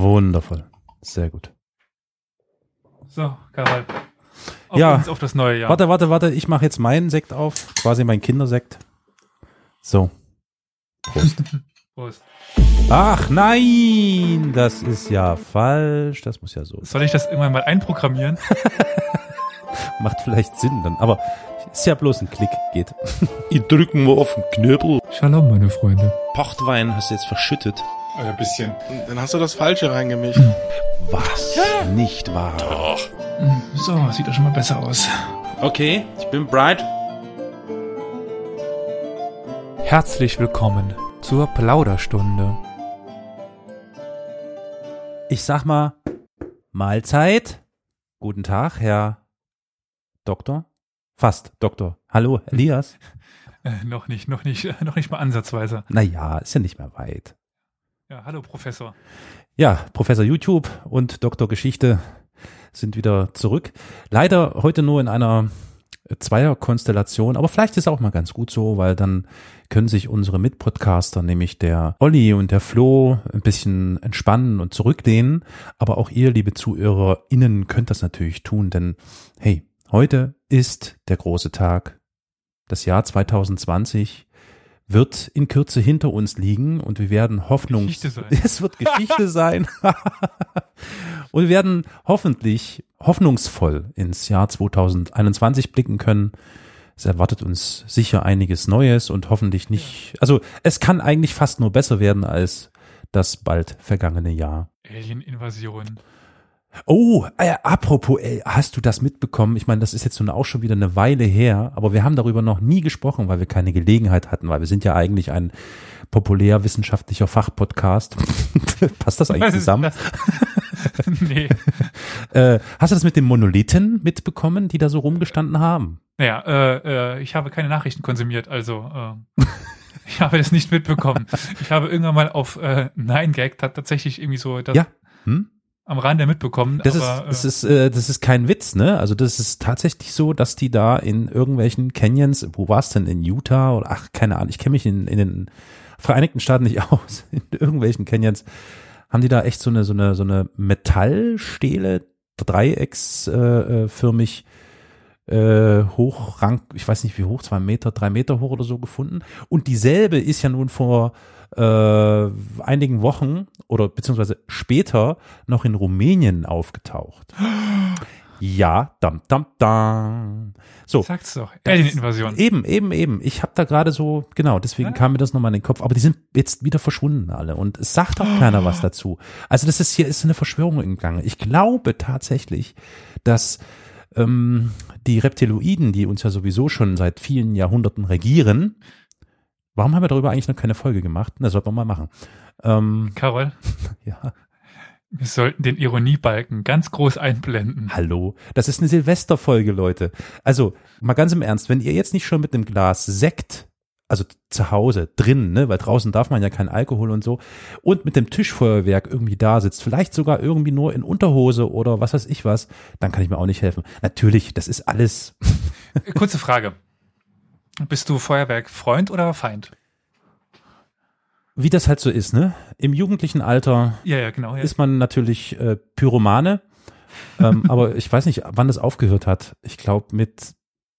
Wundervoll. Sehr gut. So, Karol. Auf das neue Jahr. Warte. Ich mache jetzt meinen Sekt auf. Quasi mein Kindersekt. So. Prost. Prost. Ach nein, das ist ja falsch. Das muss ja so. Soll ich das irgendwann mal einprogrammieren? Macht vielleicht Sinn dann, aber ist ja bloß ein Klick, geht. Ich drücken mal auf den Knöbel. Shalom, meine Freunde. Pochtwein hast du jetzt verschüttet. Ein bisschen. Dann hast du das Falsche reingemischt. Was? Ja. Nicht wahr? Doch. So, sieht doch schon mal besser aus. Okay, ich bin bright. Herzlich willkommen zur Plauderstunde. Ich sag mal, Mahlzeit. Guten Tag, Herr Doktor. Fast Doktor. Hallo, Elias. Noch nicht mal ansatzweise. Naja, ist ja nicht mehr weit. Ja, hallo Professor. Ja, Professor YouTube und Doktor Geschichte sind wieder zurück. Leider heute nur in einer Zweierkonstellation, aber vielleicht ist auch mal ganz gut so, weil dann können sich unsere Mitpodcaster, nämlich der Olli und der Flo, ein bisschen entspannen und zurücklehnen. Aber auch ihr, liebe ZuhörerInnen, könnt das natürlich tun, denn hey, heute ist der große Tag. Das Jahr 2020 wird in Kürze hinter uns liegen und wir werden es wird Geschichte sein. Und wir werden hoffentlich hoffnungsvoll ins Jahr 2021 blicken können. Es erwartet uns sicher einiges Neues und hoffentlich nicht, also es kann eigentlich fast nur besser werden als das bald vergangene Jahr. Alien-Invasion. Oh, apropos, hast du das mitbekommen? Ich meine, das ist jetzt nun auch schon wieder eine Weile her, aber wir haben darüber noch nie gesprochen, weil wir keine Gelegenheit hatten, weil wir sind ja eigentlich ein populärwissenschaftlicher Fachpodcast. Passt das eigentlich zusammen? Nee. Hast du das mit den Monolithen mitbekommen, die da so rumgestanden haben? Naja, ich habe keine Nachrichten konsumiert, also ich habe das nicht mitbekommen. Ich habe irgendwann mal auf 9gag tatsächlich irgendwie so das am Rande mitbekommen. Das ist kein Witz, ne? Also das ist tatsächlich so, dass die da in irgendwelchen Canyons, wo war es denn, in Utah oder keine Ahnung, ich kenne mich in den Vereinigten Staaten nicht aus, in irgendwelchen Canyons, haben die da echt so eine Metallstele, dreiecksförmig ich weiß nicht wie hoch, 2 Meter, 3 Meter hoch oder so gefunden. Und dieselbe ist ja nun vor einigen Wochen oder beziehungsweise später noch in Rumänien aufgetaucht. Ja, So. Sag's doch. Alien-Invasion. Eben. Ich habe da gerade so, genau, deswegen kam mir das nochmal in den Kopf. Aber die sind jetzt wieder verschwunden alle und es sagt auch keiner was dazu. Also hier ist eine Verschwörung im Gange. Ich glaube tatsächlich, dass die Reptiloiden, die uns ja sowieso schon seit vielen Jahrhunderten regieren. Warum haben wir darüber eigentlich noch keine Folge gemacht? Das sollten wir mal machen. Karol? Ja. Wir sollten den Ironiebalken ganz groß einblenden. Hallo, das ist eine Silvesterfolge, Leute. Also, mal ganz im Ernst, wenn ihr jetzt nicht schon mit einem Glas Sekt, also zu Hause, drin, ne, weil draußen darf man ja keinen Alkohol und so, und mit dem Tischfeuerwerk irgendwie da sitzt, vielleicht sogar irgendwie nur in Unterhose oder was weiß ich was, dann kann ich mir auch nicht helfen. Natürlich, das ist alles. Kurze Frage. Bist du Feuerwerk-Freund oder Feind? Wie das halt so ist, ne? Im jugendlichen Alter genau, ist man natürlich Pyromane, aber ich weiß nicht, wann das aufgehört hat. Ich glaube mit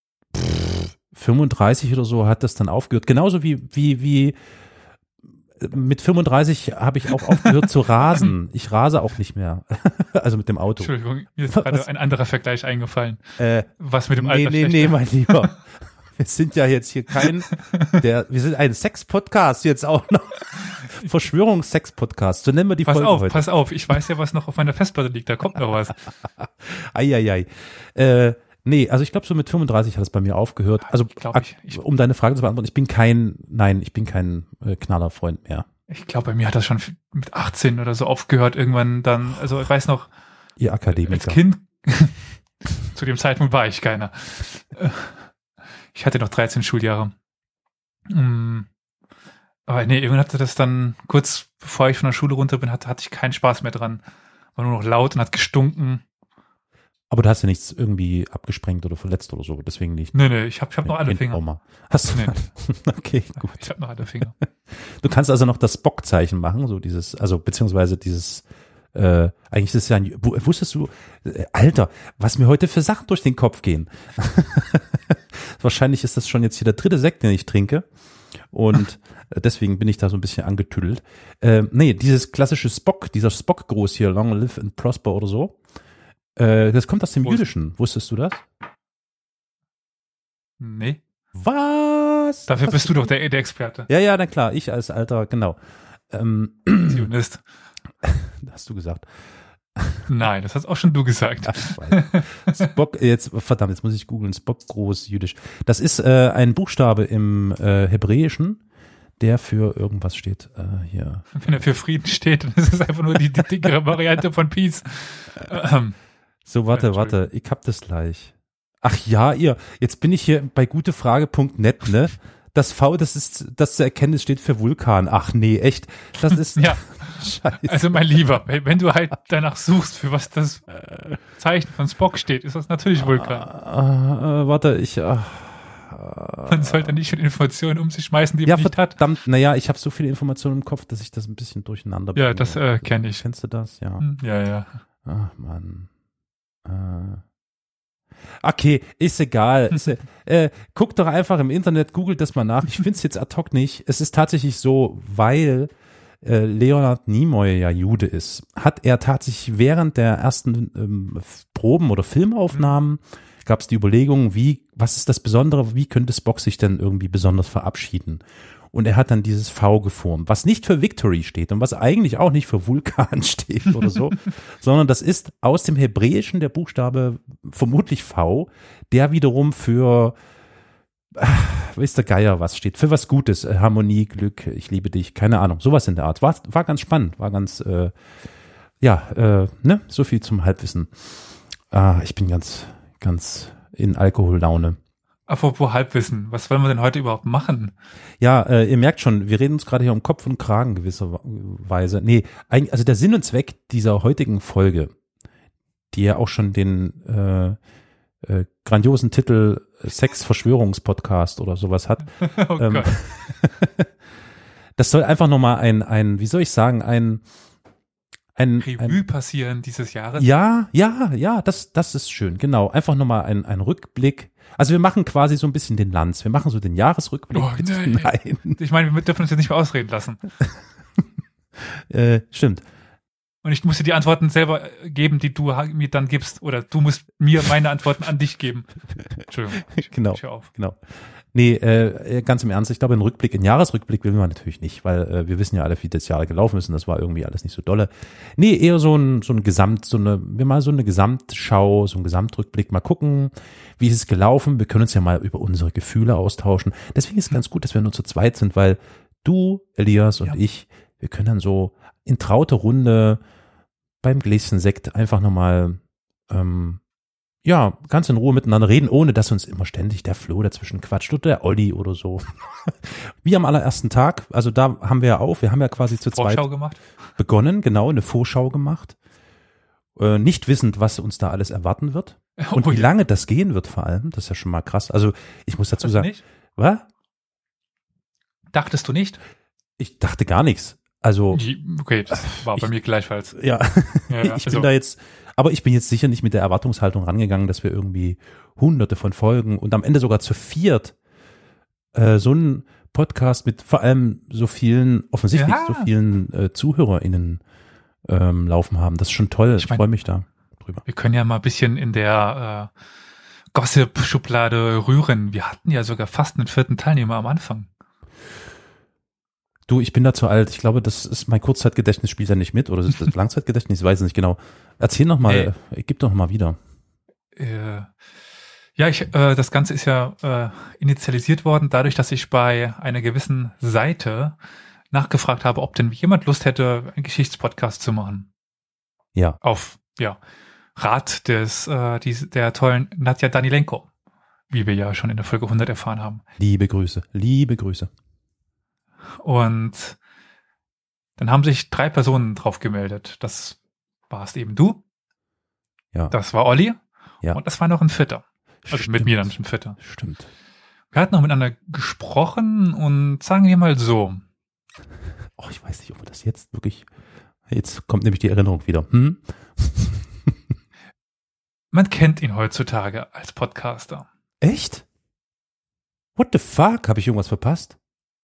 35 oder so hat das dann aufgehört. Genauso wie mit 35 habe ich auch aufgehört zu rasen. Ich rase auch nicht mehr. Also mit dem Auto. Entschuldigung, mir ist gerade ein anderer Vergleich eingefallen. Was mit dem Alter Nee, mein Lieber. Wir sind ja jetzt hier wir sind ein Sex-Podcast jetzt auch noch. Verschwörungs-Sex-Podcast. So nennen wir die Folge heute. Pass auf. Ich weiß ja, was noch auf meiner Festplatte liegt. Da kommt noch was. Eieiei. Nee, also ich glaube, so mit 35 hat es bei mir aufgehört. Also, um deine Frage zu beantworten, ich bin kein Knallerfreund mehr. Ich glaube, bei mir hat das schon mit 18 oder so aufgehört irgendwann dann, also ich weiß noch. Ihr Akademiker. Als Kind, zu dem Zeitpunkt war ich keiner. Ich hatte noch 13 Schuljahre. Aber nee, irgendwann hatte das dann, kurz bevor ich von der Schule runter bin, hatte ich keinen Spaß mehr dran. War nur noch laut und hat gestunken. Aber du hast ja nichts irgendwie abgesprengt oder verletzt oder so, deswegen nicht. Nee, ich hab noch alle Finger. Trauma. Hast du? Nee. Okay, gut. Ich hab noch alle Finger. Du kannst also noch das Spock-Zeichen machen, so dieses, also beziehungsweise dieses Eigentlich ist es ja wusstest du, Alter, was mir heute für Sachen durch den Kopf gehen. Wahrscheinlich ist das schon jetzt hier der 3. Sekt, den ich trinke. Und deswegen bin ich da so ein bisschen angetüdelt. Nee, dieses klassische dieser Spock-Gruß hier, Long Live and Prosper oder so, das kommt aus dem Jüdischen. Wusstest du das? Nee. Was? Dafür bist du doch der Experte. Ja, na klar, ich als alter, genau. Zionist. Hast du gesagt. Nein, das hast auch schon du gesagt. Ach, Spock, jetzt muss ich googeln, Spock groß jüdisch. Das ist ein Buchstabe im Hebräischen, der für irgendwas steht. Hier. Wenn er für Frieden steht, dann ist es einfach nur die dickere Variante von Peace. So, warte, ich hab das gleich. Ach ja, jetzt bin ich hier bei gutefrage.net, ne? Das V, das zu erkennen, das steht für Vulkan. Ach nee, echt? Das ist... Ja. Scheiße. Also mein Lieber, wenn du halt danach suchst, für was das Zeichen von Spock steht, ist das natürlich Vulkan. Warte, Man sollte nicht mit Informationen um sich schmeißen, die man nicht hat. Verdammt, naja, ich habe so viele Informationen im Kopf, dass ich das ein bisschen durcheinander bringe. Ja, das kenne ich. Kennst du das? Ja. Ja. Ach, Mann. Okay, ist egal. Guck doch einfach im Internet, googelt das mal nach. Ich finde es jetzt ad hoc nicht. Es ist tatsächlich so, weil Leonard Nimoy ja Jude ist, hat er tatsächlich während der ersten Proben oder Filmaufnahmen gab es die Überlegung, was ist das Besondere, wie könnte Spock sich denn irgendwie besonders verabschieden? Und er hat dann dieses V geformt, was nicht für Victory steht und was eigentlich auch nicht für Vulkan steht oder so, sondern das ist aus dem Hebräischen der Buchstabe vermutlich V, der wiederum für weiß der Geier was steht, für was Gutes, Harmonie, Glück, ich liebe dich, keine Ahnung, sowas in der Art. War ganz spannend, war ganz, so viel zum Halbwissen. Ich bin ganz in Alkohollaune. Apropos Halbwissen, was wollen wir denn heute überhaupt machen? Ja, ihr merkt schon, wir reden uns gerade hier um Kopf und Kragen gewisserweise. Nee, also der Sinn und Zweck dieser heutigen Folge, die ja auch schon den grandiosen Titel Sex-Verschwörungspodcast oder sowas hat. Oh Gott. Das soll einfach nochmal ein, wie soll ich sagen, ein Revue passieren dieses Jahres. Ja, das ist schön, genau. Einfach nochmal ein Rückblick. Also wir machen quasi so ein bisschen den Lanz. Wir machen so den Jahresrückblick. Oh, nein. Ich meine, wir dürfen uns jetzt nicht mehr ausreden lassen. Stimmt. Und ich muss dir die Antworten selber geben, die du mir dann gibst. Oder du musst mir meine Antworten an dich geben. Entschuldigung. Ich hör auf. Genau. Nee, ganz im Ernst, ich glaube, einen Jahresrückblick will man natürlich nicht, weil wir wissen ja alle, wie das Jahr gelaufen ist und das war irgendwie alles nicht so dolle. Nee, eher so eine Gesamtschau, so ein Gesamtrückblick, mal gucken, wie ist es gelaufen. Wir können uns ja mal über unsere Gefühle austauschen. Deswegen ist es ganz gut, dass wir nur zu zweit sind, weil du, Elias und ich, wir können dann so in trauter Runde beim Gläschen Sekt einfach nochmal ganz in Ruhe miteinander reden, ohne dass uns immer ständig der Flo dazwischen quatscht oder der Olli oder so. Wie am allerersten Tag, also da haben wir ja quasi zu zweit begonnen, genau, eine Vorschau gemacht, nicht wissend, was uns da alles erwarten wird und wie lange das gehen wird vor allem, das ist ja schon mal krass. Also ich muss dazu sagen, nicht? Was? Dachtest du nicht? Ich dachte gar nichts. Also okay, das war bei mir gleichfalls. Ja, ich bin jetzt sicher nicht mit der Erwartungshaltung rangegangen, dass wir irgendwie hunderte von Folgen und am Ende sogar zu viert so einen Podcast mit vor allem so vielen ZuhörerInnen laufen haben. Das ist schon toll. Ich freue mich da drüber. Wir können ja mal ein bisschen in der Gossip-Schublade rühren. Wir hatten ja sogar fast einen 4. Teilnehmer am Anfang. Du, ich bin da zu alt. Ich glaube, das ist mein Kurzzeitgedächtnis spielt ja nicht mit oder ist das Langzeitgedächtnis? Ich weiß es nicht genau. Erzähl noch mal, gib doch mal wieder. Das Ganze ist ja initialisiert worden dadurch, dass ich bei einer gewissen Seite nachgefragt habe, ob denn jemand Lust hätte, einen Geschichtspodcast zu machen. Ja. Auf Rat der tollen Nadja Danilenko, wie wir ja schon in der Folge 100 erfahren haben. Liebe Grüße. Und dann haben sich 3 Personen drauf gemeldet. Das warst eben du. Ja. Das war Olli. Ja. Und das war noch ein 4. Also Stimmt. mit mir dann ein 4. Stimmt. Wir hatten noch miteinander gesprochen und sagen wir mal so. Ich weiß nicht, ob wir das jetzt wirklich. Jetzt kommt nämlich die Erinnerung wieder. Man kennt ihn heutzutage als Podcaster. Echt? What the fuck? Habe ich irgendwas verpasst?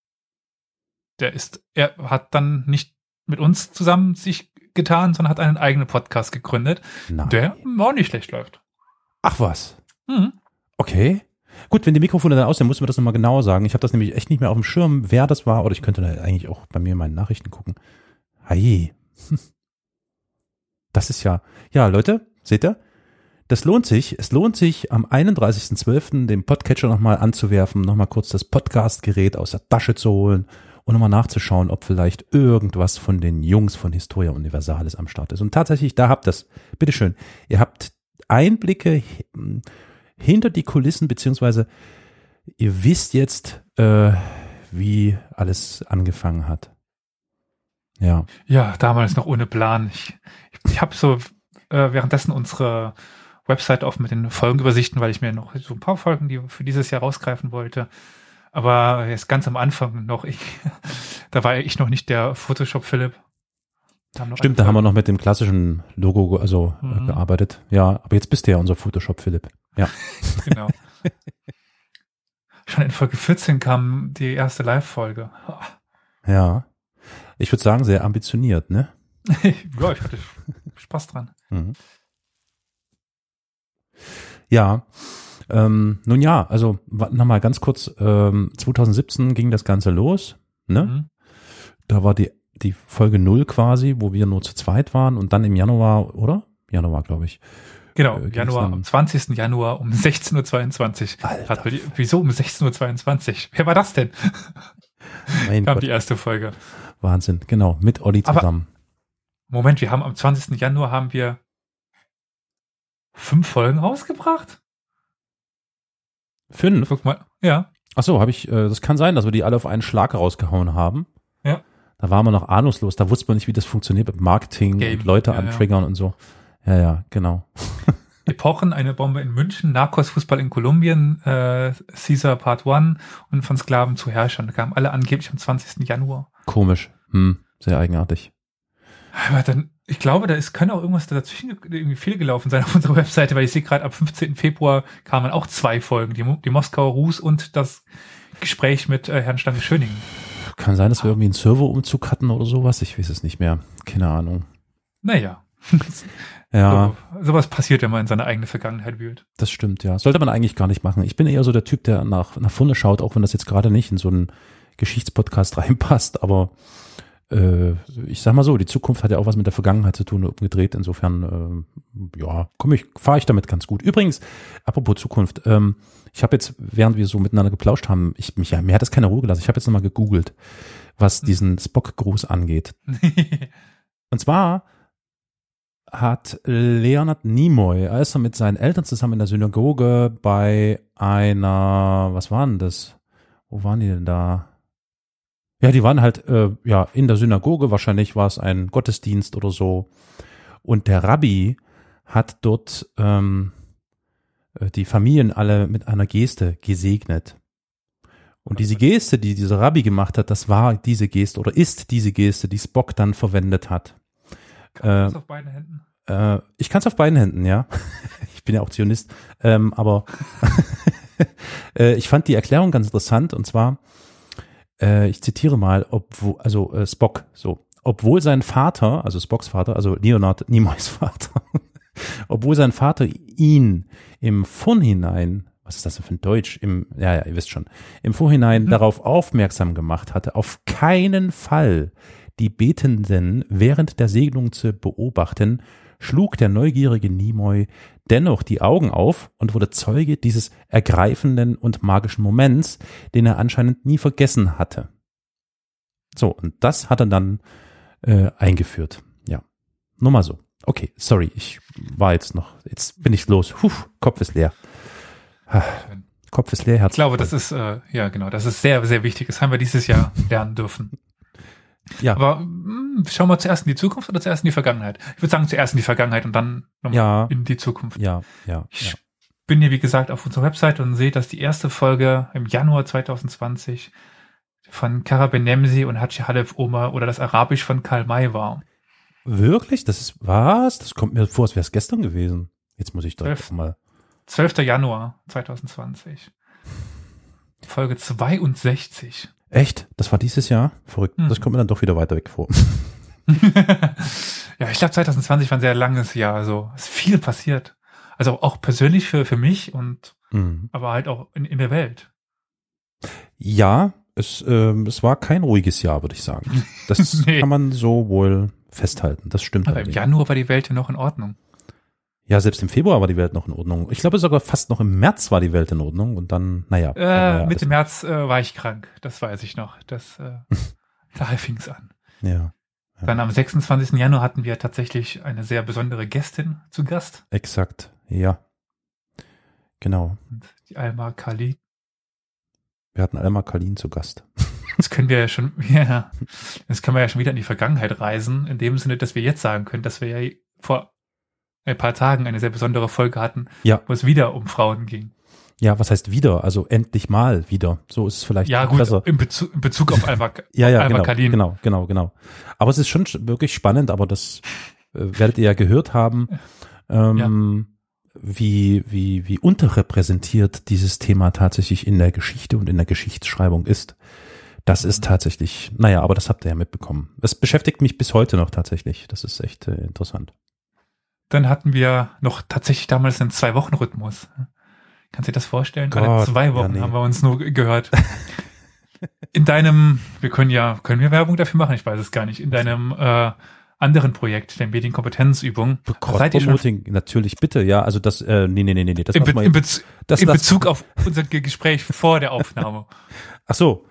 Er hat dann nicht mit uns zusammen sich getan, sondern hat einen eigenen Podcast gegründet, der auch nicht schlecht läuft. Ach was. Okay. Gut, wenn die Mikrofone dann aus sind, muss man das nochmal genauer sagen. Ich habe das nämlich echt nicht mehr auf dem Schirm, wer das war. Oder ich könnte da eigentlich auch bei mir in meinen Nachrichten gucken. Hey. Das ist ja Leute, seht ihr? Das lohnt sich. Es lohnt sich, am 31.12. den Podcatcher nochmal anzuwerfen, nochmal kurz das Podcast-Gerät aus der Tasche zu holen und nochmal nachzuschauen, ob vielleicht irgendwas von den Jungs von Historia Universalis am Start ist. Und tatsächlich, da habt ihr es. Bitteschön. Ihr habt Einblicke hinter die Kulissen, beziehungsweise ihr wisst jetzt, wie alles angefangen hat. Ja. Ja, damals noch ohne Plan. Ich habe so währenddessen unsere Website offen mit den Folgenübersichten, weil ich mir noch so ein paar Folgen, die für dieses Jahr rausgreifen wollte. Aber jetzt ganz am Anfang noch, da war ich noch nicht der Photoshop-Philipp. Stimmt, da haben wir noch mit dem klassischen Logo gearbeitet. Ja, aber jetzt bist du ja unser Photoshop-Philipp. Ja. Genau. Schon in Folge 14 kam die erste Live-Folge. Ja. Ich würde sagen, sehr ambitioniert, ne? Ja, ich hatte Spaß dran. Ja, nun ja, also nochmal ganz kurz, 2017 ging das Ganze los, ne? Da war die Folge 0 quasi, wo wir nur zu zweit waren und dann im Januar, oder? Januar, glaube ich. Genau, am 20. Januar um 16.22 Uhr. Alter. Wieso um 16.22 Uhr? Wer war das denn? Mein Kam Gott. die erste Folge. Wahnsinn, genau, mit Olli zusammen. Moment, wir haben am 20. Januar 5 Folgen rausgebracht? 5? Guck mal, ja. Ach so, das kann sein, dass wir die alle auf einen Schlag rausgehauen haben. Ja. Da waren wir noch ahnungslos, da wusste man nicht, wie das funktioniert mit Marketing und Leute antriggern und so. Ja, genau. Epochen, eine Bombe in München, Narcos-Fußball in Kolumbien, Caesar Part 1 und von Sklaven zu Herrschern. Da kamen alle angeblich am 20. Januar. Komisch. Sehr eigenartig. Aber dann, ich glaube, können auch irgendwas dazwischen irgendwie viel gelaufen sein auf unserer Webseite, weil ich sehe gerade, ab 15. Februar kamen auch 2 Folgen, die Moskauer Rus und das Gespräch mit Herrn Stange-Schöningen. Kann sein, dass wir irgendwie einen Serverumzug hatten oder sowas. Ich weiß es nicht mehr. Keine Ahnung. Naja. Ja. Sowas passiert, wenn man in seine eigene Vergangenheit wühlt. Das stimmt, ja. Sollte man eigentlich gar nicht machen. Ich bin eher so der Typ, der nach vorne schaut, auch wenn das jetzt gerade nicht in so einen Geschichtspodcast reinpasst. Aber ich sag mal so, die Zukunft hat ja auch was mit der Vergangenheit zu tun, umgedreht. Insofern, fahre ich damit ganz gut. Übrigens, apropos Zukunft, ich habe jetzt, während wir so miteinander geplauscht haben, mir hat das keine Ruhe gelassen. Ich habe jetzt nochmal gegoogelt, was diesen Spock-Gruß angeht. Und zwar hat Leonard Nimoy, als er mit seinen Eltern zusammen in der Synagoge bei einer, was war denn das? Wo waren die denn da? Ja, die waren halt in der Synagoge, wahrscheinlich war es ein Gottesdienst oder so. Und der Rabbi hat dort die Familien alle mit einer Geste gesegnet. Und diese Geste, die dieser Rabbi gemacht hat, das war diese Geste oder ist diese Geste, die Spock dann verwendet hat. Kann man das auf beiden Händen? Ich kann es auf beiden Händen, ja. Ich bin ja auch Zionist. Aber ich fand die Erklärung ganz interessant und zwar, ich zitiere mal, Spock, so, obwohl sein Vater, also Spocks Vater, also Leonard Nimoys Vater, obwohl sein Vater ihn im Vorhinein, was ist das denn für ein Deutsch, ihr wisst schon, im Vorhinein darauf aufmerksam gemacht hatte, auf keinen Fall die Betenden während der Segnung zu beobachten, schlug der neugierige Nimoy dennoch die Augen auf und wurde Zeuge dieses ergreifenden und magischen Moments, den er anscheinend nie vergessen hatte. So, und das hat er dann eingeführt. Ja, nur mal so. Okay, sorry, jetzt bin ich los. Kopf ist leer. Kopf ist leer, Herz. Ich glaube, das ist, das ist sehr, sehr wichtig. Das haben wir dieses Jahr lernen dürfen. Ja. Aber schauen wir zuerst in die Zukunft oder zuerst in die Vergangenheit? Ich würde sagen, zuerst in die Vergangenheit und dann nochmal in die Zukunft. Ich bin hier, wie gesagt, auf unserer Website und sehe, dass die erste Folge im Januar 2020 von Kara Benemsi und Haji Halef Omar oder das Arabisch von Karl May war. Wirklich? Das ist was? Das kommt mir vor, als wäre es gestern gewesen. Jetzt muss ich direkt mal. 12. Januar 2020. Folge 62. Echt? Das war dieses Jahr? Verrückt. Das kommt mir dann doch wieder weiter weg vor. Ja, ich glaube 2020 war ein sehr langes Jahr. Also es ist viel passiert. Also auch persönlich für mich und aber halt auch in der Welt. Ja, es war kein ruhiges Jahr, würde ich sagen. Das Nee. kann man so wohl festhalten. Das stimmt. Aber im Januar war die Welt ja noch in Ordnung. Ja, selbst im Februar war die Welt noch in Ordnung. Ich glaube sogar fast noch im März war die Welt in Ordnung und dann, Mitte März war ich krank. Das weiß ich noch. Daher fing es an. Ja. Dann am 26. Januar hatten wir tatsächlich eine sehr besondere Gästin zu Gast. Exakt, ja. Genau. Und die Alma Kali. Wir hatten Alma Kalin zu Gast. Das können wir ja schon wieder in die Vergangenheit reisen, in dem Sinne, dass wir jetzt sagen können, dass wir ja vor ein paar Tagen eine sehr besondere Folge hatten, Ja. wo es wieder um Frauen ging. Ja, was heißt wieder? Also endlich mal wieder. So ist es vielleicht Ja, gut, besser. in Bezug auf Alma Ja, Kalin. genau. Aber es ist schon wirklich spannend, aber das werdet ihr ja gehört haben, wie unterrepräsentiert dieses Thema tatsächlich in der Geschichte und in der Geschichtsschreibung ist. Das ist tatsächlich, aber das habt ihr ja mitbekommen. Es beschäftigt mich bis heute noch tatsächlich. Das ist echt interessant. Dann hatten wir noch tatsächlich damals einen 2-Wochen-Rhythmus. Kannst du dir das vorstellen? Gott, Alle 2 Wochen ja, nee. haben wir uns nur gehört. In deinem, können wir Werbung dafür machen? Ich weiß es gar nicht. In deinem anderen Projekt, der Medienkompetenzübung. Seid ihr schon Cross-Promoting, natürlich, bitte, ja, also das, nee, das in, lassen wir Be in, jetzt- Bez in Bezug auf unser Gespräch vor der Aufnahme. Ach so,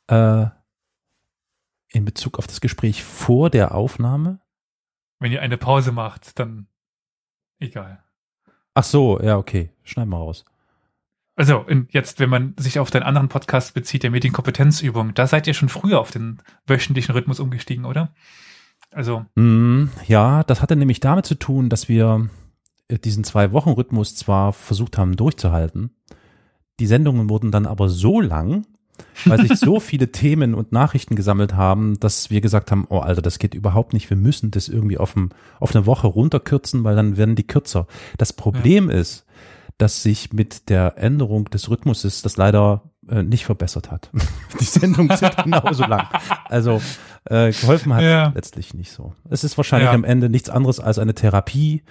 in Bezug auf das Gespräch vor der Aufnahme? Wenn ihr eine Pause macht, dann egal. Ach so, ja, okay, schneiden wir raus. Also jetzt, wenn man sich auf deinen anderen Podcast bezieht, der Medienkompetenzübung, da seid ihr schon früher auf den wöchentlichen Rhythmus umgestiegen, oder? Also Ja, das hatte nämlich damit zu tun, dass wir diesen 2-Wochen-Rhythmus zwar versucht haben durchzuhalten, die Sendungen wurden dann aber so lang, weil sich so viele Themen und Nachrichten gesammelt haben, dass wir gesagt haben, oh Alter, das geht überhaupt nicht, wir müssen das irgendwie auf eine Woche runterkürzen, weil dann werden die kürzer. Das Problem ist, dass sich mit der Änderung des Rhythmuses das leider nicht verbessert hat. Die Sendungen sind genauso lang. Also geholfen hat letztlich nicht so. Es ist wahrscheinlich am Ende nichts anderes als eine Therapie.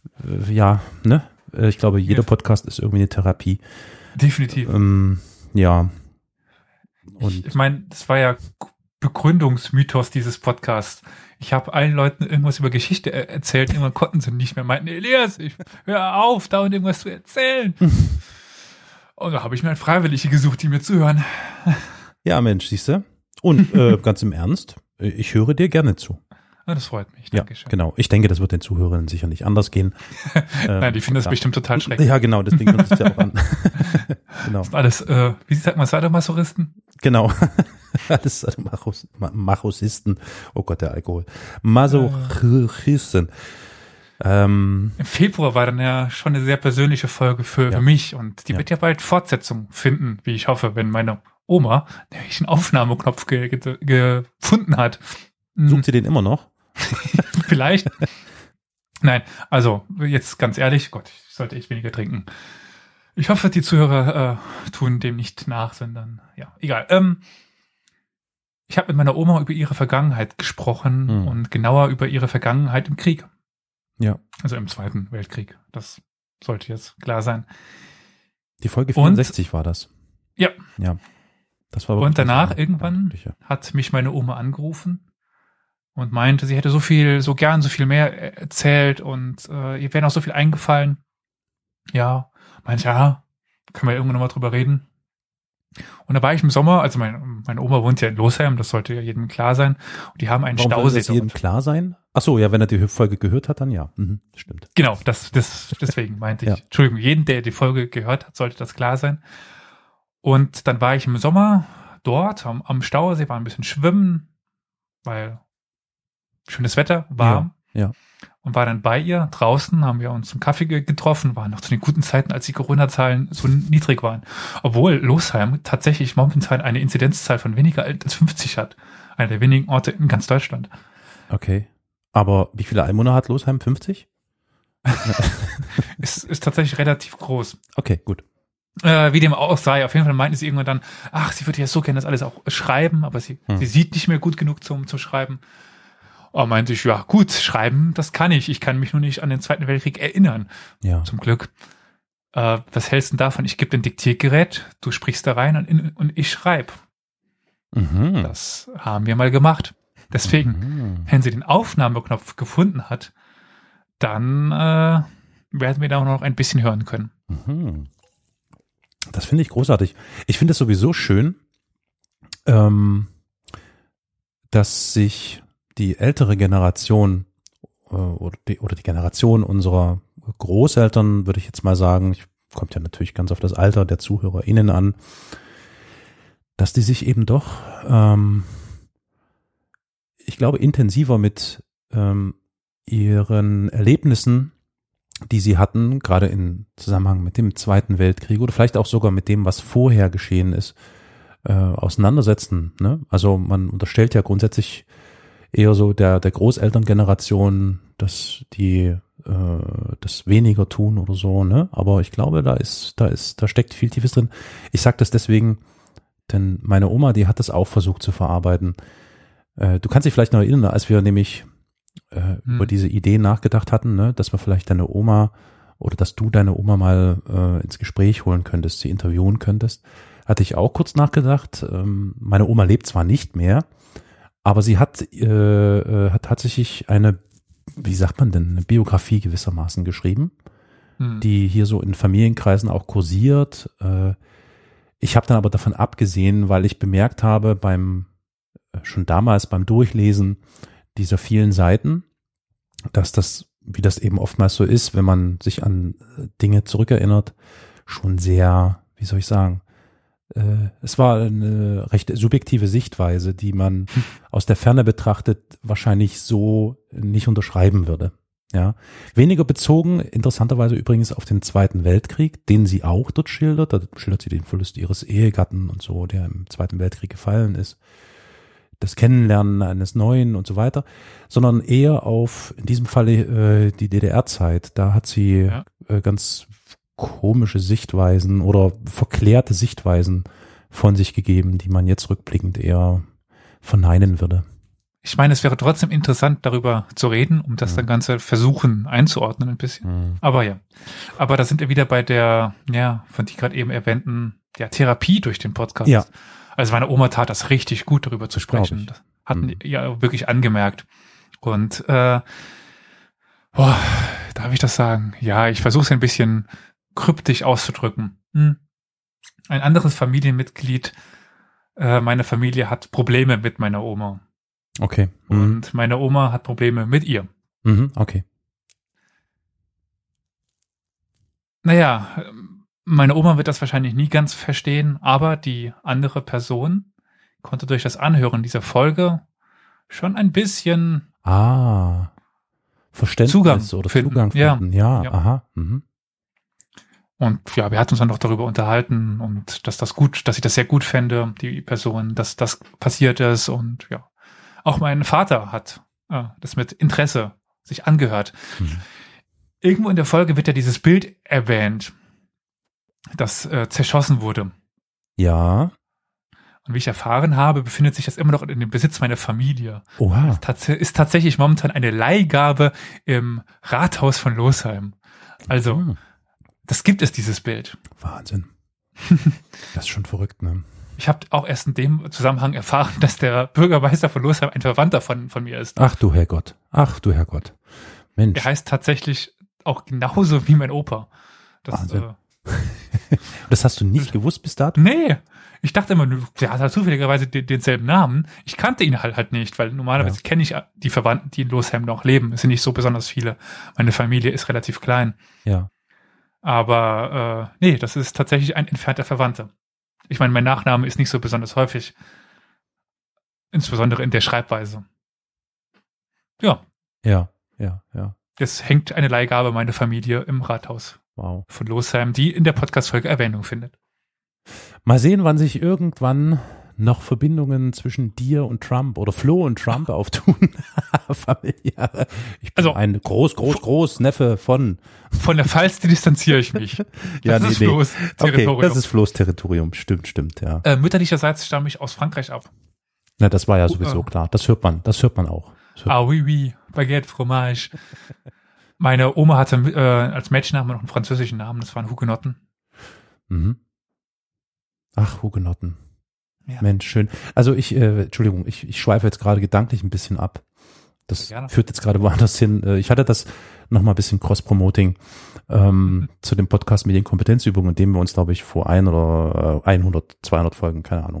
Ich glaube, jeder Podcast ist irgendwie eine Therapie. definitiv. Ja. Und ich meine, das war ja Begründungsmythos dieses Podcasts. Ich habe allen Leuten irgendwas über Geschichte erzählt, irgendwann konnten sie nicht mehr. Meinten, Elias, hör auf, dauernd irgendwas zu erzählen. Und da habe ich mir halt Freiwillige gesucht, die mir zuhören. Ja, Mensch, siehst du? Und ganz im Ernst, ich höre dir gerne zu. Ja, das freut mich. Ja, Dankeschön. genau. Ich denke, das wird den Zuhörern sicher nicht anders gehen. Nein, die finden das bestimmt total schrecklich. Ja, genau, deswegen hört es ja auch an. Genau. Das sind alles, wie sagt man, Sadomasochisten? Genau. Alles Masochisten. Oh Gott, der Alkohol. Masochisten. Im Februar war dann ja schon eine sehr persönliche Folge für mich und die wird ja bald Fortsetzung finden, wie ich hoffe, wenn meine Oma nämlich einen Aufnahmeknopf gefunden hat. Sucht sie den immer noch? Vielleicht. Nein, also jetzt ganz ehrlich, Gott, ich sollte echt weniger trinken. Ich hoffe, die Zuhörer tun dem nicht nach, sondern ja, egal. Ich habe mit meiner Oma über ihre Vergangenheit gesprochen und genauer über ihre Vergangenheit im Krieg. Ja. Also im Zweiten Weltkrieg. Das sollte jetzt klar sein. Die Folge 64 war das. Ja. Ja. Das war und danach irgendwann hat mich meine Oma angerufen und meinte, sie hätte so gern so viel mehr erzählt und ihr wäre noch so viel eingefallen. Ja, meinte, ja, können wir irgendwann nochmal drüber reden. Und da war ich im Sommer, also meine Oma wohnt ja in Losheim, das sollte ja jedem klar sein. Und die haben einen Warum Stausee. Soll das jedem klar sein? Ach so, ja, wenn er die Folge gehört hat, dann ja. Stimmt. Genau, deswegen meinte ich. Entschuldigung, jeden, der die Folge gehört hat, sollte das klar sein. Und dann war ich im Sommer dort am Stausee, war ein bisschen schwimmen, weil schönes Wetter, warm. Ja. Und war dann bei ihr. Draußen haben wir uns zum Kaffee getroffen, waren noch zu den guten Zeiten, als die Corona-Zahlen so niedrig waren. Obwohl Losheim tatsächlich momentan eine Inzidenzzahl von weniger als 50 hat. Einer der wenigen Orte in ganz Deutschland. Okay. Aber wie viele Einwohner hat Losheim? 50? Ist tatsächlich relativ groß. Okay, gut. Wie dem auch sei, auf jeden Fall meinten sie irgendwann dann, ach, sie würde ja so gerne das alles auch schreiben, aber sie sieht nicht mehr gut genug zum Schreiben. Und meinte ich, ja gut, schreiben, das kann ich. Ich kann mich nur nicht an den Zweiten Weltkrieg erinnern. Ja. Zum Glück. Was hältst du denn davon? Ich gebe ein Diktiergerät, du sprichst da rein und ich schreibe. Mhm. Das haben wir mal gemacht. Deswegen, wenn sie den Aufnahmeknopf gefunden hat, dann werden wir da auch noch ein bisschen hören können. Mhm. Das finde ich großartig. Ich finde es sowieso schön, dass sich die ältere Generation oder die Generation unserer Großeltern, würde ich jetzt mal sagen, kommt ja natürlich ganz auf das Alter der ZuhörerInnen an, dass die sich eben doch, ich glaube, intensiver mit ihren Erlebnissen, die sie hatten, gerade im Zusammenhang mit dem Zweiten Weltkrieg oder vielleicht auch sogar mit dem, was vorher geschehen ist, auseinandersetzen. Ne? Also man unterstellt ja grundsätzlich eher so der Großelterngeneration, dass die das weniger tun oder so, ne? Aber ich glaube, da steckt viel Tiefes drin. Ich sage das deswegen, denn meine Oma, die hat das auch versucht zu verarbeiten. Du kannst dich vielleicht noch erinnern, als wir nämlich über diese Idee nachgedacht hatten, ne, dass wir vielleicht deine Oma oder dass du deine Oma mal ins Gespräch holen könntest, sie interviewen könntest, hatte ich auch kurz nachgedacht. Meine Oma lebt zwar nicht mehr, aber sie hat tatsächlich eine, wie sagt man denn, eine Biografie gewissermaßen geschrieben, die hier so in Familienkreisen auch kursiert. Ich habe dann aber davon abgesehen, weil ich bemerkt habe schon damals beim Durchlesen dieser vielen Seiten, dass das, wie das eben oftmals so ist, wenn man sich an Dinge zurückerinnert, schon sehr, wie soll ich sagen, es war eine recht subjektive Sichtweise, die man aus der Ferne betrachtet wahrscheinlich so nicht unterschreiben würde. Ja, weniger bezogen, interessanterweise übrigens auf den Zweiten Weltkrieg, den sie auch dort schildert. Da schildert sie den Verlust ihres Ehegatten und so, der im Zweiten Weltkrieg gefallen ist, das Kennenlernen eines Neuen und so weiter, sondern eher auf, in diesem Falle, die DDR-Zeit. Da hat sie ganz komische Sichtweisen oder verklärte Sichtweisen von sich gegeben, die man jetzt rückblickend eher verneinen würde. Ich meine, es wäre trotzdem interessant, darüber zu reden, um das dann Ganze versuchen einzuordnen ein bisschen. Aber ja, aber da sind wir wieder bei der, von die gerade eben erwähnten, Therapie durch den Podcast. Ja. Also meine Oma tat das richtig gut, darüber zu sprechen. Das hatten ja wirklich angemerkt. Und darf ich das sagen? Ja, ich versuche es ein bisschen kryptisch auszudrücken. Ein anderes Familienmitglied, meine Familie hat Probleme mit meiner Oma. Okay. Und meine Oma hat Probleme mit ihr. Okay. Naja, meine Oma wird das wahrscheinlich nie ganz verstehen, aber die andere Person konnte durch das Anhören dieser Folge schon ein bisschen Verständnis Zugang oder finden. Zugang finden. Ja. Aha. Und ja, wir hatten uns dann noch darüber unterhalten und dass sie das sehr gut fände, die Person, dass das passiert ist. Und ja, auch mein Vater hat das mit Interesse sich angehört. Irgendwo in der Folge wird ja dieses Bild erwähnt, das zerschossen wurde. Ja. Und wie ich erfahren habe, befindet sich das immer noch in dem Besitz meiner Familie. Oha. Das ist tatsächlich momentan eine Leihgabe im Rathaus von Losheim. Also, das gibt es, dieses Bild. Wahnsinn. Das ist schon verrückt, ne? Ich habe auch erst in dem Zusammenhang erfahren, dass der Bürgermeister von Losheim ein Verwandter von mir ist. Ach du Herrgott. Mensch. Er heißt tatsächlich auch genauso wie mein Opa. Wahnsinn. Das hast du nicht gewusst bis dato? Nee. Ich dachte immer, der hat halt zufälligerweise denselben Namen. Ich kannte ihn halt nicht, weil normalerweise kenne ich die Verwandten, die in Losheim noch leben. Es sind nicht so besonders viele. Meine Familie ist relativ klein. Ja. Aber nee, das ist tatsächlich ein entfernter Verwandter. Ich meine, mein Nachname ist nicht so besonders häufig. Insbesondere in der Schreibweise. Ja. Ja. Es hängt eine Leihgabe meiner Familie im Rathaus von Losheim, die in der Podcast-Folge Erwähnung findet. Mal sehen, wann sich irgendwann noch Verbindungen zwischen dir und Trump oder Flo und Trump auftun? Familiäre. Ich bin ein Groß-Neffe von der Pfalz distanziere ich mich. Ja, das ist Flo's Territorium. Okay, das ist Flo's Territorium. Stimmt, ja. Mütterlicherseits stamme ich aus Frankreich ab. Na, das war ja sowieso klar. Das hört man auch. Oui, oui, Baguette, Fromage. Meine Oma hatte als Mädchennamen noch einen französischen Namen, das waren Hugenotten. Mhm. Ach, Hugenotten. Ja. Mensch, schön. Also ich schweife jetzt gerade gedanklich ein bisschen ab. Das führt jetzt gerade woanders hin. Ich hatte das nochmal ein bisschen Cross-Promoting zu dem Podcast Medienkompetenzübungen, in dem wir uns, glaube ich, vor 100, 200 Folgen, keine Ahnung.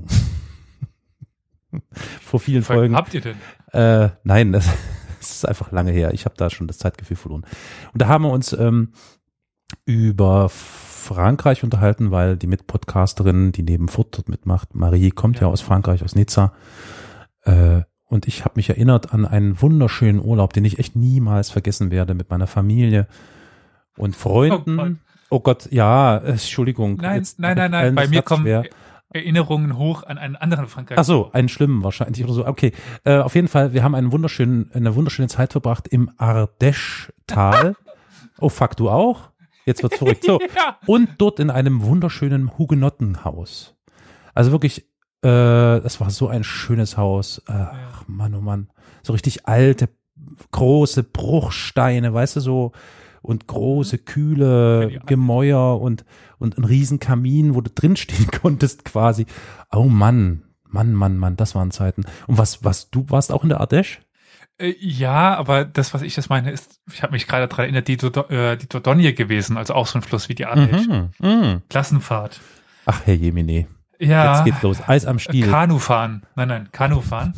Vor vielen Folgen. Habt ihr denn? Nein, das ist einfach lange her. Ich habe da schon das Zeitgefühl verloren. Und da haben wir uns über Frankreich unterhalten, weil die Mitpodcasterin, die neben Furt dort mitmacht, Marie, kommt ja aus Frankreich, aus Nizza. Und ich habe mich erinnert an einen wunderschönen Urlaub, den ich echt niemals vergessen werde mit meiner Familie und Freunden. Oh Gott, ja, Entschuldigung. Nein. Bei mir kommen Erinnerungen hoch an einen anderen Frankreich. Ach so, einen schlimmen wahrscheinlich oder so. Okay, auf jeden Fall, wir haben eine wunderschöne Zeit verbracht im Ardèche-Tal. Oh fuck, du auch? Jetzt wird's verrückt. So. Ja. Und dort in einem wunderschönen Hugenottenhaus. Also wirklich, das war so ein schönes Haus. Ach, Mann, oh Mann. So richtig alte, große Bruchsteine, weißt du, so, und große, kühle Gemäuer und ein riesen Kamin, wo du drinstehen konntest quasi. Oh Mann, das waren Zeiten. Und du warst auch in der Ardèche? Ja, aber das, was ich meine, ist, ich habe mich gerade daran erinnert, die Dordogne gewesen, also auch so ein Fluss wie die Ardèche. Klassenfahrt. Ach, Herr Jemine. Ja. Jetzt geht's los. Eis am Stiel. Kanufahren. Nein, Kanufahren.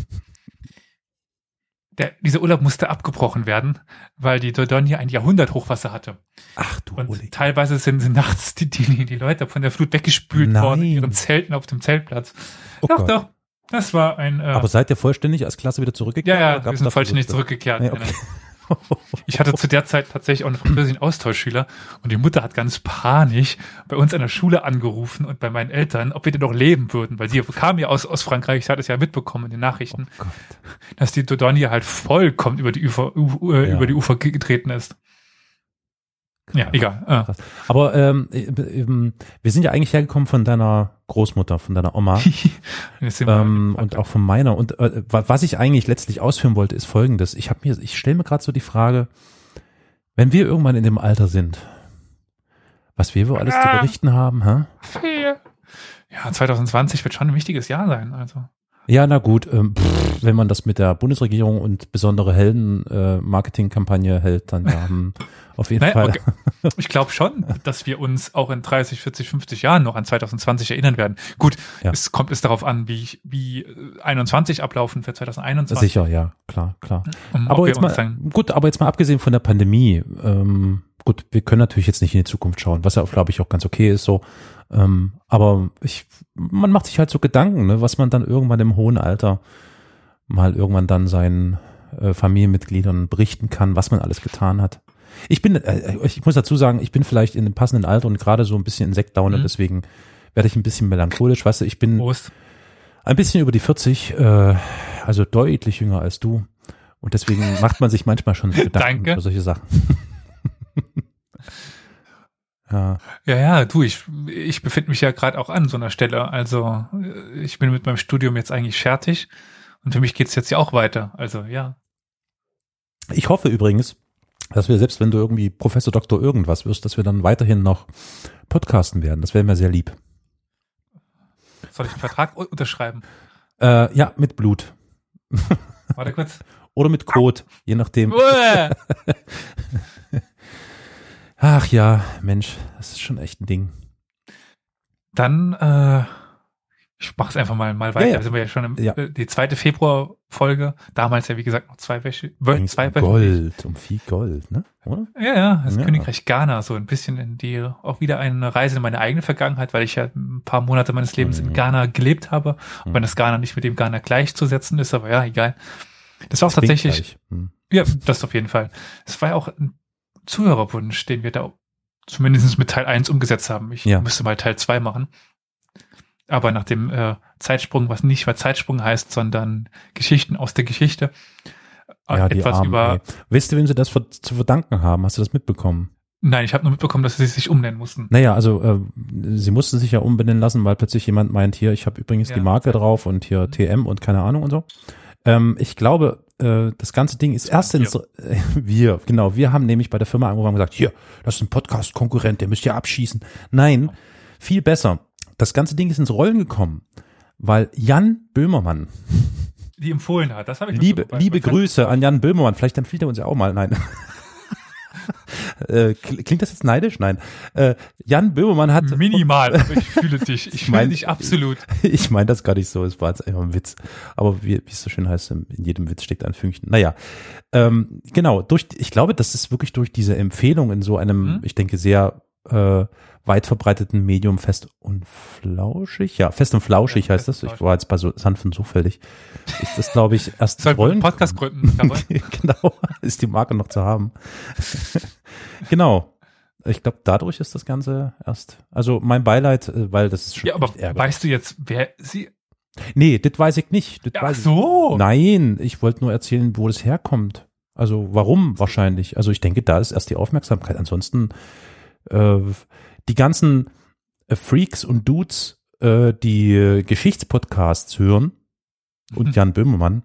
Dieser Urlaub musste abgebrochen werden, weil die Dordogne ein Jahrhundert-Hochwasser hatte. Ach du Und teilweise sind nachts die Leute von der Flut weggespült worden in ihren Zelten auf dem Zeltplatz. Oh Gott. Das war ein... Aber seid ihr vollständig als Klasse wieder zurückgekehrt? Ja, wir sind vollständig zurückgekehrt. Nee, okay. Ich hatte zu der Zeit tatsächlich auch einen französischen Austauschschüler und die Mutter hat ganz panisch bei uns an der Schule angerufen und bei meinen Eltern, ob wir denn noch leben würden, weil sie kam ja aus Frankreich, ich hatte es ja mitbekommen in den Nachrichten, dass die Dordogne halt vollkommen über die Ufer getreten ist. Ja, egal. Aber wir sind ja eigentlich hergekommen von deiner Großmutter, von deiner Oma und auch von meiner. Und was ich eigentlich letztlich ausführen wollte, ist Folgendes. Ich stelle mir gerade so die Frage, wenn wir irgendwann in dem Alter sind, was wir wohl alles zu berichten haben, hä? Ja, 2020 wird schon ein wichtiges Jahr sein, also. Ja, na gut, wenn man das mit der Bundesregierung und besondere Helden-Marketing-Kampagne hält, dann auf jeden Fall. Okay. Ich glaube schon, dass wir uns auch in 30, 40, 50 Jahren noch an 2020 erinnern werden. Gut, es kommt darauf an, wie 21 ablaufen für 2021. Sicher, ja, klar. Aber jetzt mal abgesehen von der Pandemie, gut, wir können natürlich jetzt nicht in die Zukunft schauen, was ja, glaube ich, auch ganz okay ist, so. Aber man macht sich halt so Gedanken, ne, was man dann irgendwann im hohen Alter mal irgendwann dann seinen Familienmitgliedern berichten kann, was man alles getan hat. Ich muss dazu sagen, ich bin vielleicht in dem passenden Alter und gerade so ein bisschen in Sektlaune, deswegen werde ich ein bisschen melancholisch, weißt du, ich bin ein bisschen über die 40, also deutlich jünger als du und deswegen macht man sich manchmal schon Gedanken über solche Sachen. Ja, du, ich befinde mich ja gerade auch an so einer Stelle. Also ich bin mit meinem Studium jetzt eigentlich fertig und für mich geht's jetzt ja auch weiter. Also ja. Ich hoffe übrigens, dass wir, selbst wenn du irgendwie Professor Doktor irgendwas wirst, dass wir dann weiterhin noch podcasten werden. Das wäre mir sehr lieb. Soll ich einen Vertrag unterschreiben? Ja, mit Blut. Warte kurz. Oder mit Kot, je nachdem. Ach ja, Mensch, das ist schon echt ein Ding. Dann, ich mach's einfach mal weiter. Ja. Da sind wir ja schon die 2. Februar-Folge. Damals ja, wie gesagt, noch 2 Wäsche. Gold, um viel Gold, ne? Oder? Ja, das Königreich Ghana, so ein bisschen auch wieder eine Reise in meine eigene Vergangenheit, weil ich ja ein paar Monate meines Lebens in Ghana gelebt habe. Und wenn das Ghana nicht mit dem Ghana gleichzusetzen ist, aber ja, egal. Das war auch tatsächlich, ja, das auf jeden Fall. Es war ja auch ein Zuhörerwunsch, den wir da zumindest mit Teil 1 umgesetzt haben. Ich müsste mal Teil 2 machen. Aber nachdem Zeitsprung, was nicht mehr Zeitsprung heißt, sondern Geschichten aus der Geschichte. Ja, die Etwas Armen, über. ey. Weißt du, wem sie das zu verdanken haben? Hast du das mitbekommen? Nein, ich habe nur mitbekommen, dass sie sich umnennen mussten. Naja, also sie mussten sich ja umbenennen lassen, weil plötzlich jemand meint, hier, ich habe übrigens die Marke drauf und hier TM und keine Ahnung und so. Ich glaube, das ganze Ding ist erst wir haben nämlich bei der Firma angerufen und gesagt, hier, das ist ein Podcast-Konkurrent, der müsst ihr abschießen. Nein, viel besser. Das ganze Ding ist ins Rollen gekommen, weil Jan Böhmermann, die empfohlen hat, das habe ich liebe Grüße an Jan Böhmermann, vielleicht empfiehlt er uns ja auch mal, nein. Klingt das jetzt neidisch? Nein. Jan Böhmermann hat... Minimal, aber ich fühle dich. Ich fühle dich absolut. Ich meine das gar nicht so, es war jetzt einfach ein Witz. Aber wie es so schön heißt, in jedem Witz steckt ein Fünkchen. Naja, genau, ich glaube, das ist wirklich durch diese Empfehlung in so einem, ich denke, sehr weit verbreiteten Medium Fest und Flauschig. Ja, Fest und Flauschig heißt das. Ich war jetzt bei so sanft und sorgfältig. Ist das, glaube ich, erst Rollen. Podcast gründen. Genau, ist die Marke noch zu haben. Genau. Ich glaube, dadurch ist das Ganze erst. Also mein Beileid, weil das ist schon. Ja, aber weißt du jetzt, wer sie? Nee, das weiß ich nicht. Ach so. Nein, ich wollte nur erzählen, wo das herkommt. Also warum wahrscheinlich. Also ich denke, da ist erst die Aufmerksamkeit. Ansonsten die ganzen Freaks und Dudes, die Geschichtspodcasts hören und Jan Böhmermann,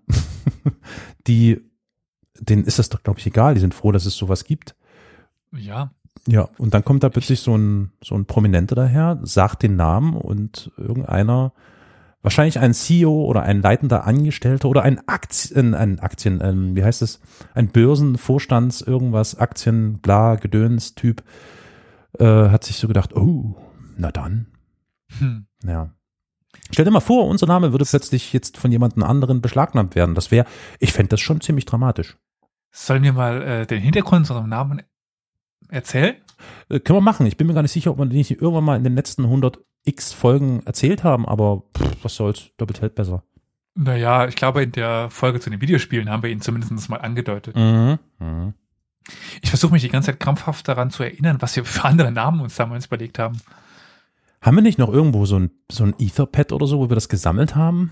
denen ist das doch, glaube ich, egal. Die sind froh, dass es sowas gibt. Ja. Ja, und dann kommt da plötzlich so ein Prominenter daher, sagt den Namen und irgendeiner, wahrscheinlich ein CEO oder ein leitender Angestellter oder ein wie heißt es, ein Börsenvorstands, irgendwas, Aktien, bla, Gedöns, Typ, hat sich so gedacht, oh, na dann. Ja. Stell dir mal vor, unser Name würde plötzlich jetzt von jemandem anderen beschlagnahmt werden. Ich fände das schon ziemlich dramatisch. Sollen wir mal den Hintergrund unserer Namen erzählen? Können wir machen. Ich bin mir gar nicht sicher, ob wir den nicht irgendwann mal in den letzten 100 X Folgen erzählt haben, aber was soll's, doppelt hält besser. Naja, ich glaube, in der Folge zu den Videospielen haben wir ihn zumindest mal angedeutet. Ich versuche mich die ganze Zeit krampfhaft daran zu erinnern, was wir für andere Namen uns damals überlegt haben. Haben wir nicht noch irgendwo so ein Etherpad oder so, wo wir das gesammelt haben?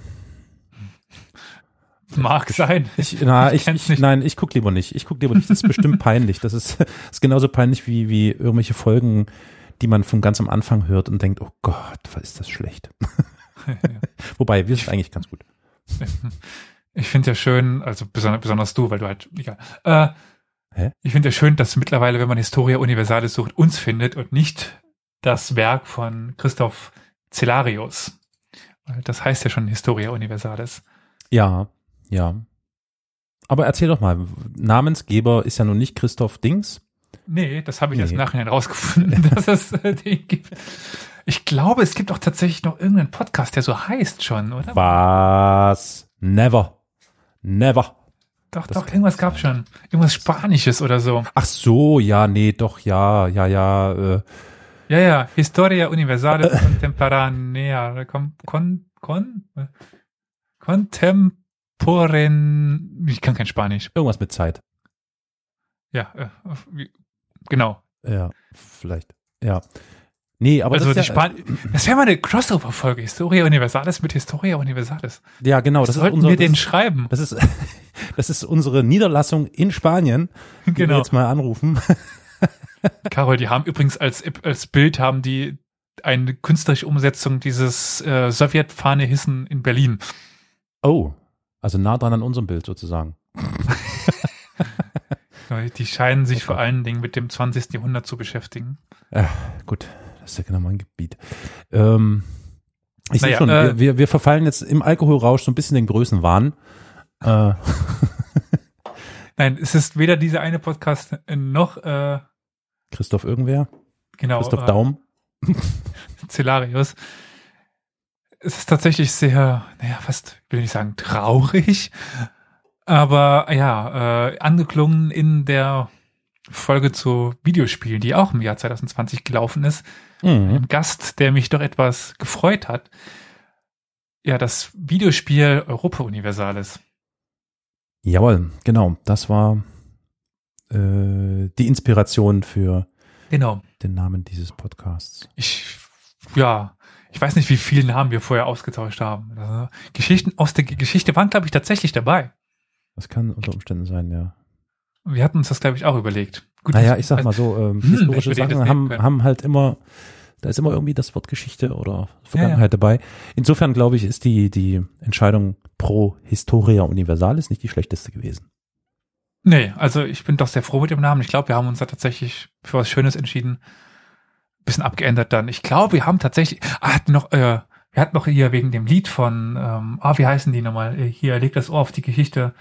Mag sein. Nein, ich guck lieber nicht. Das ist bestimmt peinlich. Das ist genauso peinlich wie irgendwelche Folgen, die man von ganz am Anfang hört und denkt, oh Gott, was ist das schlecht. Ja. Wobei, wir sind eigentlich ganz gut. Ich finde ja schön, also besonders du, weil du halt, egal. Ich finde ja schön, dass mittlerweile, wenn man Historia Universalis sucht, uns findet und nicht das Werk von Christoph Cellarius. Weil das heißt ja schon Historia Universalis. Ja. Aber erzähl doch mal, Namensgeber ist ja nun nicht Christoph Dings. Nee, das habe ich erst im Nachhinein rausgefunden, dass es den gibt. Ich glaube, es gibt auch tatsächlich noch irgendeinen Podcast, der so heißt schon, oder? Was? Never. Doch, irgendwas gab schon. Irgendwas Spanisches oder so. Ach so, ja, nee, doch, ja. Ja, Historia Universale Contemporanea. Ich kann kein Spanisch. Irgendwas mit Zeit. Ja, genau. Ja, vielleicht. Ja. Nee, aber also das wäre mal eine Crossover-Folge. Historia Universalis mit Historia Universalis. Ja, genau. Das sollten wir denen schreiben. Das ist unsere Niederlassung in Spanien, die wir jetzt mal anrufen. Carol, die haben übrigens als Bild haben die eine künstlerische Umsetzung dieses Sowjetfahne-Hissen in Berlin. Oh, also nah dran an unserem Bild sozusagen. Die scheinen sich vor allen Dingen mit dem 20. Jahrhundert zu beschäftigen. Ja, gut, das ist ja genau mein Gebiet. Ich sehe schon, wir verfallen jetzt im Alkoholrausch so ein bisschen den Größenwahn. Nein, es ist weder dieser eine Podcast noch Christoph irgendwer? Genau. Christoph Daum? Cellarius. Es ist tatsächlich sehr, fast, will ich nicht sagen, traurig, aber angeklungen in der Folge zu Videospielen, die auch im Jahr 2020 gelaufen ist. Ein Gast, der mich doch etwas gefreut hat. Ja, das Videospiel Europa Universalis. Jawohl, genau. Das war die Inspiration für den Namen dieses Podcasts. Ich Ich weiß nicht, wie viele Namen wir vorher ausgetauscht haben. Also, Geschichten aus der Geschichte waren, glaube ich, tatsächlich dabei. Das kann unter Umständen sein, ja. Wir hatten uns das, glaube ich, auch überlegt. Gut, Naja, ich sag mal so, historische Sachen haben haben halt immer, da ist immer irgendwie das Wort Geschichte oder Vergangenheit dabei. Insofern, glaube ich, ist die Entscheidung pro Historia Universalis nicht die schlechteste gewesen. Nee, also ich bin doch sehr froh mit dem Namen. Ich glaube, wir haben uns da tatsächlich für was Schönes entschieden. Bisschen abgeändert dann. Ich glaube, wir haben tatsächlich, wir hatten noch hier wegen dem Lied von, wie heißen die nochmal? Hier, leg das Ohr auf die Geschichte,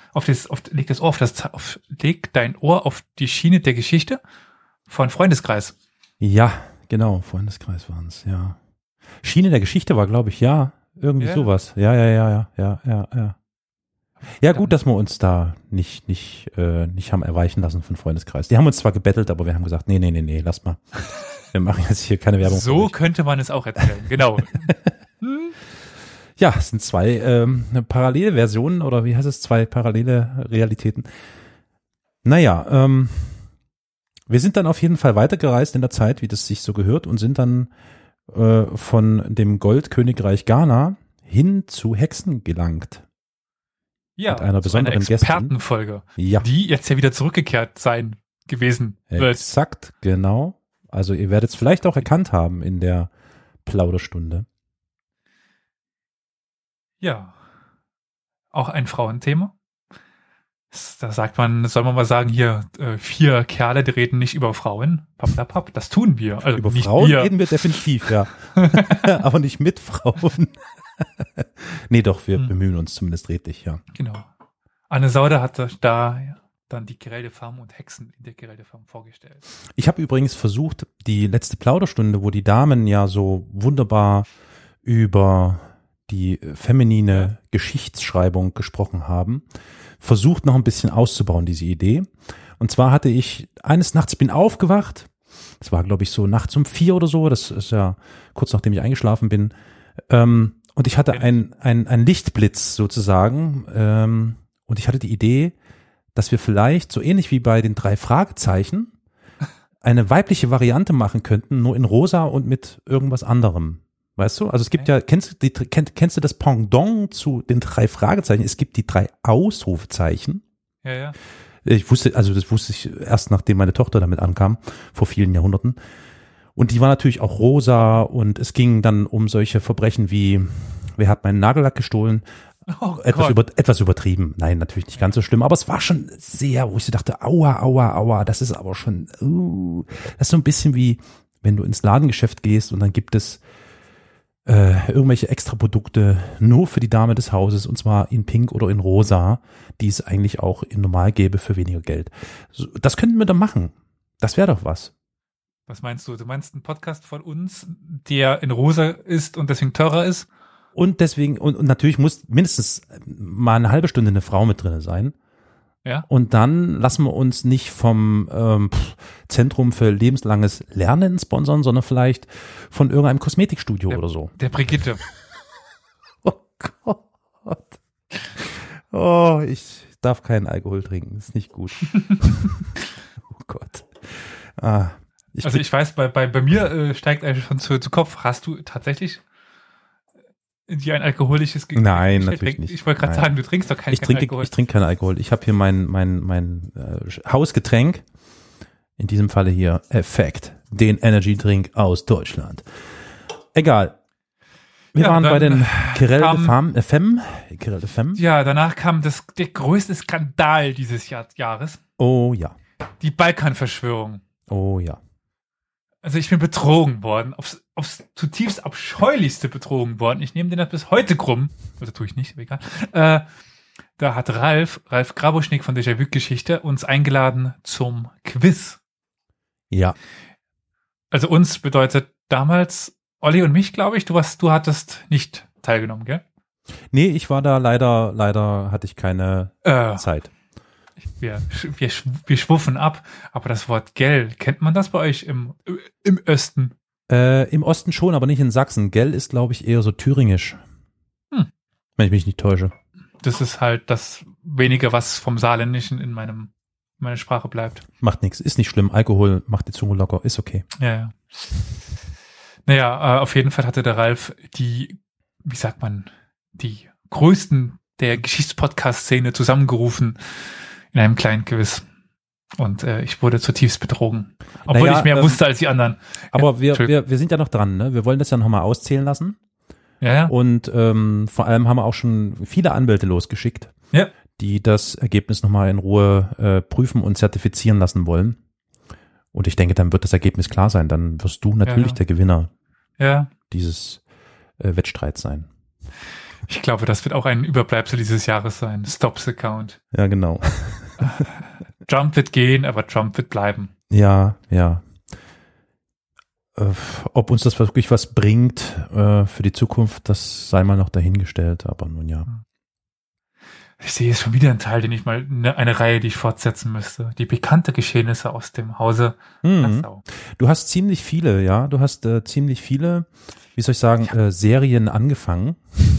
leg dein Ohr auf die Schiene der Geschichte von Freundeskreis. Ja, genau, Freundeskreis waren es, ja. Schiene der Geschichte war, glaube ich, ja, irgendwie sowas. Ja. Ja, gut, dass wir uns da nicht haben erweichen lassen von Freundeskreis. Die haben uns zwar gebettelt, aber wir haben gesagt, nee, lass mal. Wir machen jetzt hier keine Werbung. So könnte man es auch erzählen, genau. Ja, es sind zwei parallele Versionen oder wie heißt es, zwei parallele Realitäten. Naja, wir sind dann auf jeden Fall weitergereist in der Zeit, wie das sich so gehört, und sind dann von dem Goldkönigreich Ghana hin zu Hexen gelangt. Ja, mit einer besonderen eine Expertenfolge, die jetzt ja wieder zurückgekehrt sein gewesen wird. Exakt, genau. Also ihr werdet es vielleicht auch erkannt haben in der Plauderstunde. Ja. Auch ein Frauenthema. Da sagt man, soll man mal sagen, hier 4 Kerle, die reden nicht über Frauen. Papp, das tun wir. Also über nicht Frauen wir. Reden wir definitiv, ja. Aber nicht mit Frauen. Nee, doch, wir bemühen uns zumindest redlich, ja. Genau. Anne Sauder hatte da dann die Gerelde Farm und Hexen in der Gerelde Farm vorgestellt. Ich habe übrigens versucht, die letzte Plauderstunde, wo die Damen ja so wunderbar über die feminine Geschichtsschreibung gesprochen haben, versucht noch ein bisschen auszubauen, diese Idee. Und zwar hatte ich eines Nachts, bin aufgewacht, das war glaube ich so nachts um 4 oder so, das ist ja kurz nachdem ich eingeschlafen bin, und ich hatte ein Lichtblitz sozusagen, und ich hatte die Idee, dass wir vielleicht, so ähnlich wie bei den 3 Fragezeichen, eine weibliche Variante machen könnten, nur in rosa und mit irgendwas anderem. Weißt du? Also es gibt ja, kennst du das Pendant zu den 3 Fragezeichen? Es gibt die 3 Ausrufezeichen. Ja. Das wusste ich erst, nachdem meine Tochter damit ankam, vor vielen Jahrhunderten. Und die war natürlich auch rosa, und es ging dann um solche Verbrechen wie, wer hat meinen Nagellack gestohlen? Oh, etwas übertrieben. Nein, natürlich nicht ganz so schlimm, aber es war schon sehr, wo ich so dachte, aua, das ist aber schon, das ist so ein bisschen wie, wenn du ins Ladengeschäft gehst und dann gibt es irgendwelche Extraprodukte nur für die Dame des Hauses, und zwar in Pink oder in Rosa, die es eigentlich auch in Normal gäbe für weniger Geld. Das könnten wir dann machen. Das wäre doch was. Was meinst du? Du meinst einen Podcast von uns, der in Rosa ist und deswegen teurer ist? Und deswegen, und natürlich muss mindestens mal eine halbe Stunde eine Frau mit drin sein. Ja. Und dann lassen wir uns nicht vom Zentrum für lebenslanges Lernen sponsern, sondern vielleicht von irgendeinem Kosmetikstudio oder so. Der Brigitte. Oh Gott. Oh, ich darf keinen Alkohol trinken. Ist nicht gut. Oh Gott. Ich weiß, bei mir steigt eigentlich schon zu Kopf. Hast du tatsächlich dir ein alkoholisches Getränk? Nein, natürlich nicht. Ich wollte gerade sagen, du trinkst doch keinen Alkohol. Ich trinke keinen Alkohol. Ich habe hier mein Hausgetränk. In diesem Falle hier Effekt. Den Energy Drink aus Deutschland. Egal. Wir waren bei den Gerelde Femme. Ja, danach kam der größte Skandal dieses Jahres. Oh ja. Die Balkanverschwörung. Oh ja. Also ich bin betrogen worden, aufs zutiefst abscheulichste betrogen worden. Ich nehme den das bis heute krumm. Also tue ich nicht, aber egal. Da hat Ralf Grabuschnik von Déjà-vu-Geschichte uns eingeladen zum Quiz. Ja. Also uns bedeutet damals Olli und mich, glaube ich. Du hattest nicht teilgenommen, gell? Nee, ich war da leider hatte ich keine Zeit. Wir schwuffen ab, aber das Wort Gell, kennt man das bei euch im Osten? Im Osten schon, aber nicht in Sachsen. Gell ist, glaube ich, eher so thüringisch. Wenn ich mich nicht täusche. Das ist halt das Wenige, was vom Saarländischen in meiner Sprache bleibt. Macht nichts, ist nicht schlimm. Alkohol macht die Zunge locker, ist okay. Ja. Naja, auf jeden Fall hatte der Ralf die größten der Geschichtspodcast-Szene zusammengerufen in einem kleinen Quiz. Und ich wurde zutiefst betrogen. Obwohl ich mehr wusste als die anderen. Aber wir sind ja noch dran, ne? Wir wollen das ja noch mal auszählen lassen. Ja. Und vor allem haben wir auch schon viele Anwälte losgeschickt, die das Ergebnis noch mal in Ruhe prüfen und zertifizieren lassen wollen. Und ich denke, dann wird das Ergebnis klar sein. Dann wirst du natürlich der Gewinner dieses Wettstreits sein. Ich glaube, das wird auch ein Überbleibsel dieses Jahres sein. Stops the count. Ja, genau. Trump wird gehen, aber Trump wird bleiben. Ja. Ob uns das wirklich was bringt für die Zukunft, das sei mal noch dahingestellt. Aber nun ja. Ich sehe jetzt schon wieder einen Teil, eine Reihe, die ich fortsetzen müsste. Die bekannte Geschehnisse aus dem Hause Nassau. Du hast ziemlich viele, Du hast ziemlich viele, wie soll ich sagen, Serien angefangen.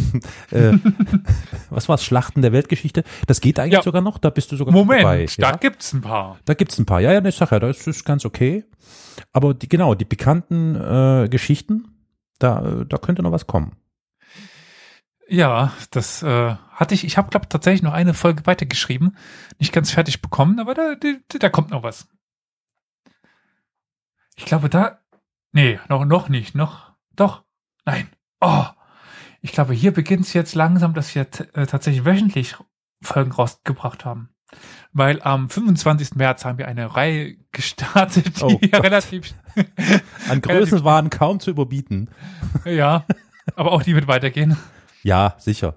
Was war's? Schlachten der Weltgeschichte? Das geht eigentlich sogar noch? Da bist du sogar dabei. Da gibt's ein paar. Ja, ich sag ja, das ist ganz okay. Aber die bekannten Geschichten, da könnte noch was kommen. Ja, das hatte ich. Ich habe, glaube ich, tatsächlich noch eine Folge weitergeschrieben. Nicht ganz fertig bekommen, aber da kommt noch was. Ich glaube, noch nicht. Doch. Nein. Oh. Ich glaube, hier beginnt es jetzt langsam, dass wir tatsächlich wöchentlich Folgen rausgebracht haben. Weil am 25. März haben wir eine Reihe gestartet, die relativ... An Größen waren kaum zu überbieten. Ja, aber auch die wird weitergehen. Ja, sicher.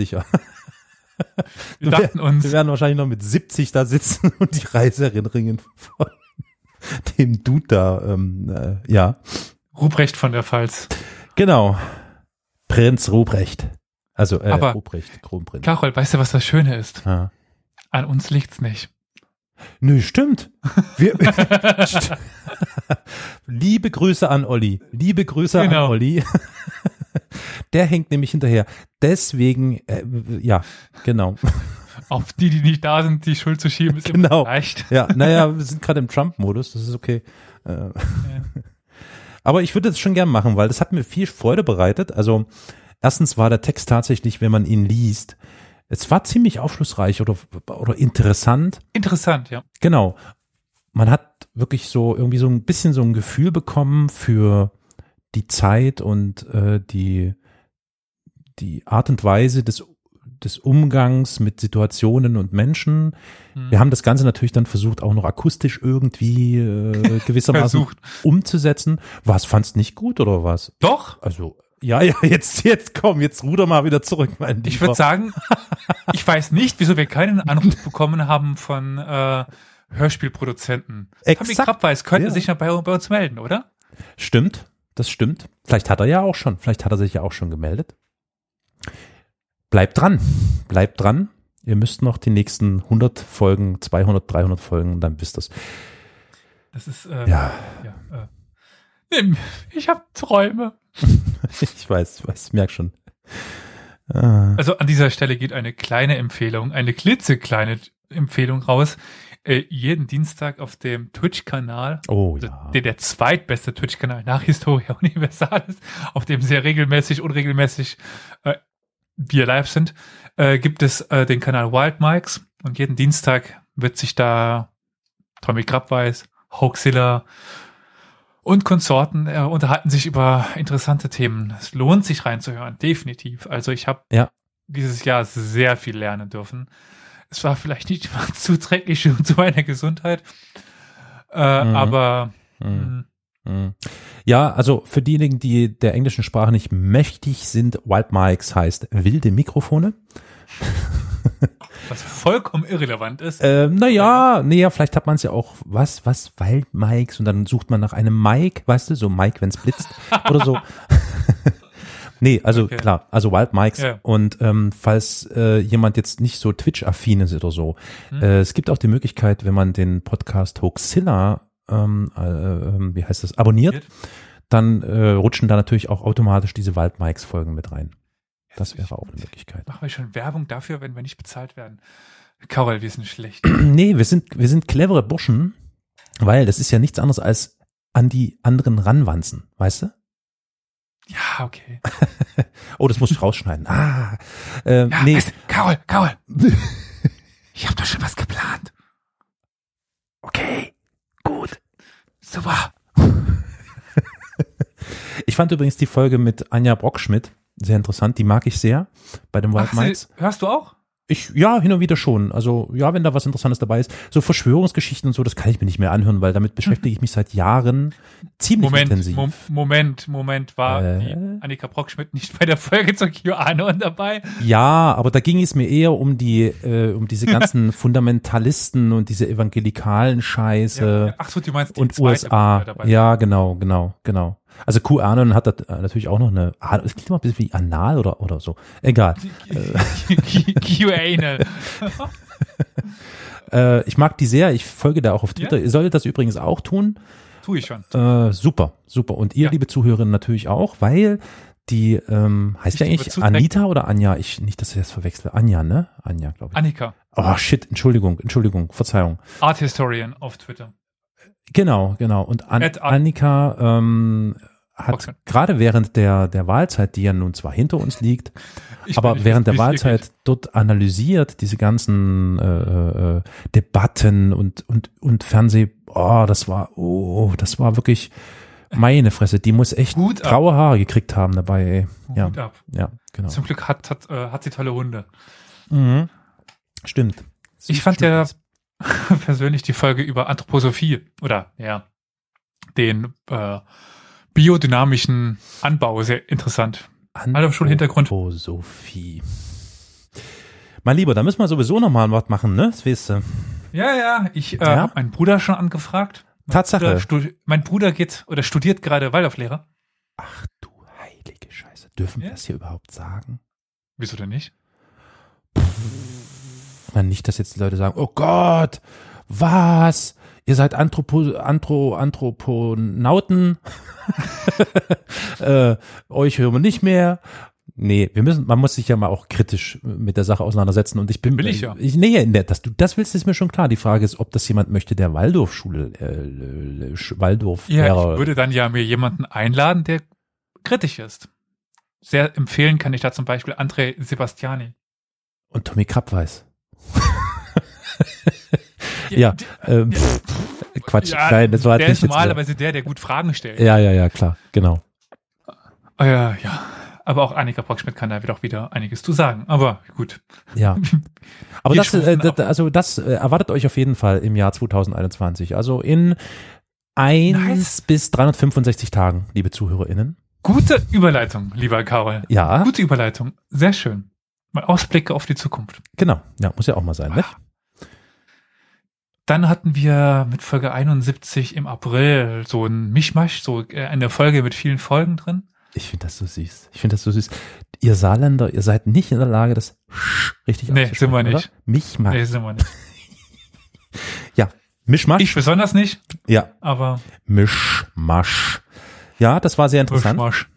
Wir dachten uns... Wir werden wahrscheinlich noch mit 70 da sitzen und die Reiseerinnerungen von dem Dude da, Ruprecht von der Pfalz. Genau. Prinz Ruprecht. Also, aber Ruprecht, Kronprinz. Karol, weißt du, was das Schöne ist? Ja. An uns liegt's nicht. Nö, stimmt. Liebe Grüße an Olli. An Olli. Der hängt nämlich hinterher. Deswegen, genau. Auf die nicht da sind, die Schuld zu schieben, ist immer leicht. Ja, naja, wir sind gerade im Trump-Modus, das ist okay. Ja. Aber ich würde das schon gern machen, weil das hat mir viel Freude bereitet. Also erstens war der Text tatsächlich, wenn man ihn liest, es war ziemlich aufschlussreich oder interessant. Interessant, ja. Genau. Man hat wirklich so irgendwie so ein bisschen so ein Gefühl bekommen für die Zeit und die Art und Weise des Umgangs mit Situationen und Menschen. Wir haben das Ganze natürlich dann versucht, auch noch akustisch irgendwie gewissermaßen umzusetzen. Was, fandst nicht gut oder was? Doch. Also, ja, jetzt ruder mal wieder zurück, mein Lieber. Ich würde sagen, ich weiß nicht, wieso wir keinen Anruf bekommen haben von Hörspielproduzenten. Tommy Krabweis könnte sich noch bei uns melden, oder? Stimmt, das stimmt. Vielleicht hat er sich ja auch schon gemeldet. Bleibt dran. Ihr müsst noch die nächsten 100 Folgen, 200, 300 Folgen, dann wisst ihr's. Das ist, ich habe Träume. Ich weiß, merk schon. Also an dieser Stelle geht eine klitzekleine Empfehlung raus. Jeden Dienstag auf dem Twitch-Kanal, der zweitbeste Twitch-Kanal nach Historia Universalis, auf dem sehr unregelmäßig wir live sind, gibt es den Kanal Wild Mikes und jeden Dienstag wird sich da Tommy Krabweis, Hoaxilla und Konsorten unterhalten sich über interessante Themen. Es lohnt sich reinzuhören, definitiv. Also ich habe dieses Jahr sehr viel lernen dürfen. Es war vielleicht nicht immer zuträglich zu meiner Gesundheit, aber ja, also für diejenigen, die der englischen Sprache nicht mächtig sind, Wild Mics heißt wilde Mikrofone. Was vollkommen irrelevant ist. Vielleicht hat man es ja auch, Wild Mics und dann sucht man nach einem Mic, weißt du, so Mic, wenn's blitzt oder so. Nee, also klar, also Wild Mics und falls jemand jetzt nicht so Twitch-affin ist oder so, es gibt auch die Möglichkeit, wenn man den Podcast Hoaxilla abonniert, dann rutschen da natürlich auch automatisch diese Wild Mics Folgen mit rein. Das wäre auch eine Möglichkeit. Machen wir schon Werbung dafür, wenn wir nicht bezahlt werden. Karol, wir sind schlecht. Nee, wir sind clevere Burschen, weil das ist ja nichts anderes als an die anderen ranwanzen, weißt du? Ja, okay. Oh, das muss ich rausschneiden. Ja, Nee. weißt du, Carol. Ich habe doch schon was geplant. Okay, gut. Super. Ich fand übrigens die Folge mit Anja Brockschmidt sehr interessant. Die mag ich sehr bei den Wild Minds. Hörst du auch? Ja, hin und wieder schon. Also, ja, wenn da was Interessantes dabei ist. So Verschwörungsgeschichten und so, das kann ich mir nicht mehr anhören, weil damit beschäftige ich mich seit Jahren ziemlich intensiv. Moment. War die Annika Brockschmidt nicht bei der Folge zur QAnon dabei? Ja, aber da ging es mir eher um diese ganzen Fundamentalisten und diese evangelikalen Scheiße. Ja. Ach so, du meinst die und zweite USA. Folge dabei. Ja, genau. Also QAnon hat da natürlich auch noch es klingt mal ein bisschen wie Anal oder so. Egal. QAnon. Ich mag die sehr, ich folge da auch auf Twitter. Ja? Ihr solltet das übrigens auch tun. Tue ich schon. Super. Und ihr, liebe Zuhörerinnen, natürlich auch, weil die, heißt ja eigentlich Anita oder Anja? Nicht, dass ich das verwechsle. Anja, ne? Anja, glaube ich. Annika. Oh, shit, Entschuldigung, Verzeihung. Art Historian auf Twitter. Genau. Und Annika hat gerade während der Wahlzeit, die ja nun zwar hinter uns liegt, aber während der Wahlzeit dort analysiert, diese ganzen Debatten und Fernseh, das war wirklich meine Fresse, die muss echt graue Haare gekriegt haben dabei, ey. Ja, Hut ab. Ja, genau. Zum Glück hat sie tolle Hunde. Mhm. Stimmt. Ich fand ja persönlich die Folge über Anthroposophie oder den biodynamischen Anbau sehr interessant. Hat schon Hintergrund. Anthroposophie. Mein Lieber, da müssen wir sowieso nochmal was machen, ne? Das weißt du. Ja, ich habe meinen Bruder schon angefragt. Tatsache. Mein Bruder studiert gerade Waldorflehrer. Ach du heilige Scheiße. Dürfen wir das hier überhaupt sagen? Wieso denn nicht? Nicht, dass jetzt die Leute sagen, oh Gott, was? Ihr seid Anthroponauten? Euch hören wir nicht mehr. Nee, man muss sich ja mal auch kritisch mit der Sache auseinandersetzen und Will ich ja. Das willst, ist mir schon klar. Die Frage ist, ob das jemand möchte, der Waldorfschule, Waldorflehrer. Ja, ich würde dann ja mir jemanden einladen, der kritisch ist. Sehr empfehlen kann ich da zum Beispiel André Sebastiani. Und Tommy Krabweis. Quatsch. Nein, das war der nicht ist normalerweise der gut Fragen stellt. Ja, klar, genau. Ja. Aber auch Annika Brockschmidt kann da wieder einiges zu sagen. Aber gut. Ja. Aber das erwartet euch auf jeden Fall im Jahr 2021. Also in 1 bis 365 Tagen, liebe ZuhörerInnen. Gute Überleitung, lieber Karol. Ja. Gute Überleitung. Sehr schön. Mal Ausblicke auf die Zukunft. Genau. Ja, muss ja auch mal sein, ne? Dann hatten wir mit Folge 71 im April so ein Mischmasch, so eine Folge mit vielen Folgen drin. Ich finde das so süß. Ihr Saarländer, ihr seid nicht in der Lage, das richtig auszusprechen. Nee, sind wir nicht. Mischmasch. Nee, sind wir nicht. Ja, Mischmasch. Ich besonders nicht. Ja. Aber Mischmasch. Ja, das war sehr interessant. Mischmasch.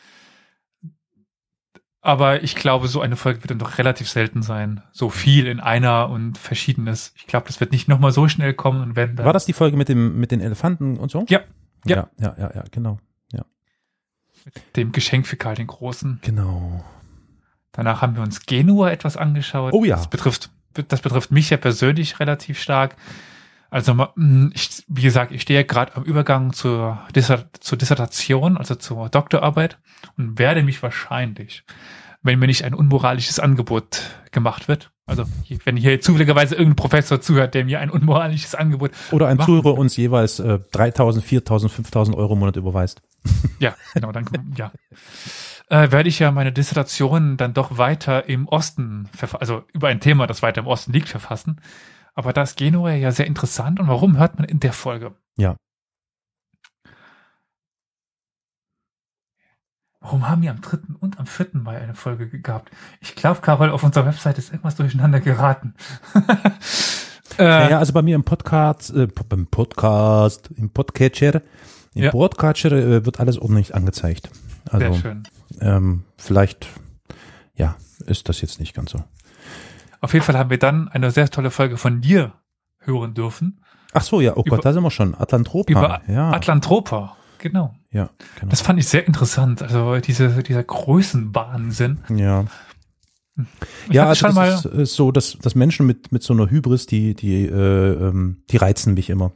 Aber ich glaube, so eine Folge wird dann doch relativ selten sein. So viel in einer und Verschiedenes. Ich glaube, das wird nicht nochmal so schnell kommen. Und wenn dann war das die Folge mit den Elefanten und so? Ja, genau. Mit dem Geschenk für Karl den Großen. Genau. Danach haben wir uns Genua etwas angeschaut. Oh ja. Das betrifft mich ja persönlich relativ stark. Also, wie gesagt, ich stehe gerade am Übergang zur Dissertation, also zur Doktorarbeit und werde mich wahrscheinlich, wenn mir nicht ein unmoralisches Angebot gemacht wird, also wenn hier zufälligerweise irgendein Professor zuhört, der mir ein unmoralisches Angebot oder ein Zuhörer uns jeweils 3.000, 4.000, 5.000 Euro im Monat überweist. Ja, genau, dann werde ich ja meine Dissertation dann doch weiter im Osten, also über ein Thema, das weiter im Osten liegt, verfassen. Aber da ist Genua ja sehr interessant. Und warum hört man in der Folge? Ja. Warum haben wir am 3. und am 4. Mai eine Folge gehabt? Ich glaube, Karol, auf unserer Website ist irgendwas durcheinander geraten. Also bei mir im Podcatcher wird alles ordentlich angezeigt. Also, sehr schön. Vielleicht, ist das jetzt nicht ganz so. Auf jeden Fall haben wir dann eine sehr tolle Folge von dir hören dürfen. Ach so, ja, oh Gott, da sind wir schon. Atlantropa. Über Atlantropa, genau. Ja, genau. Das fand ich sehr interessant. Also dieser Größenwahnsinn. Ja. Ich Ja, hatte also schon mal, das ist so, dass Menschen mit so einer Hybris, die reizen mich immer.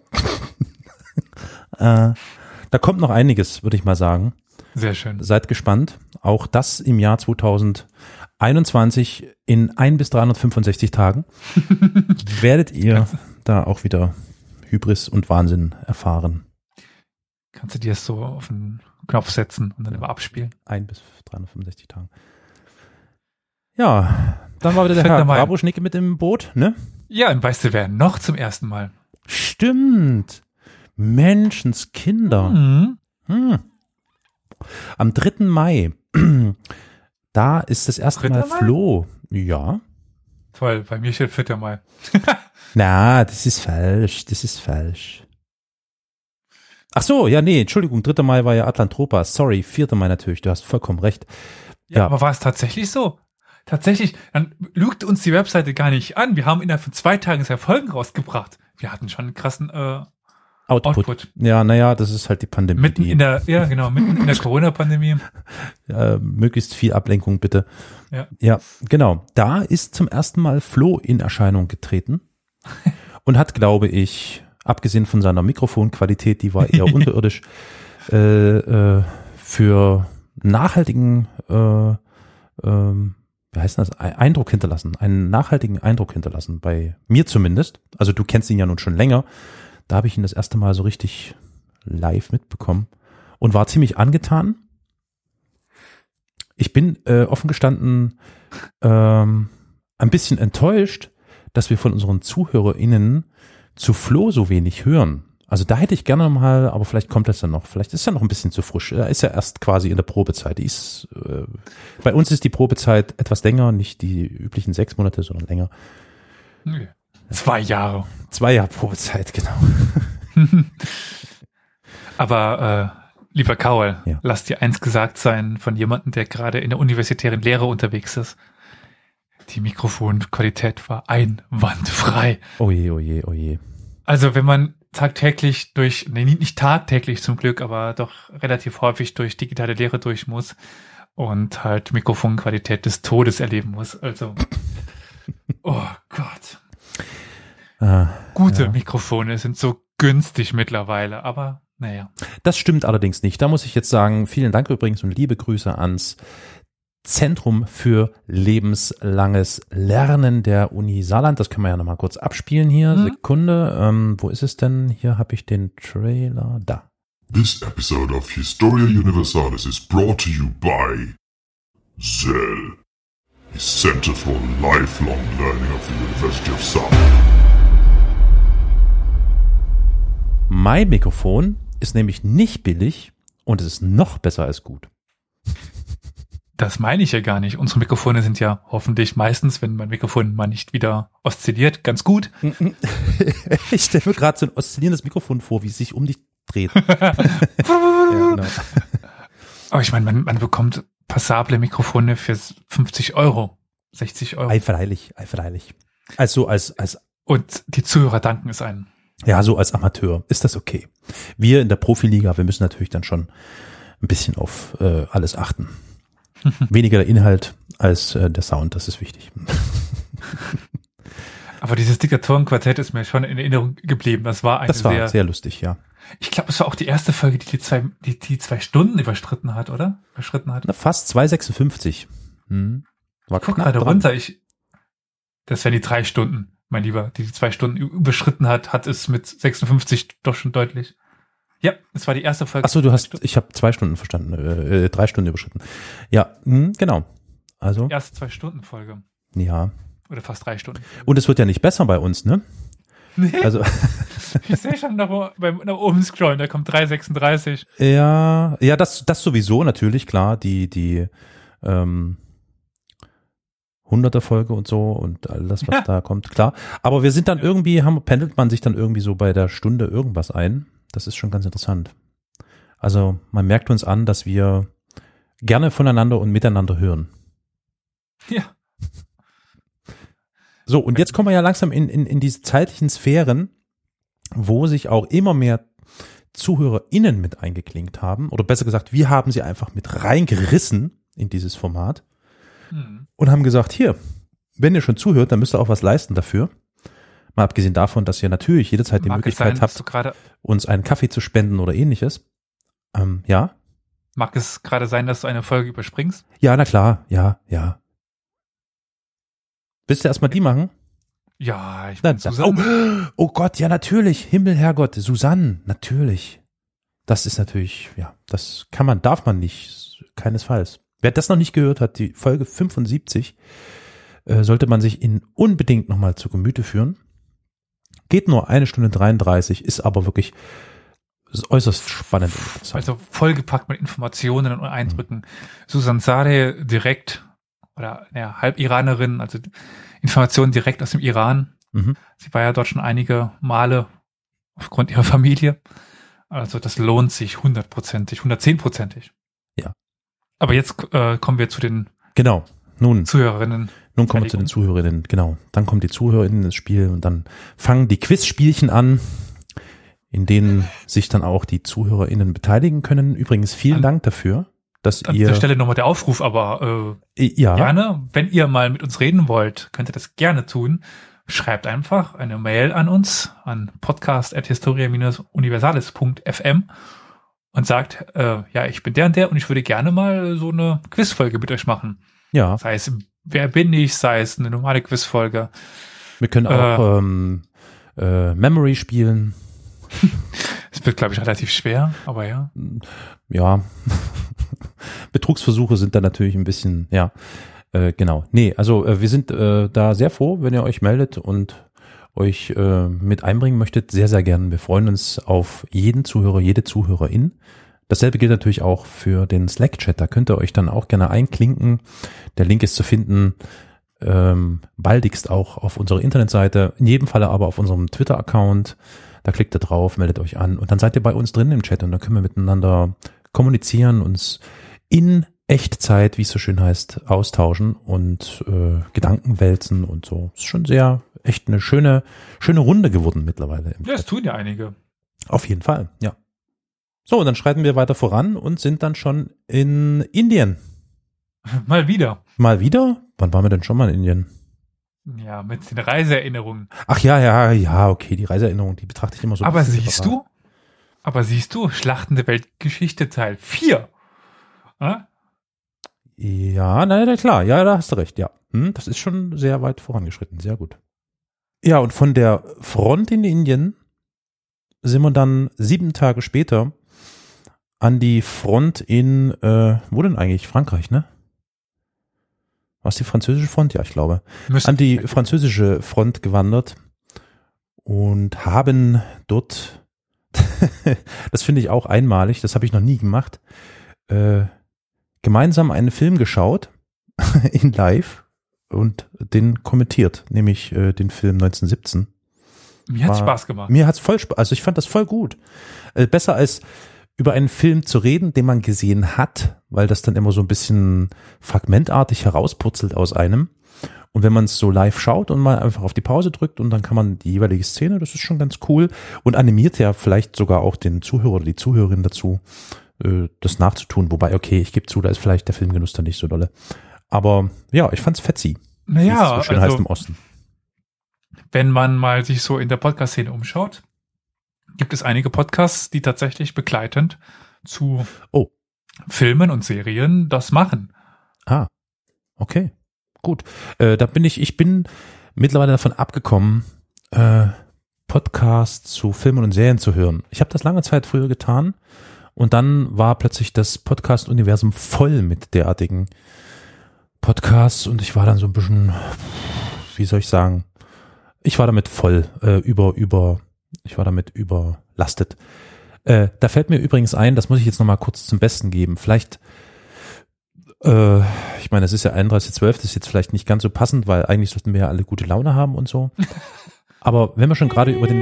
Da kommt noch einiges, würde ich mal sagen. sehr schön. Seid gespannt. Auch das im Jahr 2021 in 1 bis 365 Tagen werdet ihr da auch wieder Hybris und Wahnsinn erfahren. Kannst du dir das so auf den Knopf setzen und dann immer abspielen? 1 bis 365 Tagen. Ja, dann war wieder der Herr Grabuschnicke mit im Boot, ne? Ja, und weißt du, wer noch zum ersten Mal? Stimmt. Menschenskinder. Mhm. Am 3. Mai, da ist das erste 3. Mal Mai? Flo. Ja. Toll, bei mir steht 4. Mai. Na, das ist falsch. Ach so, ja, nee, Entschuldigung, 3. Mai war ja Atlantropa. Sorry, 4. Mai natürlich, du hast vollkommen recht. Ja, aber war es tatsächlich so? Tatsächlich, dann lügt uns die Webseite gar nicht an. Wir haben innerhalb von 2 Tagen 2 Folgen rausgebracht. Wir hatten schon einen krassen Output. Ja, naja, das ist halt die Pandemie. Mitten in der Corona-Pandemie. Möglichst viel Ablenkung, bitte. Ja, genau. Da ist zum ersten Mal Flo in Erscheinung getreten und hat, glaube ich, abgesehen von seiner Mikrofonqualität, die war eher unterirdisch, für nachhaltigen wie heißt das? Eindruck hinterlassen, einen nachhaltigen Eindruck hinterlassen, bei mir zumindest. Also du kennst ihn ja nun schon länger. Da habe ich ihn das erste Mal so richtig live mitbekommen und war ziemlich angetan. Ich bin offen gestanden ein bisschen enttäuscht, dass wir von unseren ZuhörerInnen zu Flo so wenig hören. Also da hätte ich gerne mal, aber vielleicht kommt das dann noch. Vielleicht ist er noch ein bisschen zu frisch. Er ist ja erst quasi in der Probezeit. Bei uns ist die Probezeit etwas länger, nicht die üblichen 6 Monate, sondern länger. 2 Jahre. 2 Jahre Probezeit, genau. Aber lieber Kaul, Ja. lass dir eins gesagt sein von jemandem, der gerade in der universitären Lehre unterwegs ist. Die Mikrofonqualität war einwandfrei. Oje, oje, oje. Also wenn man tagtäglich nicht tagtäglich zum Glück, aber doch relativ häufig durch digitale Lehre durch muss und halt Mikrofonqualität des Todes erleben muss. Also, oh Gott. Gute Mikrofone sind so günstig mittlerweile, aber naja. Das stimmt allerdings nicht. Da muss ich jetzt sagen, vielen Dank übrigens und liebe Grüße ans Zentrum für lebenslanges Lernen der Uni Saarland. Das können wir ja nochmal kurz abspielen hier. Sekunde. Wo ist es denn? Hier habe ich den Trailer. Da. This episode of Historia Universalis is brought to you by Zell, the Center for Lifelong Learning of the University of Saarland. Mein Mikrofon ist nämlich nicht billig und es ist noch besser als gut. Das meine ich ja gar nicht. Unsere Mikrofone sind ja hoffentlich meistens, wenn mein Mikrofon mal nicht wieder oszilliert, ganz gut. Ich stelle mir gerade so ein oszillierendes Mikrofon vor, wie es sich um dich dreht. Ja, genau. Aber ich meine, man bekommt passable Mikrofone für 50 €, 60 €. Ei, freilich. Also als Und die Zuhörer danken es einem. ja, so als Amateur ist das okay. Wir in der Profiliga, wir müssen natürlich dann schon ein bisschen auf alles achten. Weniger der Inhalt als der Sound, das ist wichtig. Aber dieses Diktatorenquartett ist mir schon in Erinnerung geblieben. Das war sehr lustig, ja. Ich glaube, es war auch die erste Folge, die 2 Stunden überschritten hat, oder? Na, fast 2,56. War Guck knapp gerade dran. runter. Das wären die 3 Stunden, mein Lieber. Die 2 Stunden überschritten hat es mit 56 doch schon deutlich. Ja, es war die erste Folge. Achso, ich habe 2 Stunden verstanden, 3 Stunden überschritten. Ja, genau. Also. Die erste 2-Stunden-Folge. Ja. Oder fast 3 Stunden. Und es wird ja nicht besser bei uns, ne? Nee, Also. ich sehe schon nach oben scrollen, da kommt 3,36. Ja, das sowieso natürlich, klar, die 100er Folge und so und all das, was da kommt, klar. Aber wir sind dann irgendwie, pendelt man sich dann irgendwie so bei der Stunde irgendwas ein. Das ist schon ganz interessant. Also man merkt uns an, dass wir gerne voneinander und miteinander hören. Ja. So, und jetzt kommen wir ja langsam in diese zeitlichen Sphären, wo sich auch immer mehr ZuhörerInnen mit eingeklinkt haben, oder besser gesagt, wir haben sie einfach mit reingerissen in dieses Format und haben gesagt, hier, wenn ihr schon zuhört, dann müsst ihr auch was leisten dafür. Mal abgesehen davon, dass ihr natürlich jederzeit die Möglichkeit habt, uns einen Kaffee zu spenden oder ähnliches. Ja. Mag es gerade sein, dass du eine Folge überspringst? Ja, na klar, ja. Willst du erstmal die machen? Ja, ich bin Susanne. Oh Gott, ja natürlich, Himmel, Herrgott, Susanne, natürlich. Das ist natürlich, ja, das darf man nicht, keinesfalls. Wer das noch nicht gehört hat, die Folge 75, sollte man sich unbedingt nochmal zu Gemüte führen. Geht nur 1 Stunde 33, ist aber wirklich äußerst spannend und interessant. Also vollgepackt mit Informationen und Eindrücken. Susan Sadeh direkt, oder Halb-Iranerin, also Informationen direkt aus dem Iran. Sie war ja dort schon einige Male aufgrund ihrer Familie. Also das lohnt sich 100%, 110%. Ja. Aber jetzt kommen wir zu den Zuhörerinnen. Nun kommen wir zu den Zuhörerinnen, genau. Dann kommen die ZuhörerInnen ins Spiel und dann fangen die Quizspielchen an, in denen sich dann auch die ZuhörerInnen beteiligen können. Übrigens vielen Dank dafür, dass ihr... An dieser Stelle nochmal der Aufruf, aber gerne, wenn ihr mal mit uns reden wollt, könnt ihr das gerne tun. Schreibt einfach eine Mail an uns, an podcast@historia-universalis.fm und sagt, ich bin der und der und ich würde gerne mal so eine Quizfolge mit euch machen. Ja. Sei es Wer bin ich, sei es eine normale Quizfolge. Wir können auch Memory spielen. Es wird, glaube ich, relativ schwer, aber ja. Ja. Betrugsversuche sind da natürlich ein bisschen, genau. Nee, also wir sind da sehr froh, wenn ihr euch meldet und euch mit einbringen möchtet. Sehr, sehr gern. Wir freuen uns auf jeden Zuhörer, jede Zuhörerin. Dasselbe gilt natürlich auch für den Slack-Chat. Da könnt ihr euch dann auch gerne einklinken. Der Link ist zu finden baldigst auch auf unserer Internetseite. In jedem Falle aber auf unserem Twitter-Account. Da klickt ihr drauf, meldet euch an und dann seid ihr bei uns drin im Chat und dann können wir miteinander kommunizieren, uns in Echtzeit, wie es so schön heißt, austauschen und Gedanken wälzen und so. Ist schon echt eine schöne Runde geworden mittlerweile. Ja, es tun ja einige. Auf jeden Fall, ja. So, und dann schreiten wir weiter voran und sind dann schon in Indien. Mal wieder? Wann waren wir denn schon mal in Indien? Ja, mit den Reiseerinnerungen. Ach ja, okay, die Reiseerinnerungen, die betrachte ich immer so. Aber siehst du, Schlachten der Weltgeschichte Teil 4. Ja, na klar, ja, da hast du recht, ja. Das ist schon sehr weit vorangeschritten, sehr gut. Ja, und von der Front in Indien sind wir dann 7 Tage später an die Front in, wo denn eigentlich? Frankreich, ne? War es die französische Front? Ja, ich glaube. An die französische Front gewandert und haben dort, das finde ich auch einmalig, das habe ich noch nie gemacht, gemeinsam einen Film geschaut, in live und den kommentiert, nämlich den Film 1917. Mir hat's Spaß gemacht. Mir hat's voll Spaß, also ich fand das voll gut. Besser als über einen Film zu reden, den man gesehen hat, weil das dann immer so ein bisschen fragmentartig herauspurzelt aus einem. Und wenn man es so live schaut und mal einfach auf die Pause drückt und dann kann man die jeweilige Szene, das ist schon ganz cool und animiert ja vielleicht sogar auch den Zuhörer oder die Zuhörerin dazu, das nachzutun. Wobei, okay, ich gebe zu, da ist vielleicht der Filmgenuss dann nicht so dolle. Aber ja, ich fand's fetzi. Naja, wie es so schön heißt im Osten. Wenn man mal sich so in der Podcast-Szene umschaut, gibt es einige Podcasts, die tatsächlich begleitend zu Filmen und Serien das machen. Ah, okay, gut. Ich bin mittlerweile davon abgekommen, Podcasts zu Filmen und Serien zu hören. Ich habe das lange Zeit früher getan und dann war plötzlich das Podcast-Universum voll mit derartigen Podcasts und ich war dann so ein bisschen, wie soll ich sagen, ich war damit voll ich war damit überlastet. Da fällt mir übrigens ein, das muss ich jetzt nochmal kurz zum Besten geben. Vielleicht, ich meine, es ist ja 31.12., das ist jetzt vielleicht nicht ganz so passend, weil eigentlich sollten wir ja alle gute Laune haben und so. Aber wenn wir schon gerade über den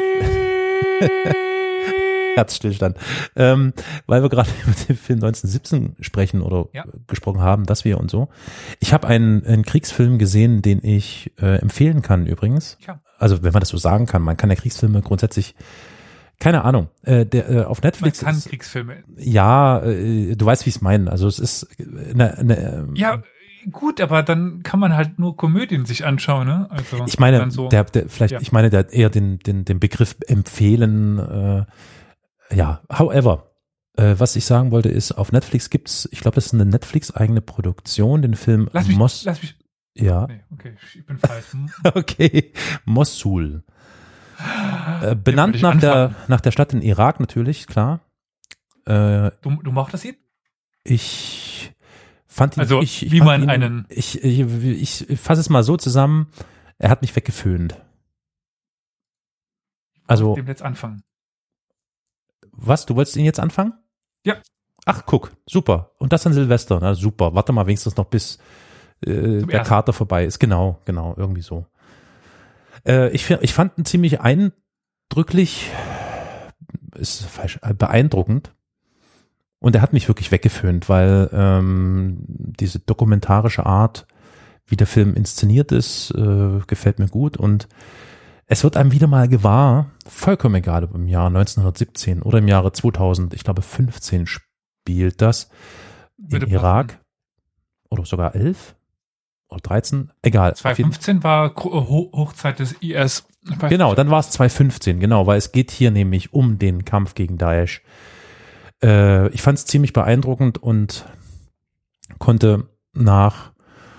Herzstillstand, weil wir gerade über den Film 1917 sprechen oder gesprochen haben, dass wir und so. Ich habe einen Kriegsfilm gesehen, den ich empfehlen kann übrigens. Ja. Also wenn man das so sagen kann, man kann ja Kriegsfilme grundsätzlich keine Ahnung. Auf Netflix. Man kann Kriegsfilme. Ja, du weißt, wie ich es meine. Also es ist ja, gut, aber dann kann man halt nur Komödien sich anschauen, ne? Also ich meine, so, ich meine, der hat eher den Begriff empfehlen. However. Was ich sagen wollte ist, auf Netflix gibt's, ich glaube, das ist eine Netflix-eigene Produktion, den Film Lass mich. Ja. Nee, okay, ich bin falsch. Okay, Mossul. Benannt nach der Stadt in Irak natürlich, klar. Du mochtest ihn? Ich fand ihn, also ich fasse es mal so zusammen, er hat mich weggeföhnt. Also. Dem jetzt anfangen. Was, du wolltest ihn jetzt anfangen? Ja. Ach, guck, super. Und das an Silvester, na super. Warte mal wenigstens noch bis der Kater vorbei ist. Genau, irgendwie so. Ich fand ihn ziemlich eindrücklich, ist falsch, beeindruckend. Und er hat mich wirklich weggeföhnt, weil diese dokumentarische Art, wie der Film inszeniert ist, gefällt mir gut. Und es wird einem wieder mal gewahr, vollkommen egal, ob im Jahr 1917 oder im Jahre 2000, ich glaube 15 spielt das, in Irak. Oder sogar 11 oder 13, egal. 2015 war Hochzeit des IS. Genau, dann war es 2015, genau, weil es geht hier nämlich um den Kampf gegen Daesh. Ich fand es ziemlich beeindruckend und konnte nach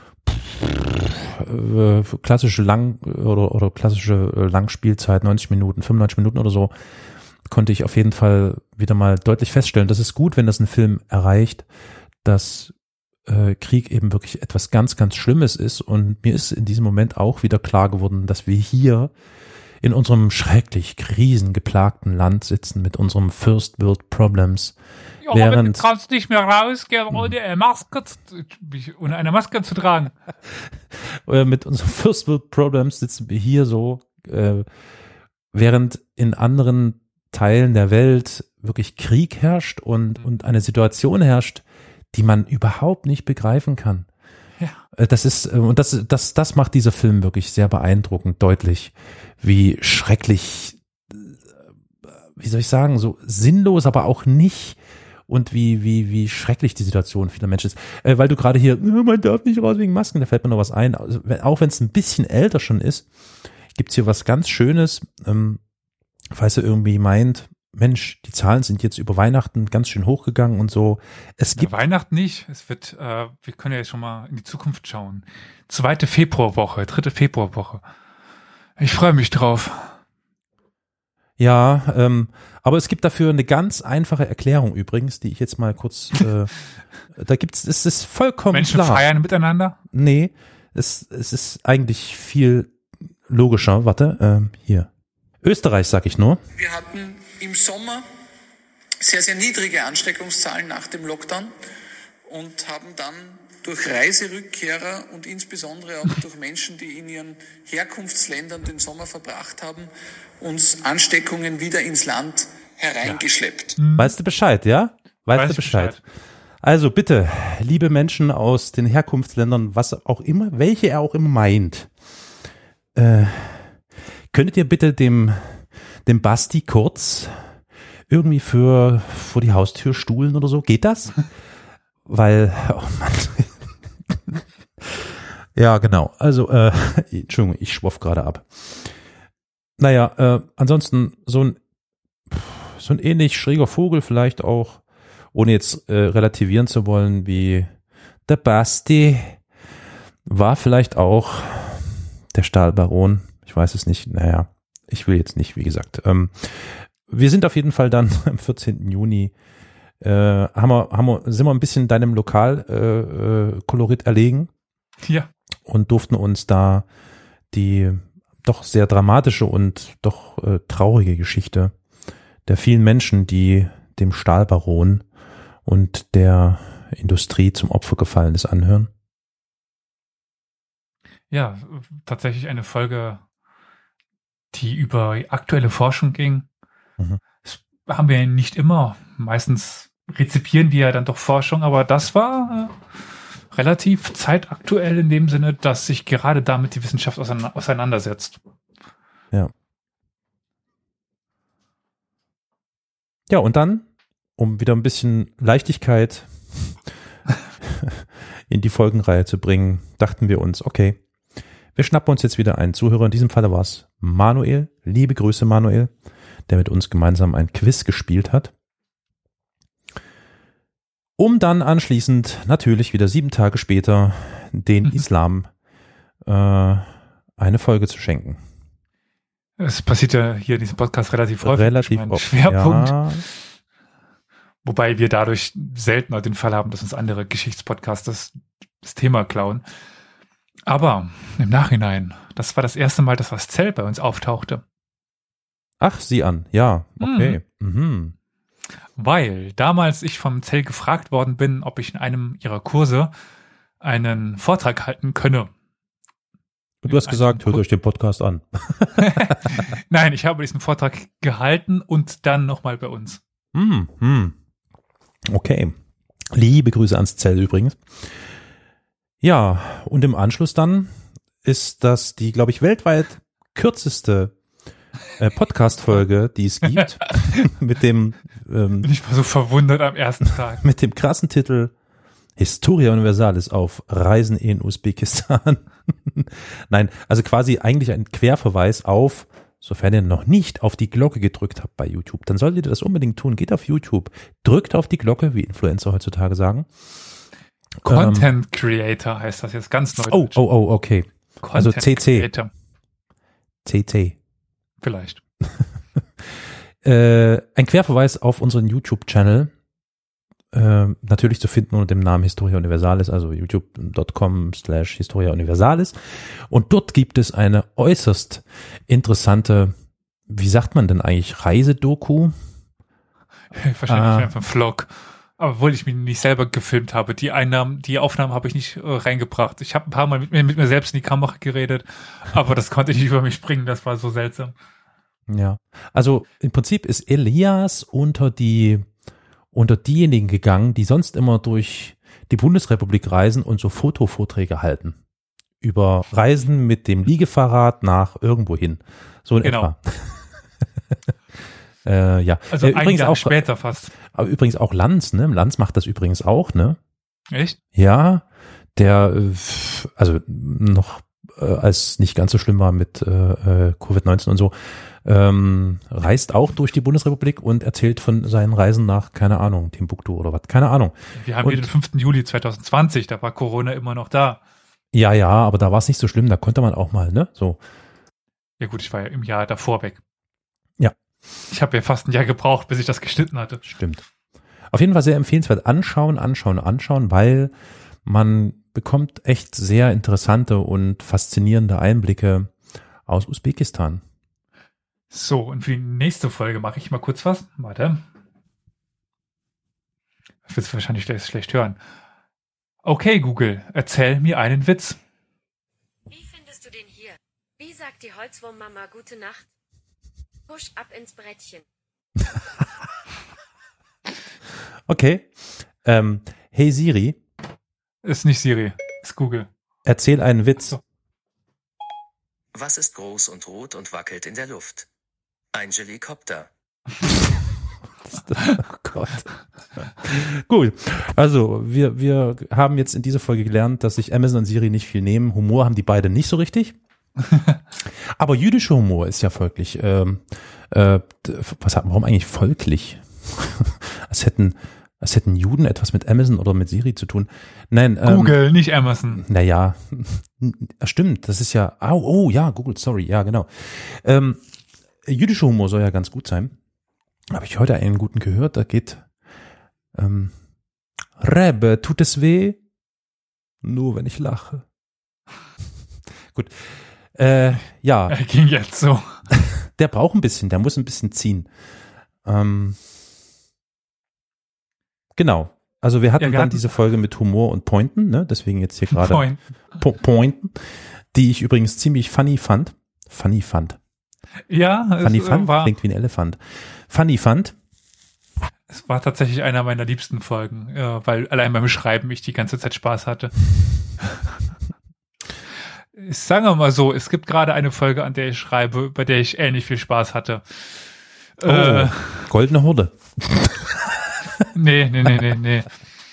klassische Langspielzeit, 90 Minuten, 95 Minuten oder so, konnte ich auf jeden Fall wieder mal deutlich feststellen, das ist gut, wenn das ein Film erreicht, dass Krieg eben wirklich etwas ganz, ganz Schlimmes ist, und mir ist in diesem Moment auch wieder klar geworden, dass wir hier in unserem schrecklich krisengeplagten Land sitzen mit unserem First World Problems. Ja, während du kannst nicht mehr rausgehen, ohne eine Maske zu tragen. Mit unserem First World Problems sitzen wir hier so, während in anderen Teilen der Welt wirklich Krieg herrscht und eine Situation herrscht, die man überhaupt nicht begreifen kann. Ja. Das macht dieser Film wirklich sehr beeindruckend deutlich, wie schrecklich, wie soll ich sagen, so sinnlos, aber auch nicht, und wie schrecklich die Situation vieler Menschen ist. Weil du gerade hier, man darf nicht raus wegen Masken, da fällt mir noch was ein. Also, auch wenn es ein bisschen älter schon ist, gibt's hier was ganz Schönes, falls ihr irgendwie meint, Mensch, die Zahlen sind jetzt über Weihnachten ganz schön hochgegangen und so. Es gibt Weihnachten nicht. Es wird, wir können ja schon mal in die Zukunft schauen. 2. Februarwoche, 3. Februarwoche. Ich freue mich drauf. Ja, aber es gibt dafür eine ganz einfache Erklärung übrigens, die ich jetzt mal kurz, es ist vollkommen Menschen klar. Menschen feiern miteinander? Nee, es ist eigentlich viel logischer. Warte, hier. Österreich, sag ich nur. Wir hatten im Sommer sehr, sehr niedrige Ansteckungszahlen nach dem Lockdown und haben dann durch Reiserückkehrer und insbesondere auch durch Menschen, die in ihren Herkunftsländern den Sommer verbracht haben, uns Ansteckungen wieder ins Land hereingeschleppt. Ja. Weißt du Bescheid, ja? Weißt du Bescheid? Also bitte, liebe Menschen aus den Herkunftsländern, was auch immer, welche er auch immer meint, könntet ihr bitte dem Basti kurz irgendwie vor die Haustür stuhlen oder so? Geht das? Weil, oh Mann. Ja, genau. Also, Entschuldigung, ich schwoff gerade ab. Naja, ansonsten so ein ähnlich schräger Vogel vielleicht auch, ohne jetzt relativieren zu wollen, wie der Basti, war vielleicht auch der Stahlbaron. Ich weiß es nicht. Naja, ich will jetzt nicht, wie gesagt. Wir sind auf jeden Fall dann am 14. Juni sind wir ein bisschen deinem Lokalkolorit erlegen. Ja. Und durften uns da die doch sehr dramatische und doch traurige Geschichte der vielen Menschen, die dem Stahlbaron und der Industrie zum Opfer gefallen ist, anhören. Ja, tatsächlich eine Folge, die über aktuelle Forschung ging. Mhm. Das haben wir nicht immer. Meistens rezipieren wir ja dann doch Forschung, aber das war relativ zeitaktuell in dem Sinne, dass sich gerade damit die Wissenschaft auseinandersetzt. Ja. Ja, und dann, um wieder ein bisschen Leichtigkeit in die Folgenreihe zu bringen, dachten wir uns, okay, wir schnappen uns jetzt wieder einen Zuhörer. In diesem Falle war es Manuel. Liebe Grüße, Manuel, der mit uns gemeinsam ein Quiz gespielt hat. Um dann anschließend natürlich wieder 7 Tage später den Islam eine Folge zu schenken. Es passiert ja hier in diesem Podcast relativ häufig. Relativ oft, Schwerpunkt. ja. Wobei wir dadurch seltener den Fall haben, dass uns andere Geschichtspodcasts das Thema klauen. Aber im Nachhinein, das war das erste Mal, dass das Zell bei uns auftauchte. Ach, sieh an. Ja, okay. Mhm. Weil damals ich vom Zell gefragt worden bin, ob ich in einem ihrer Kurse einen Vortrag halten könne. Und du hast gesagt, hört euch den Podcast an. Nein, ich habe diesen Vortrag gehalten und dann nochmal bei uns. Okay. Liebe Grüße ans Zell übrigens. Ja, und im Anschluss dann ist das die, glaube ich, weltweit kürzeste Podcast-Folge, die es gibt, mit dem Bin ich mal so verwundert am ersten Tag. mit dem krassen Titel Historia Universalis auf Reisen in Usbekistan. Nein, also quasi eigentlich ein Querverweis auf, sofern ihr noch nicht auf die Glocke gedrückt habt bei YouTube, dann solltet ihr das unbedingt tun. Geht auf YouTube, drückt auf die Glocke, wie Influencer heutzutage sagen. Content Creator heißt das jetzt ganz neu. Oh, okay. Content Also CC. Creator. CC. Vielleicht. Ein Querverweis auf unseren YouTube-Channel, natürlich zu finden unter dem Namen Historia Universalis, also youtube.com/Historia Universalis. Und dort gibt es eine äußerst interessante, wie sagt man denn eigentlich, Reisedoku? Wahrscheinlich einfach ein Vlog. Aber obwohl ich mich nicht selber gefilmt habe, die Aufnahmen habe ich nicht reingebracht. Ich habe ein paar Mal mit mir selbst in die Kamera geredet, aber das konnte ich nicht über mich bringen, das war so seltsam. Ja, also im Prinzip ist Elias unter diejenigen gegangen, die sonst immer durch die Bundesrepublik reisen und so Fotovorträge halten. Über Reisen mit dem Liegefahrrad nach irgendwo hin. So in Genau. etwa. Ja. Also ein Jahr später fast. Aber übrigens auch Lanz, ne? Lanz macht das übrigens auch, ne? Echt? Ja, der, also noch als nicht ganz so schlimm war mit Covid-19 und so, reist auch durch die Bundesrepublik und erzählt von seinen Reisen nach, keine Ahnung, Timbuktu oder was, keine Ahnung. Wir haben hier den 5. Juli 2020, da war Corona immer noch da. Ja, aber da war es nicht so schlimm, da konnte man auch mal, ne? So. Ja gut, ich war ja im Jahr davor weg. Ja. Ich habe ja fast ein Jahr gebraucht, bis ich das geschnitten hatte. Stimmt. Auf jeden Fall sehr empfehlenswert. Anschauen, weil man bekommt echt sehr interessante und faszinierende Einblicke aus Usbekistan. So, und für die nächste Folge mache ich mal kurz was. Warte. Das wirst du wahrscheinlich schlecht hören. Okay, Google, erzähl mir einen Witz. Wie findest du den hier? Wie sagt die Holzwurmmama gute Nacht? Push ab ins Brettchen. Okay. Hey Siri. Ist nicht Siri, ist Google. Erzähl einen Witz. So. Was ist groß und rot und wackelt in der Luft? Ein Helikopter. Oh Gott. Gut, also wir haben jetzt in dieser Folge gelernt, dass sich Amazon und Siri nicht viel nehmen. Humor haben die beide nicht so richtig. Aber jüdischer Humor ist ja folglich. Warum eigentlich folglich? als hätten Juden etwas mit Amazon oder mit Siri zu tun. Nein. Google, nicht Amazon. Naja, stimmt, das ist ja, ja, Google, sorry, ja, genau. Jüdischer Humor soll ja ganz gut sein. Habe ich heute einen guten gehört, da geht, Rebbe, tut es weh? Nur wenn ich lache. Gut. Ja. Er ging jetzt so. Der braucht ein bisschen, der muss ein bisschen ziehen. Genau. Also wir hatten diese Folge mit Humor und Pointen, ne? Deswegen jetzt hier gerade Pointen, die ich übrigens ziemlich funny fand. Ja, Funny fand klingt wie ein Elefant. Funny fand. Es war tatsächlich einer meiner liebsten Folgen, weil allein beim Schreiben ich die ganze Zeit Spaß hatte. Sagen wir mal so, es gibt gerade eine Folge, an der ich schreibe, bei der ich ähnlich viel Spaß hatte. Goldene Horde. Nee.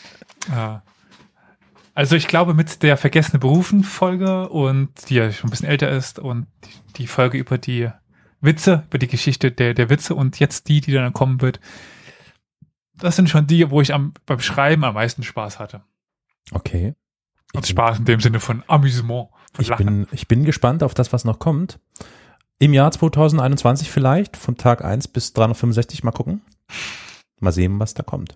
Also ich glaube, mit der Vergessene Berufen-Folge und die ja schon ein bisschen älter ist und die Folge über die Witze, über die Geschichte der Witze und jetzt die dann kommen wird, das sind schon die, wo ich beim Schreiben am meisten Spaß hatte. Okay. Und Spaß in dem Sinne von Amüsement. Ich bin gespannt auf das, was noch kommt. Im Jahr 2021 vielleicht, von Tag 1 bis 365 mal gucken. Mal sehen, was da kommt.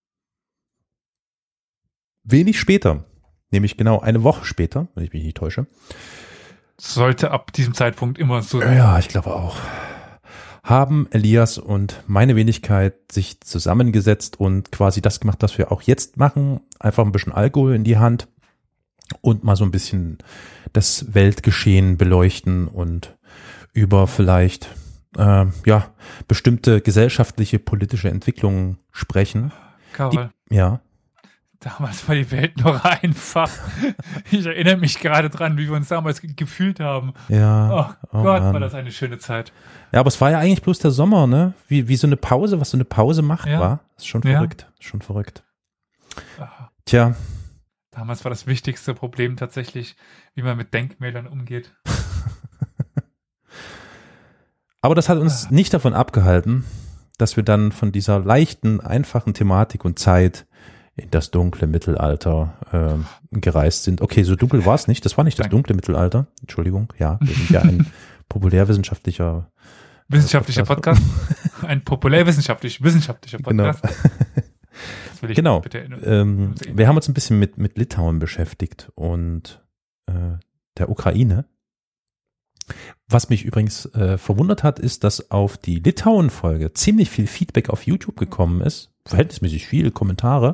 Wenig später, nämlich genau eine Woche später, wenn ich mich nicht täusche. Sollte ab diesem Zeitpunkt immer so sein. Ja, ich glaube auch. Haben Elias und meine Wenigkeit sich zusammengesetzt und quasi das gemacht, was wir auch jetzt machen. Einfach ein bisschen Alkohol in die Hand und mal so ein bisschen das Weltgeschehen beleuchten und über vielleicht bestimmte gesellschaftliche, politische Entwicklungen sprechen. Karol. Ja. Damals war die Welt noch einfach. Ich erinnere mich gerade dran, wie wir uns damals gefühlt haben. Ja. Oh Gott, Mann. war das eine schöne Zeit. Ja, aber es war ja eigentlich bloß der Sommer, ne? Wie so eine Pause, was so eine Pause macht, war. Ist schon verrückt. Schon verrückt. Tja. Damals war das wichtigste Problem tatsächlich, wie man mit Denkmälern umgeht. Aber das hat uns nicht davon abgehalten, dass wir dann von dieser leichten, einfachen Thematik und Zeit in das dunkle Mittelalter gereist sind. Okay, so dunkel war es nicht. Das war nicht das dunkle Mittelalter. Entschuldigung. Ja, wir sind ja ein populärwissenschaftlicher Podcast. Ein populärwissenschaftlicher Podcast. Genau. Das will ich Genau. bitte erinnern. Wir haben uns ein bisschen mit Litauen beschäftigt und der Ukraine. Was mich übrigens verwundert hat, ist, dass auf die Litauen-Folge ziemlich viel Feedback auf YouTube gekommen ist. Verhältnismäßig viele Kommentare,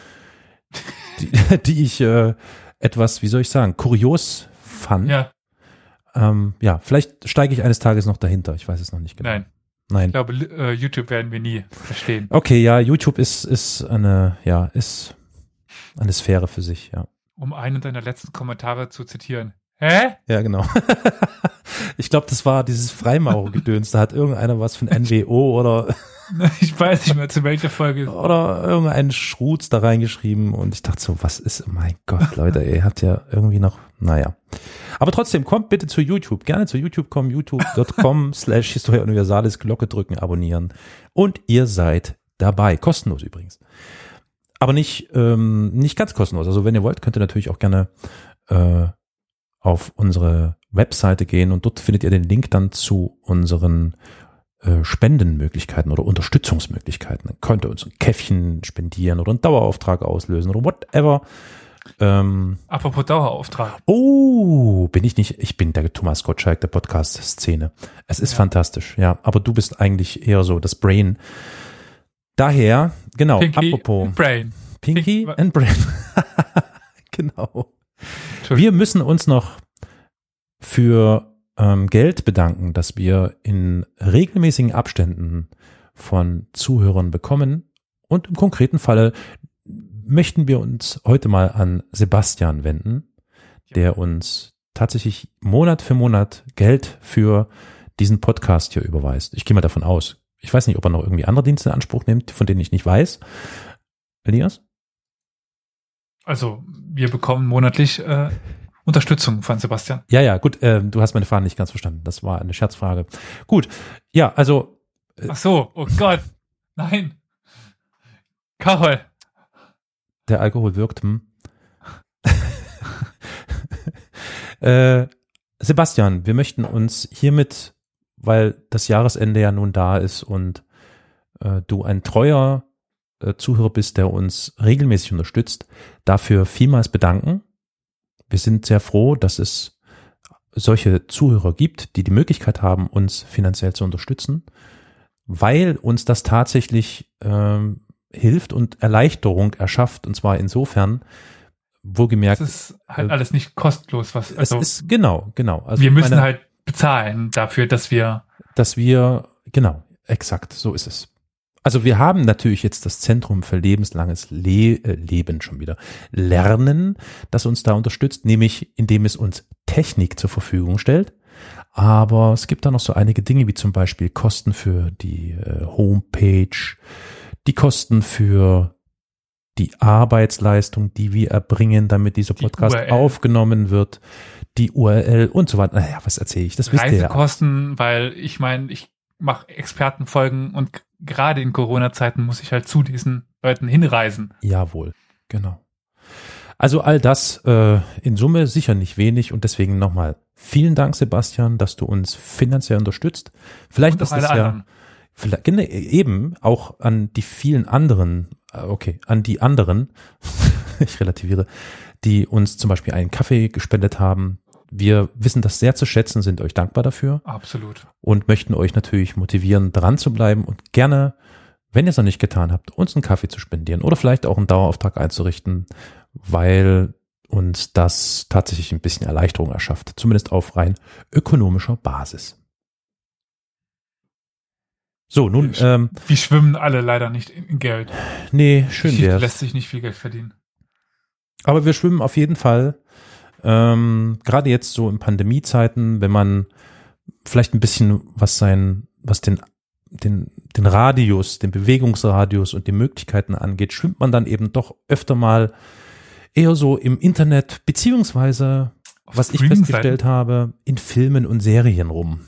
die ich etwas, wie soll ich sagen, kurios fand. Ja. Vielleicht steige ich eines Tages noch dahinter. Ich weiß es noch nicht genau. Nein. Ich glaube, YouTube werden wir nie verstehen. Okay, ja, YouTube ist eine Sphäre für sich, ja. Um einen deiner letzten Kommentare zu zitieren. Hä? Ja, genau. Ich glaube, das war dieses Freimaurergedöns. Da hat irgendeiner was von NWO oder ich weiß nicht mehr, zu welcher Folge. Oder irgendeinen Schrutz da reingeschrieben und ich dachte so, was ist, mein Gott, Leute, ihr habt ja irgendwie noch, naja. Aber trotzdem, kommt bitte zu YouTube, gerne zu YouTube kommen, youtube.com/Historia Universalis, Glocke drücken, abonnieren und ihr seid dabei, kostenlos übrigens. Aber nicht ganz kostenlos, also wenn ihr wollt, könnt ihr natürlich auch gerne auf unsere Webseite gehen und dort findet ihr den Link dann zu unseren Spendenmöglichkeiten oder Unterstützungsmöglichkeiten. Dann könnt ihr uns ein Käffchen spendieren oder einen Dauerauftrag auslösen oder whatever. Apropos Dauerauftrag. Oh, ich bin der Thomas Gottschalk der Podcast-Szene. Es ist fantastisch, ja. Aber du bist eigentlich eher so das Brain. Daher, genau, Pinky apropos. and Brain. Pinky and Brain. Genau. Wir müssen uns noch für Geld bedanken, das wir in regelmäßigen Abständen von Zuhörern bekommen. Und im konkreten Falle möchten wir uns heute mal an Sebastian wenden, der uns tatsächlich Monat für Monat Geld für diesen Podcast hier überweist. Ich gehe mal davon aus. Ich weiß nicht, ob er noch irgendwie andere Dienste in Anspruch nimmt, von denen ich nicht weiß. Elias? Also, wir bekommen monatlich Unterstützung von Sebastian. Ja, gut, du hast meine Frage nicht ganz verstanden. Das war eine Scherzfrage. Gut, ja, also. Ach so, oh Gott, nein. Karol. Der Alkohol wirkt. Sebastian, wir möchten uns hiermit, weil das Jahresende ja nun da ist und du ein treuer Zuhörer bist, der uns regelmäßig unterstützt, dafür vielmals bedanken. Wir sind sehr froh, dass es solche Zuhörer gibt, die die Möglichkeit haben, uns finanziell zu unterstützen, weil uns das tatsächlich hilft und Erleichterung erschafft, und zwar insofern, wohlgemerkt. Es ist halt alles nicht kostenlos, was, also. Es ist, genau. Also wir müssen halt bezahlen dafür, dass wir, genau, exakt, so ist es. Also wir haben natürlich jetzt das Zentrum für lebenslanges Leben schon wieder. Lernen, das uns da unterstützt, nämlich indem es uns Technik zur Verfügung stellt. Aber es gibt da noch so einige Dinge, wie zum Beispiel Kosten für die Homepage, die Kosten für die Arbeitsleistung, die wir erbringen, damit dieser Podcast aufgenommen wird, die URL und so weiter. Naja, was erzähle ich? Das wisst ihr ja. Reisekosten, weil ich meine, ich mache Expertenfolgen und gerade in Corona-Zeiten muss ich halt zu diesen Leuten hinreisen. Jawohl, genau. Also all das in Summe sicher nicht wenig und deswegen nochmal vielen Dank, Sebastian, dass du uns finanziell unterstützt. Vielleicht und ist es ja vielleicht, eben auch an die vielen anderen, an die anderen, ich relativiere, die uns zum Beispiel einen Kaffee gespendet haben. Wir wissen das sehr zu schätzen, sind euch dankbar dafür. Absolut. Und möchten euch natürlich motivieren, dran zu bleiben und gerne, wenn ihr es noch nicht getan habt, uns einen Kaffee zu spendieren oder vielleicht auch einen Dauerauftrag einzurichten, weil uns das tatsächlich ein bisschen Erleichterung erschafft, zumindest auf rein ökonomischer Basis. So, nun, wir schwimmen alle leider nicht in Geld. Nee, schön wär's. Lässt sich nicht viel Geld verdienen. Aber wir schwimmen auf jeden Fall, gerade jetzt so in Pandemiezeiten, wenn man vielleicht ein bisschen was den Radius, den Bewegungsradius und die Möglichkeiten angeht, schwimmt man dann eben doch öfter mal eher so im Internet, beziehungsweise, was ich festgestellt habe, in Filmen und Serien rum.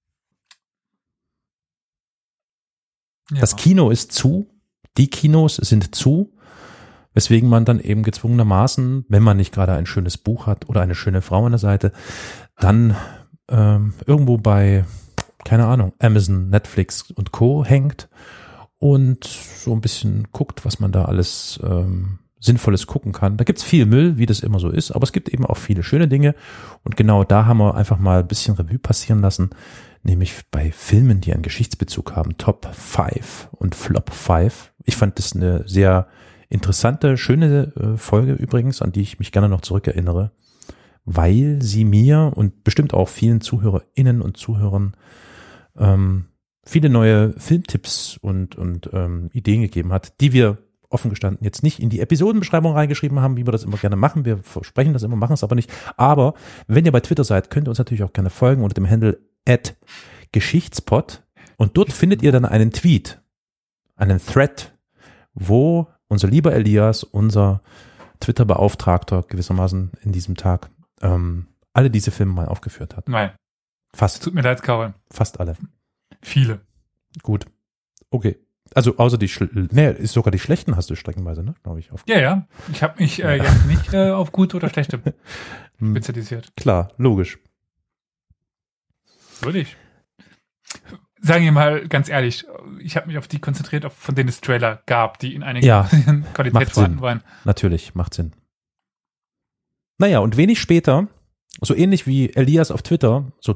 Ja. Das Kino ist zu, die Kinos sind zu, weswegen man dann eben gezwungenermaßen, wenn man nicht gerade ein schönes Buch hat oder eine schöne Frau an der Seite, dann irgendwo bei, keine Ahnung, Amazon, Netflix und Co. hängt und so ein bisschen guckt, was man da alles Sinnvolles gucken kann. Da gibt's viel Müll, wie das immer so ist, aber es gibt eben auch viele schöne Dinge und genau da haben wir einfach mal ein bisschen Revue passieren lassen, nämlich bei Filmen, die einen Geschichtsbezug haben, Top 5 und Flop 5. Ich fand das eine sehr interessante, schöne Folge übrigens, an die ich mich gerne noch zurückerinnere, weil sie mir und bestimmt auch vielen ZuhörerInnen und Zuhörern viele neue Filmtipps und Ideen gegeben hat, die wir offen gestanden jetzt nicht in die Episodenbeschreibung reingeschrieben haben, wie wir das immer gerne machen. Wir versprechen das immer, machen es aber nicht. Aber wenn ihr bei Twitter seid, könnt ihr uns natürlich auch gerne folgen unter dem Handle @Geschichtspod und dort findet ihr dann einen Tweet, einen Thread, wo unser lieber Elias, unser Twitter-Beauftragter gewissermaßen in diesem Tag, alle diese Filme mal aufgeführt hat. Nein. Fast. Tut mir leid, Karol. Fast alle. Viele. Gut. Okay. Also außer ist sogar die schlechten hast du streckenweise, ne? Glaube ich. Ja. Ich habe mich jetzt nicht auf gute oder schlechte spezialisiert. Klar, logisch. Würde ich. Sagen wir mal ganz ehrlich, ich habe mich auf die konzentriert, von denen es Trailer gab, die in einigen Qualität vorhanden waren. Natürlich, macht Sinn. Naja, und wenig später, so ähnlich wie Elias auf Twitter, so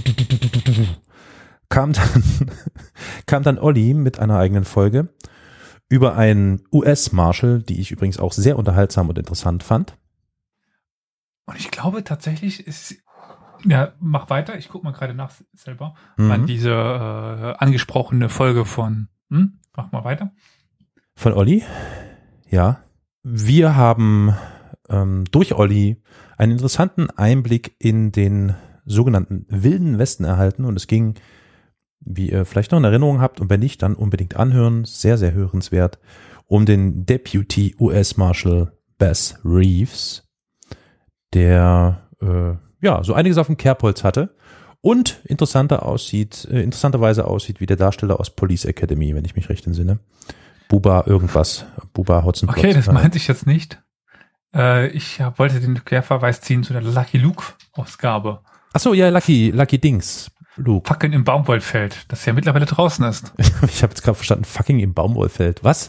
kam dann Olli mit einer eigenen Folge über einen US-Marshal, die ich übrigens auch sehr unterhaltsam und interessant fand. Und ich glaube tatsächlich mach weiter, ich gucke mal gerade nach selber, an diese angesprochene Folge von, mach mal weiter. Von Olli? Ja. Wir haben durch Olli einen interessanten Einblick in den sogenannten Wilden Westen erhalten und es ging, wie ihr vielleicht noch in Erinnerung habt und wenn nicht, dann unbedingt anhören, sehr, sehr hörenswert, um den Deputy US Marshal Bass Reeves, der so einiges auf dem Kerbholz hatte und interessanterweise aussieht wie der Darsteller aus Police Academy, wenn ich mich recht entsinne. Buba Hotzenplotz. Okay, das meinte ich jetzt nicht. Ich wollte den Querverweis ziehen zu der Lucky Luke Ausgabe. Ach so, ja, Lucky Dings. Luke. Fucking im Baumwollfeld, das ja mittlerweile draußen ist. Ich habe jetzt gerade verstanden, fucking im Baumwollfeld. Was?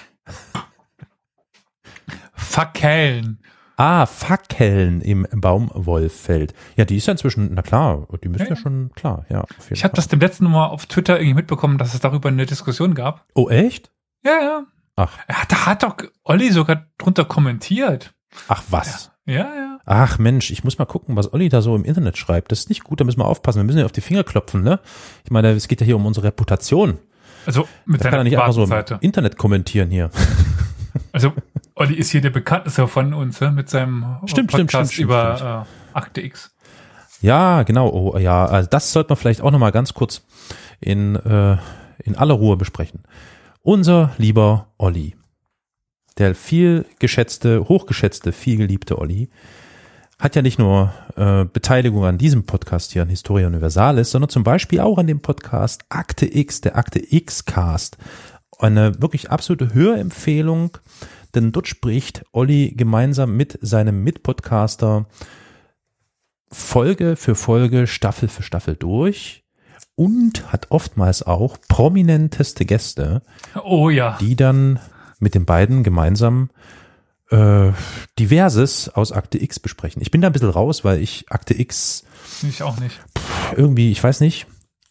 Fackeln. Fackeln im Baumwollfeld. Ja, die ist ja inzwischen, na klar, die müssen ja schon, klar, ja. Ich habe das dem letzten Mal auf Twitter irgendwie mitbekommen, dass es darüber eine Diskussion gab. Oh, echt? Ja. Ach. Da hat doch Olli sogar drunter kommentiert. Ach, was? Ja. Ach Mensch, ich muss mal gucken, was Olli da so im Internet schreibt. Das ist nicht gut, da müssen wir aufpassen. Wir müssen ja auf die Finger klopfen, ne? Ich meine, es geht ja hier um unsere Reputation. Also mit seiner kann er nicht einfach so im Internet kommentieren hier. Also Olli ist hier der bekannteste von uns, mit seinem Podcast über Akte X. Ja, genau. Oh, ja, also das sollte man vielleicht auch nochmal ganz kurz in aller Ruhe besprechen. Unser lieber Olli, der hochgeschätzte, vielgeliebte Olli, hat ja nicht nur Beteiligung an diesem Podcast hier, an Historia Universalis, sondern zum Beispiel auch an dem Podcast Akte X, der Akte X-Cast. Eine wirklich absolute Hörempfehlung, denn dort spricht Olli gemeinsam mit seinem Mitpodcaster Folge für Folge, Staffel für Staffel durch und hat oftmals auch prominenteste Gäste, die dann mit den beiden gemeinsam Diverses aus Akte X besprechen. Ich bin da ein bisschen raus, weil ich Akte X Ich auch nicht. Irgendwie, ich weiß nicht.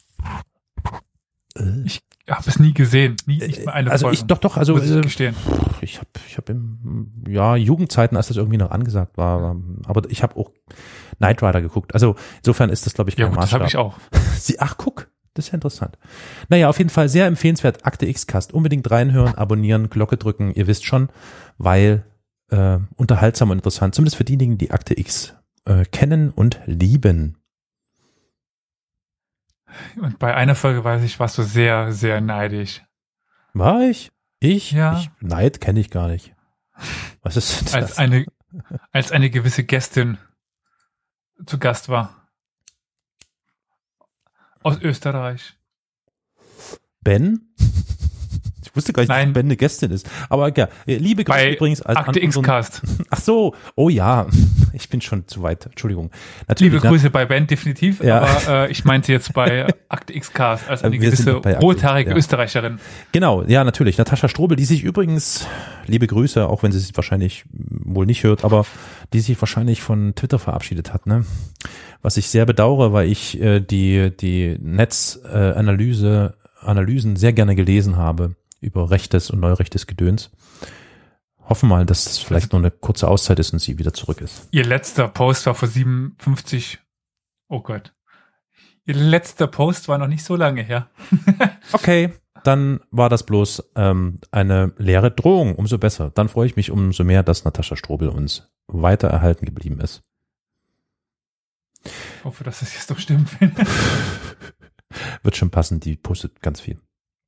Ich habe es nie gesehen, nicht mal eine Folge. Also muss ich gestehen. Ich habe im Jugendzeiten, als das irgendwie noch angesagt war, aber ich habe auch Knight Rider geguckt. Also insofern ist das, glaube ich, kein Maßstab. Das habe ich auch. Ach, guck, das ist ja interessant. Naja, auf jeden Fall sehr empfehlenswert. Akte X-Cast. Unbedingt reinhören, abonnieren, Glocke drücken. Ihr wisst schon, weil unterhaltsam und interessant. Zumindest für diejenigen, die Akte X kennen und lieben. Und bei einer Folge, weiß ich, warst du sehr, sehr neidisch. War ich? Ja. Neid kenne ich gar nicht. Was ist das? Als eine gewisse Gästin zu Gast war. Aus Österreich. Ben? Ich wusste gar nicht, dass Ben eine Gästin ist. Aber ja, liebe Grüße übrigens. Akte X-Cast. Ach so, oh ja, ich bin schon zu weit, Entschuldigung. Natürlich, liebe Grüße bei Ben, definitiv, ja. Aber ich meinte jetzt bei Akte X-Cast als eine gewisse rothaarige Österreicherin. Genau, ja, natürlich. Natascha Strobel, die sich übrigens, liebe Grüße, auch wenn sie es wahrscheinlich wohl nicht hört, aber die sich wahrscheinlich von Twitter verabschiedet hat, ne? Was ich sehr bedauere, weil ich die Netzanalysen sehr gerne gelesen habe über rechtes und neurechtes Gedöns. Hoffen mal, dass das vielleicht nur eine kurze Auszeit ist und sie wieder zurück ist. Ihr letzter Post war vor 57. Oh Gott. Ihr letzter Post war noch nicht so lange her. Okay, dann war das bloß eine leere Drohung. Umso besser. Dann freue ich mich umso mehr, dass Natascha Strobel uns weiter erhalten geblieben ist. Ich hoffe, dass das jetzt doch stimmt. Wird schon passen, die postet ganz viel.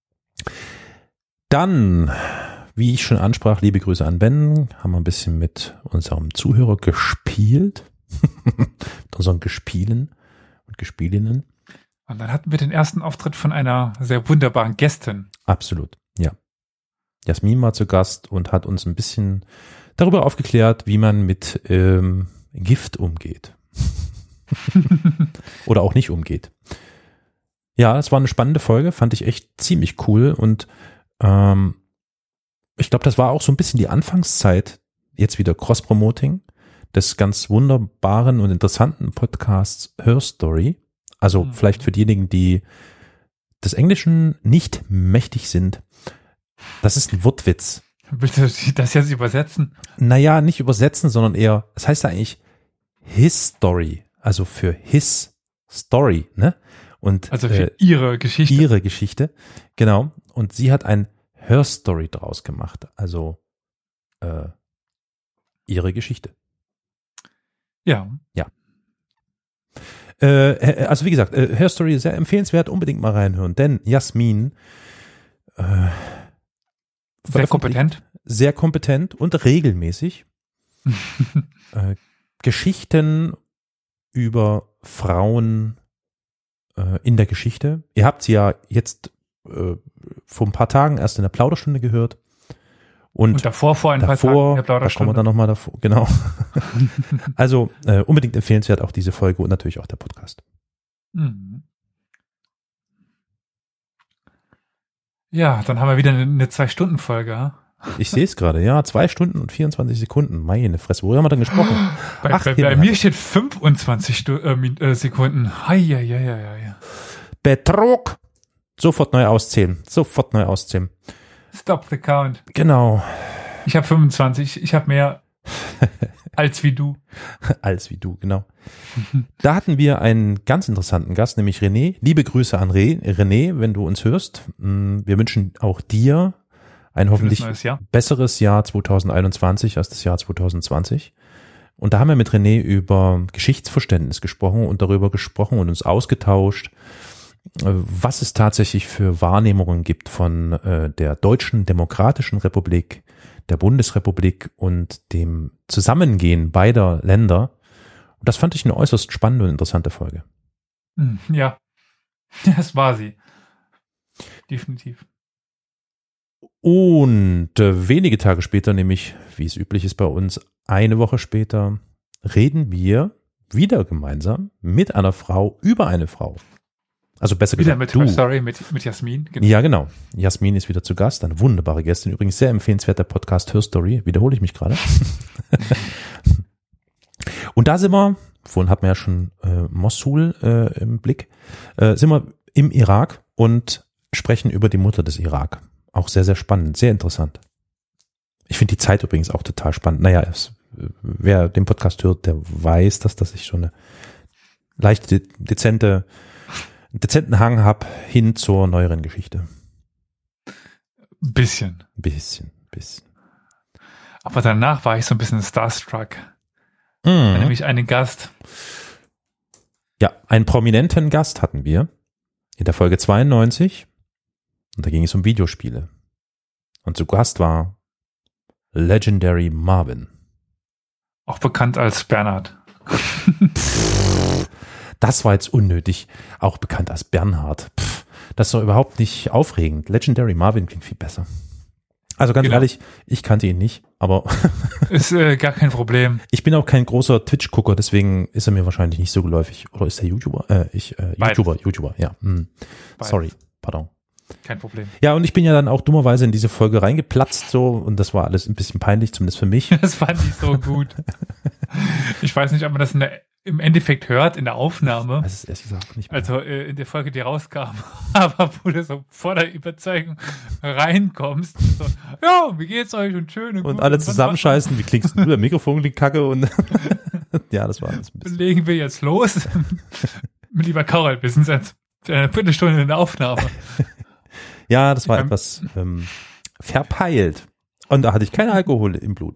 Dann, wie ich schon ansprach, liebe Grüße an Ben, haben wir ein bisschen mit unserem Zuhörer gespielt, mit unseren Gespielen und Gespielinnen. Und dann hatten wir den ersten Auftritt von einer sehr wunderbaren Gästin. Absolut, ja. Jasmin war zu Gast und hat uns ein bisschen darüber aufgeklärt, wie man mit Gift umgeht. Oder auch nicht umgeht. Ja, es war eine spannende Folge, fand ich echt ziemlich cool und ich glaube, das war auch so ein bisschen die Anfangszeit, jetzt wieder Cross-Promoting, des ganz wunderbaren und interessanten Podcasts Her Story. Also vielleicht für diejenigen, die des Englischen nicht mächtig sind. Das ist ein Wortwitz. Willst du das jetzt übersetzen? Naja, nicht übersetzen, sondern eher, es heißt ja eigentlich His Story, also für His Story, ne? Und, also für ihre Geschichte. Ihre Geschichte, genau. Und sie hat ein Her Story draus gemacht, also ihre Geschichte. Ja. Ja. Also wie gesagt, Her Story ist sehr empfehlenswert, unbedingt mal reinhören, denn Jasmin sehr kompetent und regelmäßig Geschichten über Frauen in der Geschichte. Ihr habt sie ja jetzt vor ein paar Tagen erst in der Plauderstunde gehört. Und davor, vor ein paar Tagen in der Plauderstunde. Da kommen wir dann nochmal davor, genau. Also unbedingt empfehlenswert auch diese Folge und natürlich auch der Podcast. Mhm. Ja, dann haben wir wieder eine 2-Stunden-Folge, ha? Ich sehe es gerade, ja, 2 Stunden und 24 Sekunden. Meine Fresse, worüber haben wir dann gesprochen? Bei mir steht 25 Sekunden. Ja. Betrug! Sofort neu auszählen. Stop the count. Genau. Ich habe 25, ich habe mehr als wie du. Als wie du, genau. Da hatten wir einen ganz interessanten Gast, nämlich René. Liebe Grüße an René, wenn du uns hörst. Wir wünschen auch dir ein hoffentlich besseres Jahr 2021 als das Jahr 2020. Und da haben wir mit René über Geschichtsverständnis gesprochen und darüber gesprochen und uns ausgetauscht, was es tatsächlich für Wahrnehmungen gibt von der Deutschen Demokratischen Republik, der Bundesrepublik und dem Zusammengehen beider Länder. Und das fand ich eine äußerst spannende und interessante Folge. Ja, das war sie. Definitiv. Und wenige Tage später, nämlich wie es üblich ist bei uns, eine Woche später, reden wir wieder gemeinsam mit einer Frau über eine Frau. Also besser Wieder gesagt, mit Jasmin. Genau. Ja, genau. Jasmin ist wieder zu Gast, eine wunderbare Gästin. Übrigens sehr empfehlenswerter Podcast Hörstory. Wiederhole ich mich gerade. Und da sind wir, vorhin hatten wir ja schon Mossul im Blick, sind wir im Irak und sprechen über die Mutter des Irak. Auch sehr, sehr spannend, sehr interessant. Ich finde die Zeit übrigens auch total spannend. Naja, wer den Podcast hört, der weiß, dass ich schon eine leicht dezenten Hang habe hin zur neueren Geschichte. Bisschen. Aber danach war ich so ein bisschen starstruck. Nämlich einen Gast. Ja, einen prominenten Gast hatten wir in der Folge 92. Und da ging es um Videospiele. Und zu Gast war Legendary Marvin. Auch bekannt als Bernhard. Das war jetzt unnötig. Auch bekannt als Bernhard. Das ist doch überhaupt nicht aufregend. Legendary Marvin klingt viel besser. Also ganz ehrlich, ich kannte ihn nicht, aber ist gar kein Problem. Ich bin auch kein großer Twitch-Gucker, deswegen ist er mir wahrscheinlich nicht so geläufig. Oder ist er YouTuber? YouTuber, ja. Sorry, pardon. Kein Problem. Ja, und ich bin ja dann auch dummerweise in diese Folge reingeplatzt so und das war alles ein bisschen peinlich, zumindest für mich. Das fand ich so gut. Ich weiß nicht, ob man das im Endeffekt hört in der Aufnahme. Das ist ehrlich gesagt nicht mehr. Also in der Folge, die rauskam. Aber wo du so vor der Überzeugung reinkommst. So, ja, wie geht's euch und schön. Und alle zusammenscheißen, wie klingst du? Der Mikrofon klingt kacke und ja, das war alles ein bisschen. Legen wir jetzt los. Lieber Karol, wir sind seit einer Viertelstunde in der Aufnahme. Ja, das war etwas verpeilt. Und da hatte ich keinen Alkohol im Blut.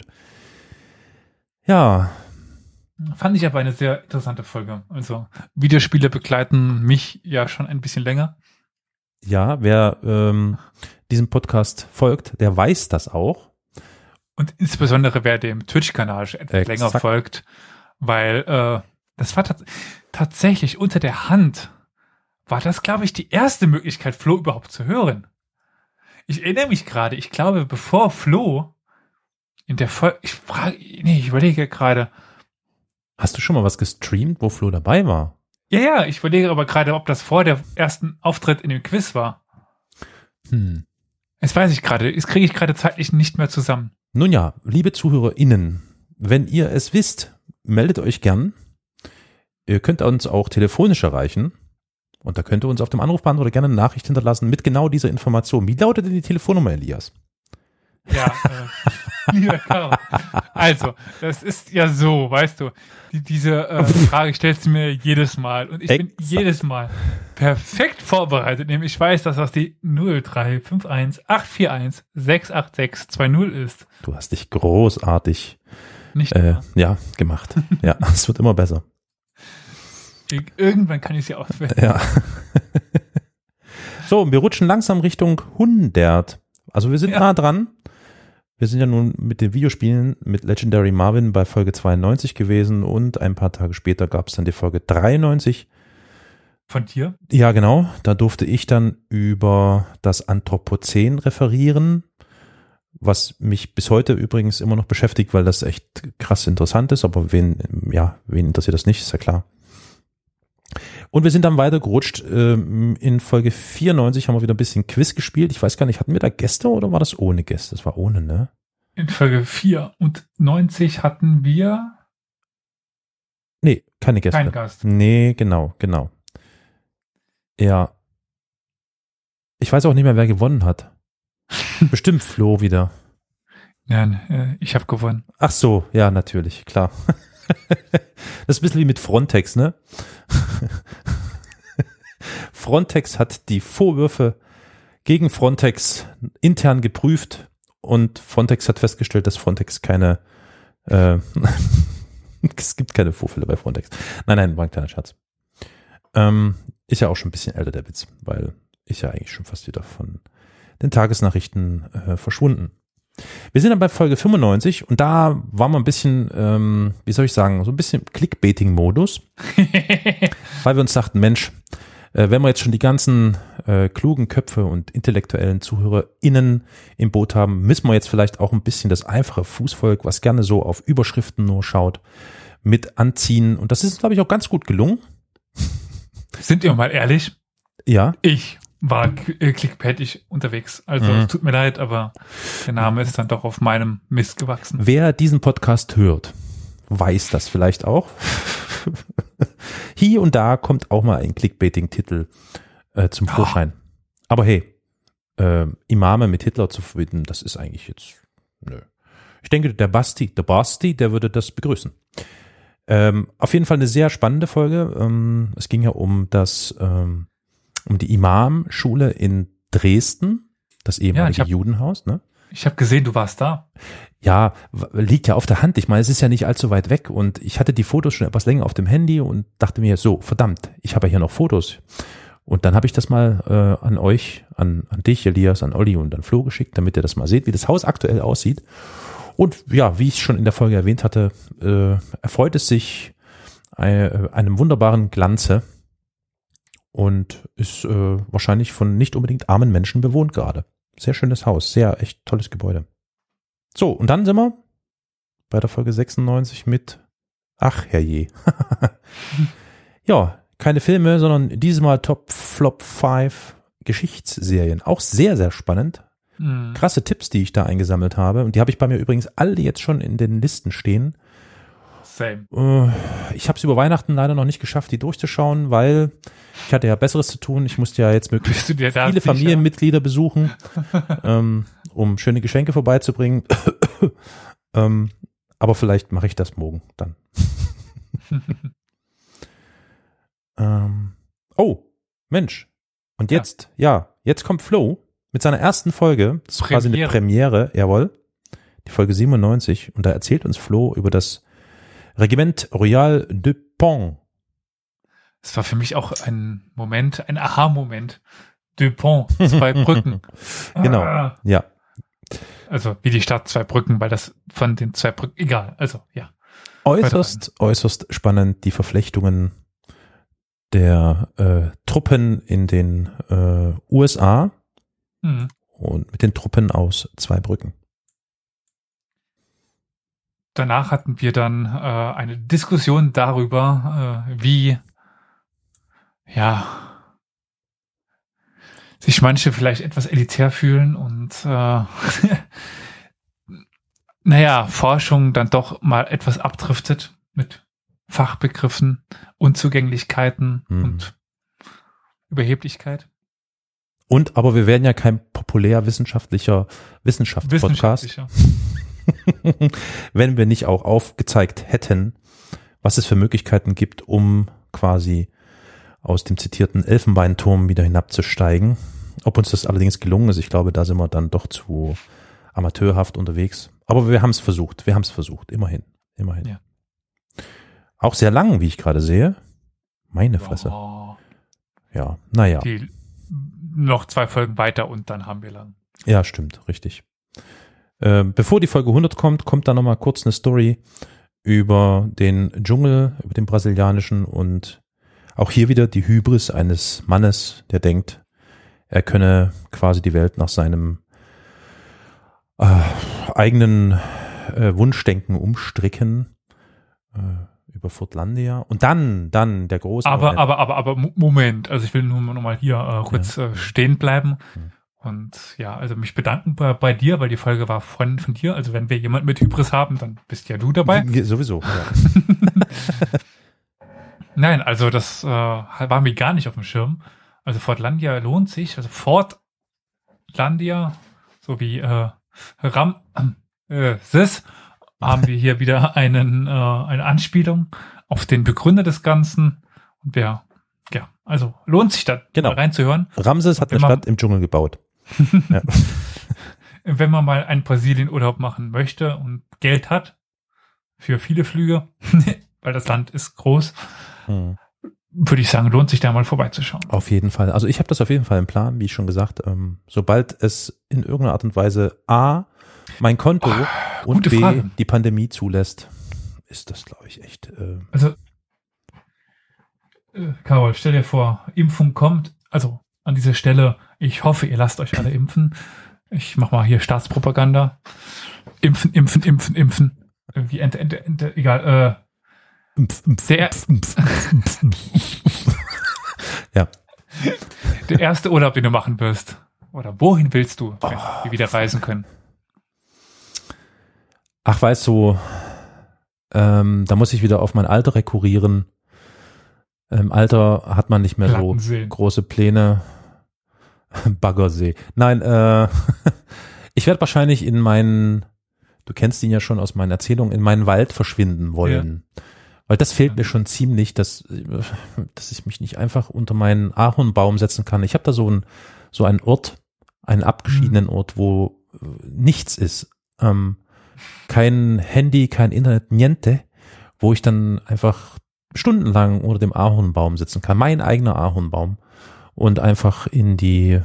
Ja. Fand ich aber eine sehr interessante Folge. Also Videospiele begleiten mich ja schon ein bisschen länger. Ja, wer diesem Podcast folgt, der weiß das auch. Und insbesondere wer dem Twitch-Kanal etwas länger folgt, weil das war tatsächlich unter der Hand war das, glaube ich, die erste Möglichkeit, Flo überhaupt zu hören. Ich erinnere mich gerade, ich glaube, bevor Flo in der Folge, ich überlege gerade. Hast du schon mal was gestreamt, wo Flo dabei war? Ja, ich überlege aber gerade, ob das vor der ersten Auftritt in dem Quiz war. Das weiß ich gerade, das kriege ich gerade zeitlich nicht mehr zusammen. Nun ja, liebe ZuhörerInnen, wenn ihr es wisst, meldet euch gern. Ihr könnt uns auch telefonisch erreichen. Und da könnt ihr uns auf dem Anrufbeantworter gerne eine Nachricht hinterlassen mit genau dieser Information. Wie lautet denn die Telefonnummer, Elias? Ja, lieber Karol. Also, das ist ja so, weißt du, diese Frage stellst du mir jedes Mal. Und ich bin jedes Mal perfekt vorbereitet. Nämlich ich weiß, dass das die 0351 841 68620 ist. Du hast dich großartig gemacht. Ja, es wird immer besser. Irgendwann kann ich sie auswählen. Ja. So, wir rutschen langsam Richtung 100. Also wir sind nah dran. Wir sind ja nun mit den Videospielen mit Legendary Marvin bei Folge 92 gewesen und ein paar Tage später gab es dann die Folge 93. Von dir? Ja, genau. Da durfte ich dann über das Anthropozän referieren, was mich bis heute übrigens immer noch beschäftigt, weil das echt krass interessant ist. Aber wen interessiert das nicht, ist ja klar. Und wir sind dann weiter gerutscht. In Folge 94 haben wir wieder ein bisschen Quiz gespielt. Ich weiß gar nicht, hatten wir da Gäste oder war das ohne Gäste? Das war ohne, ne? In Folge 94 hatten wir... Nee, keine Gäste. Kein Gast. Nee, genau. Ja. Ich weiß auch nicht mehr, wer gewonnen hat. Bestimmt Flo wieder. Nein, ich habe gewonnen. Ach so, ja, natürlich, klar. Das ist ein bisschen wie mit Frontex, ne? Frontex hat die Vorwürfe gegen Frontex intern geprüft und Frontex hat festgestellt, dass Frontex keine Es gibt keine Vorfälle bei Frontex. Nein, war ein kleiner Scherz. Ist ja auch schon ein bisschen älter, der Witz, weil ist ja eigentlich schon fast wieder von den Tagesnachrichten verschwunden. Wir sind dann bei Folge 95 und da waren wir ein bisschen, wie soll ich sagen, so ein bisschen Clickbaiting-Modus, weil wir uns dachten, Mensch, wenn wir jetzt schon die ganzen klugen Köpfe und intellektuellen ZuhörerInnen im Boot haben, müssen wir jetzt vielleicht auch ein bisschen das einfache Fußvolk, was gerne so auf Überschriften nur schaut, mit anziehen. Und das ist, glaube ich, auch ganz gut gelungen. Sind wir mal ehrlich? Ja. Ich war clickbaitig unterwegs. Also es tut mir leid, aber der Name ist dann doch auf meinem Mist gewachsen. Wer diesen Podcast hört, weiß das vielleicht auch. Hier und da kommt auch mal ein Clickbaiting-Titel zum Vorschein. Aber hey, Imame mit Hitler zu verbinden, das ist eigentlich jetzt, nö. Ich denke, der Basti, der würde das begrüßen. Auf jeden Fall eine sehr spannende Folge. Es ging ja um die Imam-Schule in Dresden, das ehemalige Judenhaus, ne? Ich habe gesehen, du warst da. Ja, liegt ja auf der Hand. Ich meine, es ist ja nicht allzu weit weg und ich hatte die Fotos schon etwas länger auf dem Handy und dachte mir so, verdammt, ich habe ja hier noch Fotos. Und dann habe ich das mal an euch, an dich, Elias, an Olli und an Flo geschickt, damit ihr das mal seht, wie das Haus aktuell aussieht. Und ja, wie ich schon in der Folge erwähnt hatte, erfreut es sich einem wunderbaren Glanze und ist wahrscheinlich von nicht unbedingt armen Menschen bewohnt gerade. Sehr schönes Haus, sehr echt tolles Gebäude. So, und dann sind wir bei der Folge 96 mit ach herrje. Ja, keine Filme, sondern dieses Mal Top Flop 5 Geschichtsserien. Auch sehr, sehr spannend. Krasse Tipps, die ich da eingesammelt habe. Und die habe ich bei mir übrigens alle jetzt schon in den Listen stehen. Same. Ich habe es über Weihnachten leider noch nicht geschafft, die durchzuschauen, weil ich hatte ja Besseres zu tun. Ich musste ja jetzt möglichst viele Familienmitglieder besuchen, um schöne Geschenke vorbeizubringen. Aber vielleicht mache ich das morgen dann. Oh, Mensch. Und jetzt, jetzt kommt Flo mit seiner ersten Folge. Das ist quasi eine Premiere, jawohl. Die Folge 97. Und da erzählt uns Flo über das Regiment Royal de Pont. Es war für mich auch ein Moment, ein Aha-Moment. De Pont, 2 Brücken. Genau, ja. Also wie die Stadt 2 Brücken, weil das von den 2 Brücken, egal, also ja. Äußerst spannend, die Verflechtungen der Truppen in den USA und mit den Truppen aus 2 Brücken. Danach hatten wir dann eine Diskussion darüber, wie sich manche vielleicht etwas elitär fühlen und Forschung dann doch mal etwas abdriftet mit Fachbegriffen, Unzugänglichkeiten und Überheblichkeit. Und aber wir werden ja kein populärwissenschaftlicher Wissenschaftspodcast, wenn wir nicht auch aufgezeigt hätten, was es für Möglichkeiten gibt, um quasi aus dem zitierten Elfenbeinturm wieder hinabzusteigen. Ob uns das allerdings gelungen ist, ich glaube, da sind wir dann doch zu amateurhaft unterwegs. Aber wir haben es versucht, immerhin. Ja. Auch sehr lang, wie ich gerade sehe. Meine Fresse. Oh. Ja, naja. Noch 2 Folgen weiter und dann haben wir lang. Ja, stimmt, richtig. Bevor die Folge 100 kommt da nochmal kurz eine Story über den Dschungel, über den brasilianischen und auch hier wieder die Hybris eines Mannes, der denkt, er könne quasi die Welt nach seinem eigenen Wunschdenken umstricken über Furtlandia und dann der große aber Moment, also ich will nur noch mal hier kurz stehen bleiben und also mich bedanken bei dir, weil die Folge war von dir, also wenn wir jemanden mit Hybris haben, dann bist ja du dabei. Sowieso, ja. Nein, also das war mir gar nicht auf dem Schirm. Also Furtlandia lohnt sich, also Furtlandia sowie Ramses haben wir hier wieder eine Anspielung auf den Begründer des Ganzen. Und also lohnt sich da mal reinzuhören. Ramses hat eine Stadt im Dschungel gebaut. Ja. Wenn man mal einen Brasilien-Urlaub machen möchte und Geld hat, für viele Flüge, weil das Land ist groß. Würde ich sagen, lohnt sich da mal vorbeizuschauen. Auf jeden Fall. Also ich habe das auf jeden Fall im Plan, wie schon gesagt. Sobald es in irgendeiner Art und Weise A, mein Konto und B, Frage. die Pandemie zulässt, ist das, glaube ich, echt. Also, Carol, stell dir vor, Impfung kommt. Also an dieser Stelle, ich hoffe, ihr lasst euch alle impfen. Ich mach mal hier Staatspropaganda. Impfen. Irgendwie egal. Ja. Der erste Urlaub, den du machen wirst. Oder wohin willst du, wenn wir wieder reisen können? Ach, weißt du, da muss ich wieder auf mein Alter rekurrieren. Im Alter hat man nicht mehr so große Pläne. Baggersee. Nein, ich werde wahrscheinlich in meinen, du kennst ihn ja schon aus meinen Erzählungen, in meinen Wald verschwinden wollen. Ja. Weil das fehlt mir schon ziemlich, dass ich mich nicht einfach unter meinen Ahornbaum setzen kann. Ich habe da so einen Ort, einen abgeschiedenen Ort, wo nichts ist. Kein Handy, kein Internet, niente, wo ich dann einfach stundenlang unter dem Ahornbaum sitzen kann. Mein eigener Ahornbaum. Und einfach in die,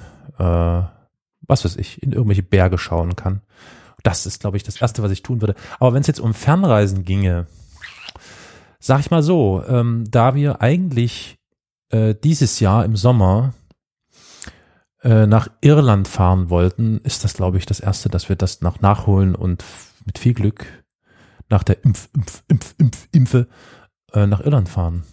was weiß ich, in irgendwelche Berge schauen kann. Das ist, glaube ich, das Erste, was ich tun würde. Aber wenn es jetzt um Fernreisen ginge, sag ich mal so, da wir eigentlich dieses Jahr im Sommer nach Irland fahren wollten, ist das, glaube ich, das Erste, dass wir das noch nachholen und mit viel Glück nach der Impfe nach Irland fahren.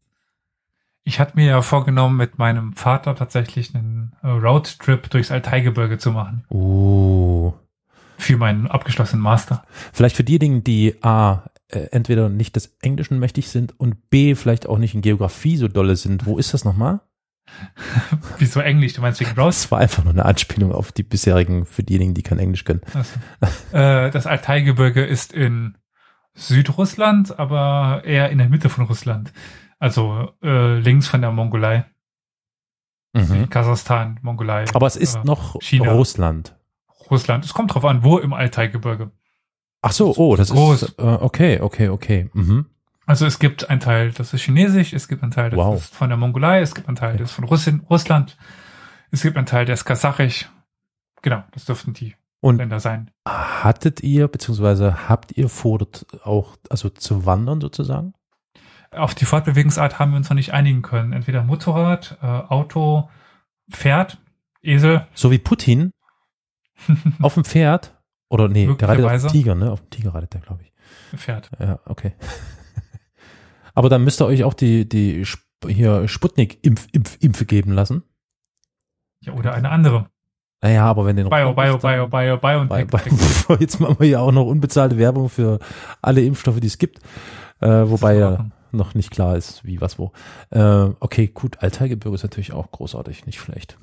Ich hatte mir ja vorgenommen, mit meinem Vater tatsächlich einen Roadtrip durchs Altaigebirge zu machen. Für meinen abgeschlossenen Master. Vielleicht für diejenigen, die entweder nicht des Englischen mächtig sind und B, vielleicht auch nicht in Geografie so dolle sind. Wo ist das nochmal? Wieso Englisch? Du meinst wegen Road? Das war einfach nur eine Anspielung auf die bisherigen, für diejenigen, die kein Englisch können. Also, das Altaigebirge ist in Südrussland, aber eher in der Mitte von Russland. Also links von der Mongolei. Kasachstan, Mongolei. Aber es ist noch China. Russland. Es kommt drauf an, wo im Altaigebirge. Ach so, das groß. Ist okay. Mhm. Also es gibt einen Teil, das ist chinesisch, es gibt einen Teil, das ist von der Mongolei, es gibt einen Teil, das ist von Russland, es gibt einen Teil, der ist kasachisch. Genau, das dürften die Länder sein. Habt ihr vor, dort auch zu wandern sozusagen? Auf die Fortbewegungsart haben wir uns noch nicht einigen können. Entweder Motorrad, Auto, Pferd, Esel. So wie Putin? Auf dem Pferd? Oder nee, der reitet auf dem Tiger, ne? Auf dem Tiger reitet der, glaube ich. Pferd. Ja, okay. Aber dann müsst ihr euch auch die Sputnik-Impfe geben lassen. Ja, oder eine andere. Naja, aber wenn den Bio und jetzt machen wir ja auch noch unbezahlte Werbung für alle Impfstoffe, die es gibt. Wobei ja noch nicht klar ist, wie, was, wo. Okay, gut, Altaigebirge ist natürlich auch großartig, nicht schlecht.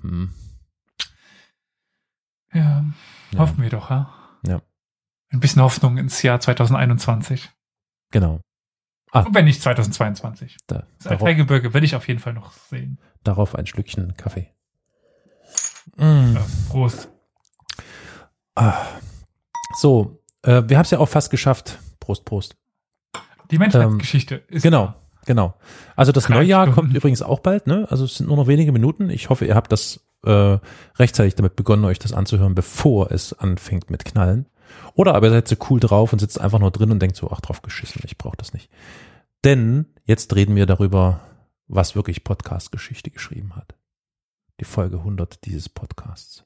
Ja, hoffen wir doch, ja? Ja. Ein bisschen Hoffnung ins Jahr 2021. Genau. Und wenn nicht 2022. Das Altaigebirge werde ich auf jeden Fall noch sehen. Darauf ein Schlückchen Kaffee. Prost. So, wir haben es ja auch fast geschafft. Prost. Die Menschheitsgeschichte ist Genau. Also das Neujahr kommt übrigens auch bald, ne? Also es sind nur noch wenige Minuten. Ich hoffe, ihr habt das rechtzeitig damit begonnen, euch das anzuhören, bevor es anfängt mit Knallen. Oder aber ihr seid so cool drauf und sitzt einfach nur drin und denkt so, ach, drauf geschissen, ich brauche das nicht. Denn jetzt reden wir darüber, was wirklich Podcast-Geschichte geschrieben hat. Die Folge 100 dieses Podcasts.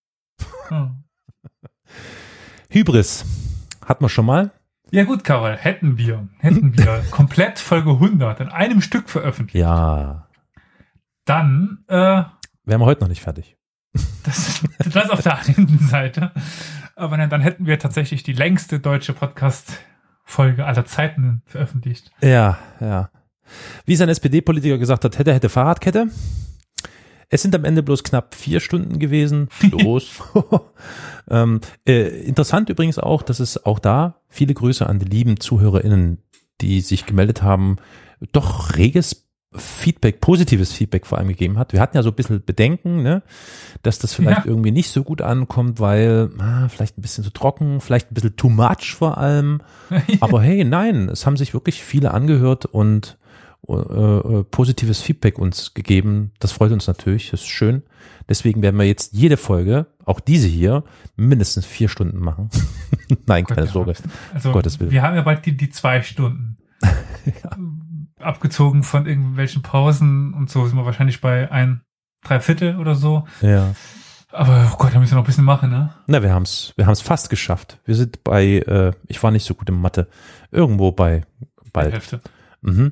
Hybris. Hatten wir schon mal? Ja gut, Karol, hätten wir komplett Folge 100 in einem Stück veröffentlicht. Ja. Dann wären wir heute noch nicht fertig. Das auf der einen Seite. Aber dann hätten wir tatsächlich die längste deutsche Podcast-Folge aller Zeiten veröffentlicht. Ja. Wie es ein SPD-Politiker gesagt hat, hätte Fahrradkette. Es sind am Ende bloß knapp 4 Stunden gewesen. Los. Interessant übrigens auch, dass es auch da viele Grüße an die lieben ZuhörerInnen, die sich gemeldet haben, doch reges Feedback, positives Feedback vor allem gegeben hat. Wir hatten ja so ein bisschen Bedenken, ne, dass das vielleicht irgendwie nicht so gut ankommt, weil vielleicht ein bisschen zu trocken, vielleicht ein bisschen too much vor allem. Aber hey, nein, es haben sich wirklich viele angehört und positives Feedback uns gegeben. Das freut uns natürlich, das ist schön. Deswegen werden wir jetzt jede Folge, auch diese hier, mindestens 4 Stunden machen. Nein, keine Sorge. Also Gottes Willen. Wir haben ja bald die 2 Stunden. Ja. Abgezogen von irgendwelchen Pausen und so sind wir wahrscheinlich bei 1/3 oder so. Ja. Aber oh Gott, da müssen wir noch ein bisschen machen, ne? Na, wir haben's fast geschafft. Wir sind bei, ich war nicht so gut in Mathe, irgendwo bei bald. Hälfte. Mhm.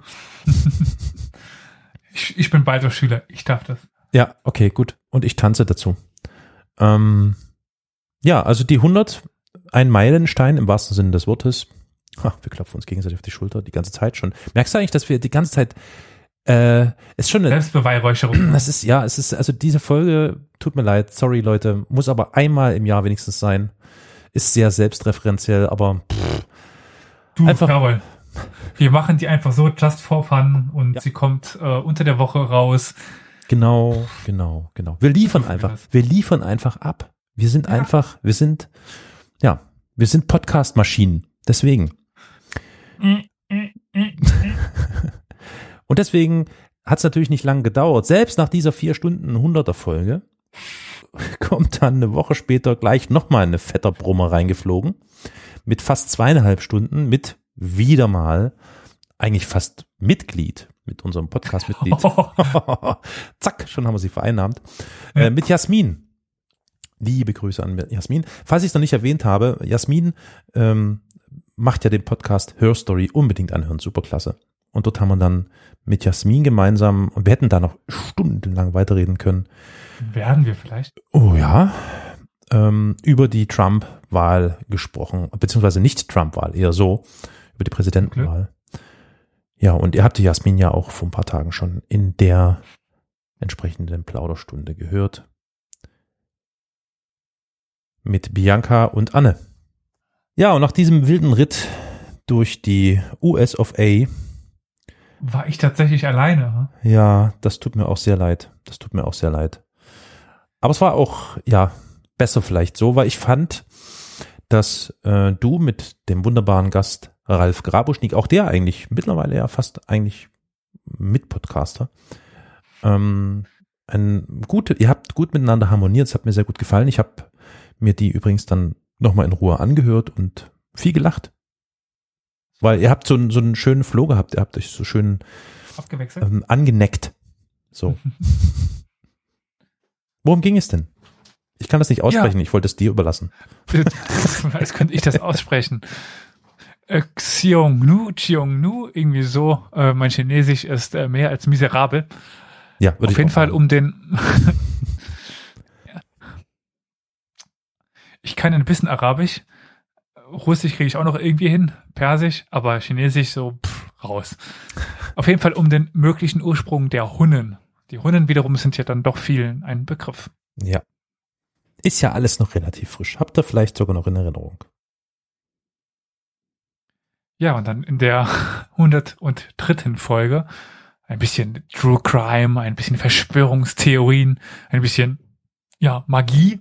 Ich bin bald auch Schüler, ich darf das. Ja, okay, gut. Und ich tanze dazu. Ja, also die 100, ein Meilenstein im wahrsten Sinne des Wortes. Wir klopfen uns gegenseitig auf die Schulter die ganze Zeit schon. Merkst du eigentlich, dass wir die ganze Zeit ist schon eine Selbstbeweihräucherung. es ist, also diese Folge, tut mir leid, sorry Leute, muss aber einmal im Jahr wenigstens sein. Ist sehr selbstreferenziell, aber Du, einfach. Jawohl. Wir machen die einfach so just for fun und sie kommt unter der Woche raus. Genau. Wir liefern einfach ab. Wir sind wir sind Podcast-Maschinen. Deswegen. Und deswegen hat es natürlich nicht lange gedauert. Selbst nach dieser 4 Stunden 100er Folge kommt dann eine Woche später gleich nochmal eine fetter Brummer reingeflogen. Mit fast 2,5 Stunden, mit wieder mal eigentlich fast Mitglied, mit unserem Podcast-Mitglied. Zack, schon haben wir sie vereinnahmt. Mit Jasmin. Liebe Grüße an Jasmin. Falls ich es noch nicht erwähnt habe, Jasmin macht ja den Podcast Hörstory, unbedingt anhören, superklasse. Und dort haben wir dann mit Jasmin gemeinsam, und wir hätten da noch stundenlang weiterreden können. Werden wir vielleicht? Oh ja, über die Trump-Wahl gesprochen, beziehungsweise nicht Trump-Wahl, eher so, über die Präsidentenwahl. Okay. Ja, und ihr habt die Jasmin ja auch vor ein paar Tagen schon in der entsprechenden Plauderstunde gehört. Mit Bianca und Anne. Ja, und nach diesem wilden Ritt durch die US of A war ich tatsächlich alleine. Ja, das tut mir auch sehr leid. Aber es war auch, besser vielleicht so, weil ich fand, dass du mit dem wunderbaren Gast Ralf Grabuschnik, auch der eigentlich mittlerweile ja fast eigentlich Mitpodcaster, ihr habt gut miteinander harmoniert, es hat mir sehr gut gefallen. Ich habe mir die übrigens dann nochmal in Ruhe angehört und viel gelacht. Weil ihr habt so einen schönen Flow gehabt, ihr habt euch so schön abgewechselt, angeneckt. So. Worum ging es denn? Ich kann das nicht aussprechen, ich wollte es dir überlassen. Als könnte ich das aussprechen. Xiongnu, irgendwie so. Mein Chinesisch ist mehr als miserabel. Ja, würde ich auf jeden Fall um den Ich kann ein bisschen Arabisch. Russisch kriege ich auch noch irgendwie hin, Persisch, aber Chinesisch so raus. Auf jeden Fall um den möglichen Ursprung der Hunnen. Die Hunnen wiederum sind ja dann doch vielen ein Begriff. Ja. Ist ja alles noch relativ frisch. Habt ihr vielleicht sogar noch in Erinnerung? Ja, und dann in der 103. Folge ein bisschen True Crime, ein bisschen Verschwörungstheorien, ein bisschen, Magie.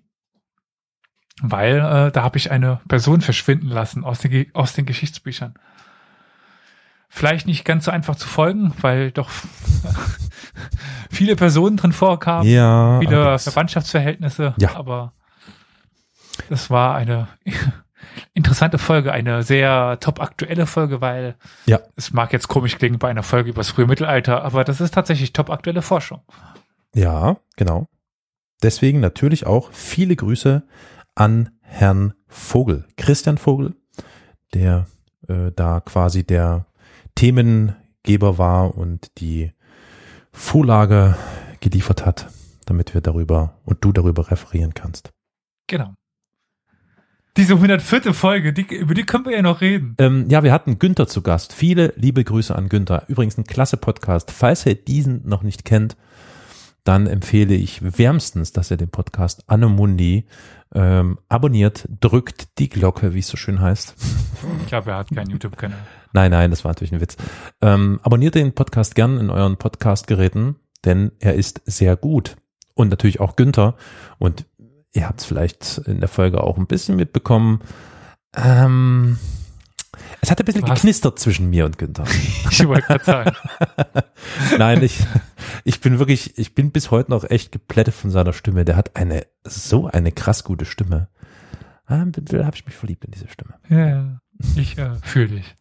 Weil da habe ich eine Person verschwinden lassen aus den Geschichtsbüchern. Vielleicht nicht ganz so einfach zu folgen, weil doch viele Personen drin vorkamen, viele Verwandtschaftsverhältnisse, aber das war eine interessante Folge, eine sehr top aktuelle Folge, weil es mag jetzt komisch klingen bei einer Folge über das frühe Mittelalter, aber das ist tatsächlich top aktuelle Forschung. Ja, genau. Deswegen natürlich auch viele Grüße an Herrn Vogel, Christian Vogel, der da quasi der Themengeber war und die Vorlage geliefert hat, damit wir darüber und du darüber referieren kannst. Genau. Diese 104. Folge, über die können wir ja noch reden. Wir hatten Günther zu Gast. Viele liebe Grüße an Günther. Übrigens ein klasse Podcast. Falls ihr diesen noch nicht kennt, dann empfehle ich wärmstens, dass ihr den Podcast Anno Mundi abonniert, drückt die Glocke, wie es so schön heißt. Ich glaube, er hat keinen YouTube-Kanal. Nein, das war natürlich ein Witz. Abonniert den Podcast gern in euren Podcast-Geräten, denn er ist sehr gut. Und natürlich auch Günther. Und ihr habt es vielleicht in der Folge auch ein bisschen mitbekommen. Es hat ein bisschen geknistert zwischen mir und Günther. Ich wollte gerade sagen. Nein, ich bin bis heute noch echt geplättet von seiner Stimme. Der hat so eine krass gute Stimme. Da habe ich mich verliebt in diese Stimme. Ja, ich fühle dich.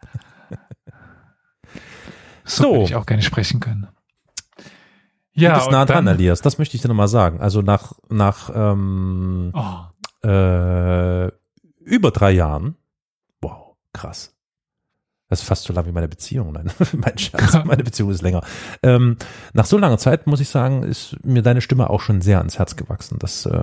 So würde ich auch gerne sprechen können. Ja, du bist nah dran, Elias. Das möchte ich dir nochmal sagen. Also nach über 3 Jahren. Wow, krass. Das ist fast so lang wie meine Beziehung. Nein, mein Schatz, meine Beziehung ist länger. Nach so langer Zeit, muss ich sagen, ist mir deine Stimme auch schon sehr ans Herz gewachsen.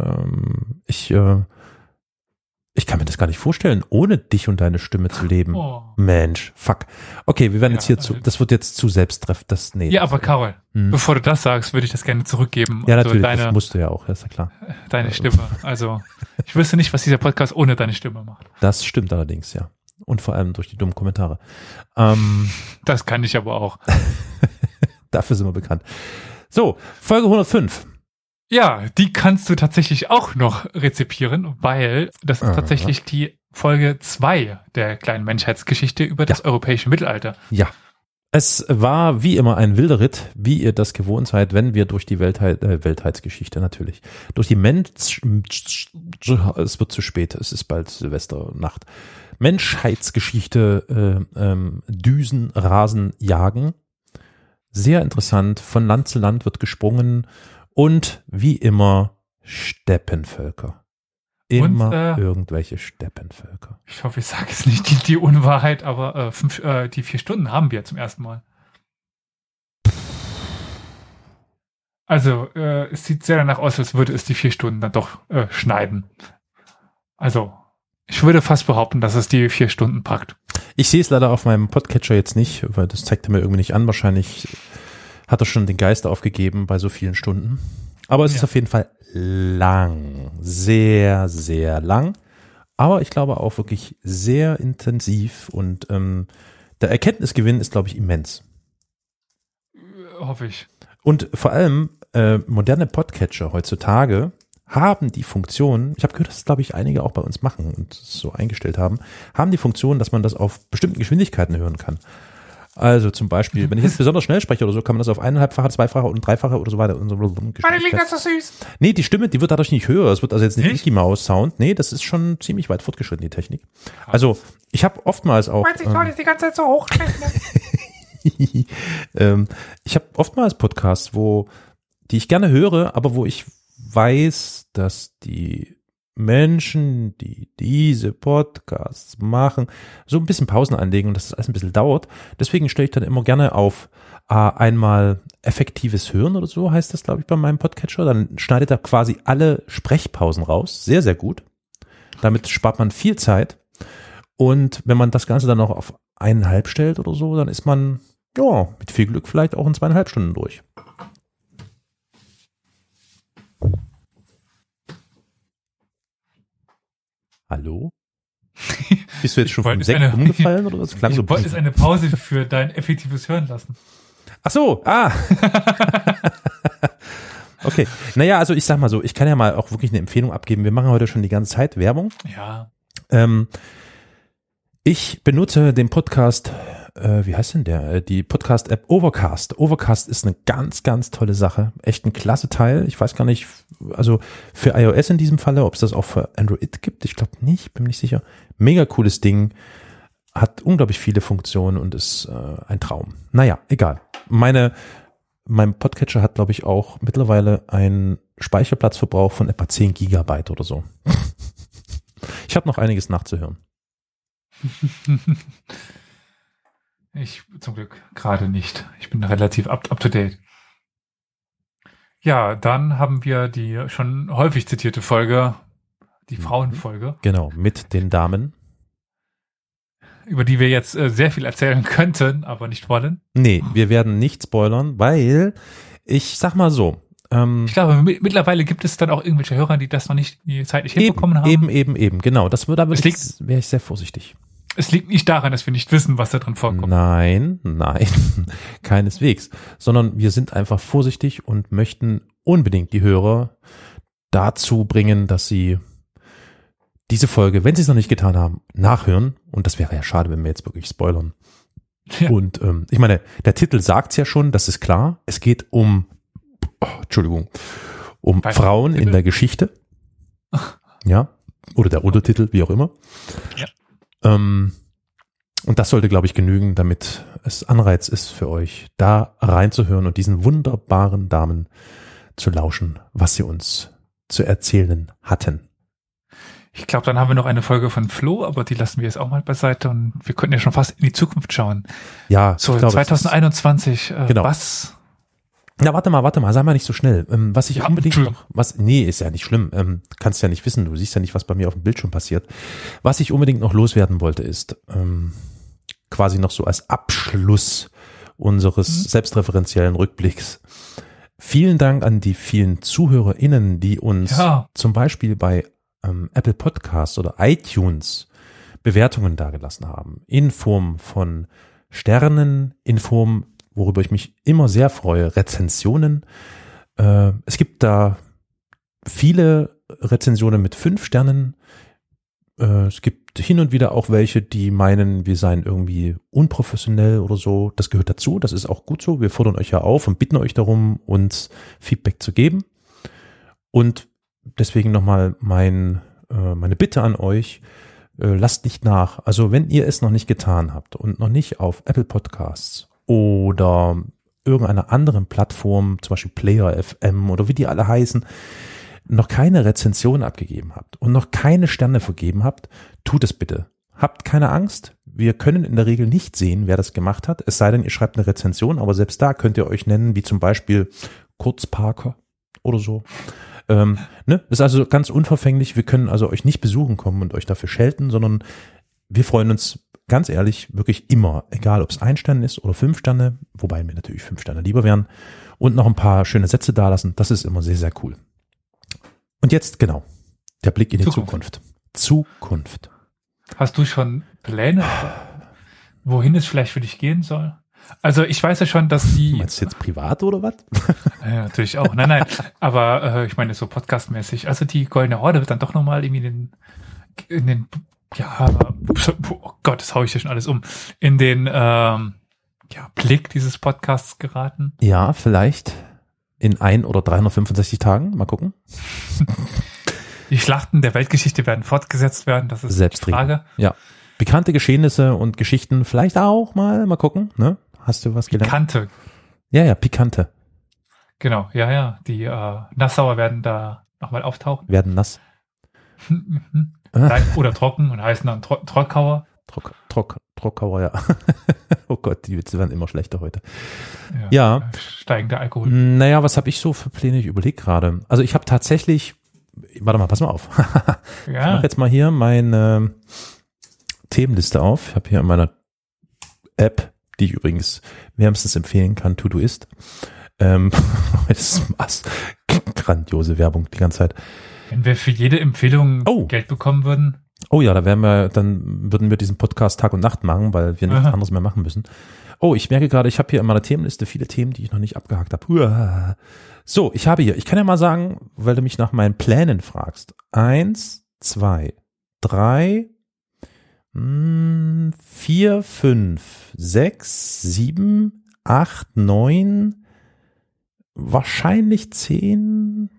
Ich kann mir das gar nicht vorstellen, ohne dich und deine Stimme zu leben. Oh. Mensch, fuck. Okay, wir werden jetzt das wird jetzt zu selbsttreffend. Ja, aber Karol, bevor du das sagst, würde ich das gerne zurückgeben. Ja, natürlich, das musst du ja auch, ist ja klar. Deine Stimme. Also, ich wüsste nicht, was dieser Podcast ohne deine Stimme macht. Das stimmt allerdings, ja. Und vor allem durch die dummen Kommentare. Das kann ich aber auch. Dafür sind wir bekannt. So, Folge 105. Ja, die kannst du tatsächlich auch noch rezipieren, weil das ist tatsächlich die Folge 2 der kleinen Menschheitsgeschichte über das europäische Mittelalter. Ja. Es war wie immer ein wilder Ritt, wie ihr das gewohnt seid, wenn wir durch die Weltheitsgeschichte natürlich, durch die es wird zu spät, es ist bald Silvesternacht, Menschheitsgeschichte düsen, rasen, jagen. Sehr interessant, von Land zu Land wird gesprungen und wie immer Steppenvölker. Immer irgendwelche Steppenvölker. Ich hoffe, ich sage jetzt nicht die Unwahrheit, aber die 4 Stunden haben wir zum ersten Mal. Also, es sieht sehr danach aus, als würde es die 4 Stunden dann doch schneiden. Also, ich würde fast behaupten, dass es die 4 Stunden packt. Ich sehe es leider auf meinem Podcatcher jetzt nicht, weil das zeigt er mir irgendwie nicht an. Wahrscheinlich hat er schon den Geist aufgegeben bei so vielen Stunden. Aber es ist auf jeden Fall lang. Sehr, sehr lang. Aber ich glaube auch wirklich sehr intensiv. Und der Erkenntnisgewinn ist, glaube ich, immens. Hoffe ich. Und vor allem moderne Podcatcher heutzutage haben die Funktion, ich habe gehört, dass es, glaube ich, einige auch bei uns machen und so eingestellt haben die Funktion, dass man das auf bestimmten Geschwindigkeiten hören kann. Also zum Beispiel, wenn ich jetzt besonders schnell spreche oder so, kann man das auf 1,5-fache, 2-fache und 3-fache oder so weiter. Und so Meine klingt das so süß. Nee, die Stimme, die wird dadurch nicht höher. Es wird also jetzt nicht Mickey Mouse Sound. Nee, das ist schon ziemlich weit fortgeschritten, die Technik. Also ich habe oftmals auch... Meinst du, ich soll jetzt die ganze Zeit so hochrechnen? Ich habe oftmals Podcasts, die ich gerne höre, aber wo ich weiß, dass die Menschen, die diese Podcasts machen, so ein bisschen Pausen einlegen und dass das alles ein bisschen dauert. Deswegen stelle ich dann immer gerne auf einmal effektives Hören oder so, heißt das, glaube ich, bei meinem Podcatcher. Dann schneidet er quasi alle Sprechpausen raus. Sehr, sehr gut. Damit spart man viel Zeit. Und wenn man das Ganze dann noch auf 1,5 stellt oder so, dann ist man, ja, mit viel Glück vielleicht auch in 2,5 Stunden durch. Hallo? Bist du jetzt schon vom Sekt umgefallen oder was? Klang ich so wollte jetzt eine Pause für dein effektives Hören lassen. Ach so, Okay, naja, also ich sag mal so, ich kann ja mal auch wirklich eine Empfehlung abgeben. Wir machen heute schon die ganze Zeit Werbung. Ja. Ich benutze den Podcast, wie heißt denn der? Die Podcast-App Overcast. Overcast ist eine ganz, ganz tolle Sache. Echt ein klasse Teil. Ich weiß gar nicht, also für iOS in diesem Falle, ob es das auch für Android gibt. Ich glaube nicht, bin mir nicht sicher. Mega cooles Ding. Hat unglaublich viele Funktionen und ist ein Traum. Naja, egal. Mein Podcatcher hat, glaube ich, auch mittlerweile einen Speicherplatzverbrauch von etwa 10 Gigabyte oder so. Ich habe noch einiges nachzuhören. Ich zum Glück gerade nicht. Ich bin relativ up to date. Ja, dann haben wir die schon häufig zitierte Folge, die Frauenfolge. Genau, mit den Damen. Über die wir jetzt sehr viel erzählen könnten, aber nicht wollen. Nee, wir werden nicht spoilern, weil ich sag mal so, Ich glaube, mittlerweile gibt es dann auch irgendwelche Hörer, die das noch nicht zeitlich hinbekommen haben. Eben. Genau, wäre ich sehr vorsichtig. Es liegt nicht daran, dass wir nicht wissen, was da drin vorkommt. Nein, keineswegs. Sondern wir sind einfach vorsichtig und möchten unbedingt die Hörer dazu bringen, dass sie diese Folge, wenn sie es noch nicht getan haben, nachhören. Und das wäre ja schade, wenn wir jetzt wirklich spoilern. Ja. Und ich meine, der Titel sagt's ja schon, das ist klar. Es geht um Frauen in der Geschichte. Ja, oder der Untertitel, wie auch immer. Ja. Und das sollte, glaube ich, genügen, damit es Anreiz ist für euch, da reinzuhören und diesen wunderbaren Damen zu lauschen, was sie uns zu erzählen hatten. Ich glaube, dann haben wir noch eine Folge von Flo, aber die lassen wir jetzt auch mal beiseite und wir könnten ja schon fast in die Zukunft schauen. Ja, so ich glaube, 2021, genau. Was? Na, warte mal, sei mal nicht so schnell. Was ich unbedingt noch, ist ja nicht schlimm, kannst ja nicht wissen, du siehst ja nicht, was bei mir auf dem Bildschirm passiert. Was ich unbedingt noch loswerden wollte, ist quasi noch so als Abschluss unseres selbstreferenziellen Rückblicks. Vielen Dank an die vielen ZuhörerInnen, die uns zum Beispiel bei Apple Podcasts oder iTunes Bewertungen dagelassen haben. In Form von Sternen, in Form, worüber ich mich immer sehr freue, Rezensionen. Es gibt da viele Rezensionen mit 5 Sternen. Es gibt hin und wieder auch welche, die meinen, wir seien irgendwie unprofessionell oder so. Das gehört dazu, das ist auch gut so. Wir fordern euch ja auf und bitten euch darum, uns Feedback zu geben. Und deswegen nochmal meine Bitte an euch, lasst nicht nach. Also wenn ihr es noch nicht getan habt und noch nicht auf Apple Podcasts oder irgendeiner anderen Plattform, zum Beispiel Player FM oder wie die alle heißen, noch keine Rezension abgegeben habt und noch keine Sterne vergeben habt, tut es bitte. Habt keine Angst. Wir können in der Regel nicht sehen, wer das gemacht hat. Es sei denn, ihr schreibt eine Rezension, aber selbst da könnt ihr euch nennen, wie zum Beispiel Kurzparker oder so. Ist also ganz unverfänglich. Wir können also euch nicht besuchen kommen und euch dafür schelten, sondern wir freuen uns ganz ehrlich wirklich immer, egal ob es 1 Stern ist oder 5 Sterne, wobei mir natürlich 5 Sterne lieber wären, und noch ein paar schöne Sätze dalassen. Das ist immer sehr, sehr cool. Und jetzt genau, der Blick in die Zukunft. Hast du schon Pläne, wohin es vielleicht für dich gehen soll? Also ich weiß ja schon, dass die... Meinst du jetzt privat oder was? Ja, natürlich auch. Nein. Aber ich meine so podcastmäßig. Also die Goldene Horde wird dann doch nochmal irgendwie in den oh Gott, das hau ich ja schon alles um. In den Blick dieses Podcasts geraten. Ja, vielleicht in 1 oder 365 Tagen. Mal gucken. Die Schlachten der Weltgeschichte werden fortgesetzt werden. Das ist die Frage. Ja. Bekannte Geschehnisse und Geschichten vielleicht auch mal gucken, ne? Hast du was gelernt? Pikante. Ja, pikante. Genau, ja. Die Nassauer werden da nochmal auftauchen. Werden nass. Oder trocken und heißen dann Trockauer. Trockauer, ja. Oh Gott, die Witze werden immer schlechter heute. Ja. Steigender Alkohol. Naja, was habe ich so für Pläne? Ich überlege gerade. Also ich habe tatsächlich, warte mal, pass mal auf. Ich mache jetzt mal hier meine Themenliste auf. Ich habe hier in meiner App, die ich übrigens wärmstens empfehlen kann, Todoist. Das ist grandiose Werbung die ganze Zeit. Wenn wir für jede Empfehlung Geld bekommen würden. Oh ja, dann würden wir diesen Podcast Tag und Nacht machen, weil wir nichts anderes mehr machen müssen. Oh, ich merke gerade, ich habe hier in meiner Themenliste viele Themen, die ich noch nicht abgehakt habe. So, ich kann ja mal sagen, weil du mich nach meinen Plänen fragst. 1, 2, 3, 4, 5, 6, 7, 8, 9, wahrscheinlich 10,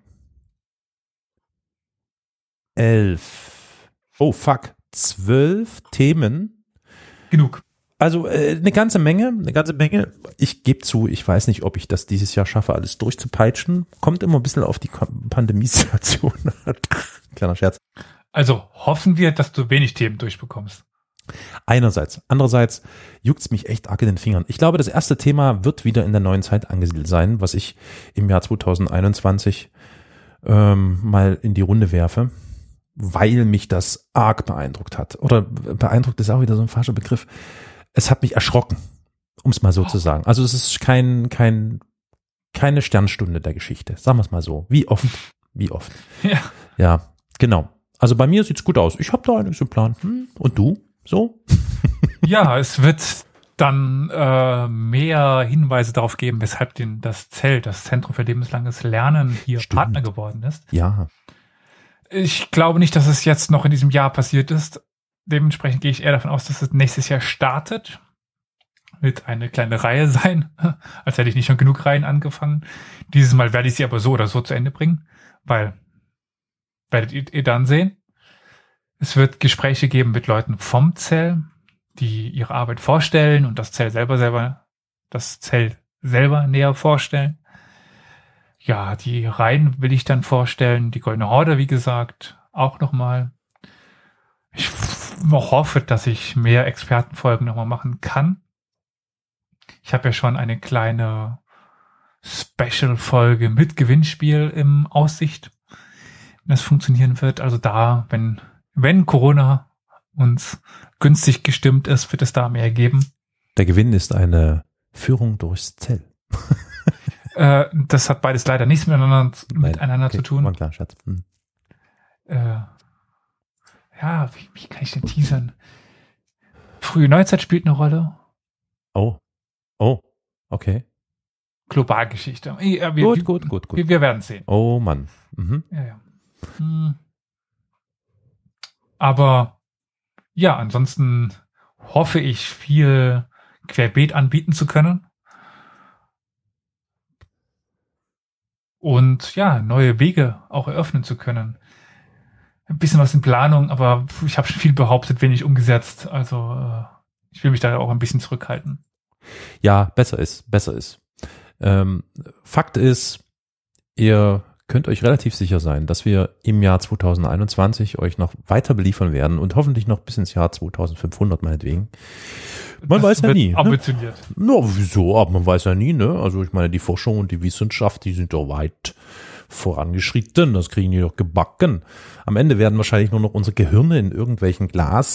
11. Oh fuck, 12 Themen. Genug. Also eine ganze Menge. Ich gebe zu, ich weiß nicht, ob ich das dieses Jahr schaffe, alles durchzupeitschen. Kommt immer ein bisschen auf die Pandemiesituation. Kleiner Scherz. Also hoffen wir, dass du wenig Themen durchbekommst. Einerseits. Andererseits juckt's mich echt arg in den Fingern. Ich glaube, das erste Thema wird wieder in der neuen Zeit angesiedelt sein, was ich im Jahr 2021 mal in die Runde werfe, weil mich das arg beeindruckt hat. Oder beeindruckt ist auch wieder so ein falscher Begriff. Es hat mich erschrocken, um es mal so zu sagen. Also es ist kein keine Sternstunde der Geschichte. Sagen wir es mal so. Wie oft? Ja. Ja, genau. Also bei mir sieht's gut aus. Ich habe da einiges im Plan. Und du? So? Ja, es wird dann mehr Hinweise darauf geben, weshalb das ZEL, das Zentrum für lebenslanges Lernen, hier Stimmt. Partner geworden ist. Ja. Ich glaube nicht, dass es jetzt noch in diesem Jahr passiert ist. Dementsprechend gehe ich eher davon aus, dass es nächstes Jahr startet. Wird eine kleine Reihe sein, als hätte ich nicht schon genug Reihen angefangen. Dieses Mal werde ich sie aber so oder so zu Ende bringen, weil werdet ihr dann sehen. Es wird Gespräche geben mit Leuten vom ZEL, die ihre Arbeit vorstellen und das ZEL selber näher vorstellen. Ja, die Reihen will ich dann vorstellen. Die Goldene Horde, wie gesagt, auch nochmal. Ich hoffe, dass ich mehr Expertenfolgen nochmal machen kann. Ich habe ja schon eine kleine Special-Folge mit Gewinnspiel im Aussicht, wenn das funktionieren wird. Also da, wenn Corona uns günstig gestimmt ist, wird es da mehr geben. Der Gewinn ist eine Führung durchs ZEL. Das hat beides leider nichts miteinander zu tun. War klar, Schatz. Ja, wie kann ich denn teasern? Frühe Neuzeit spielt eine Rolle. Oh, okay. Globalgeschichte. Gut. Wir werden sehen. Oh Mann. Mhm. Ja. Aber ja, ansonsten hoffe ich, viel querbeet anbieten zu können. Und ja, neue Wege auch eröffnen zu können. Ein bisschen was in Planung, aber ich habe schon viel behauptet, wenig umgesetzt. Also ich will mich da auch ein bisschen zurückhalten. Ja, besser ist. Fakt ist, ihr könnt euch relativ sicher sein, dass wir im Jahr 2021 euch noch weiter beliefern werden und hoffentlich noch bis ins Jahr 2500 meinetwegen. Man weiß ja nie. Ambitioniert. Ne? No, wieso? Aber man weiß ja nie, ne? Also ich meine, die Forschung und die Wissenschaft, die sind doch weit vorangeschritten. Das kriegen die doch gebacken. Am Ende werden wahrscheinlich nur noch unsere Gehirne in irgendwelchen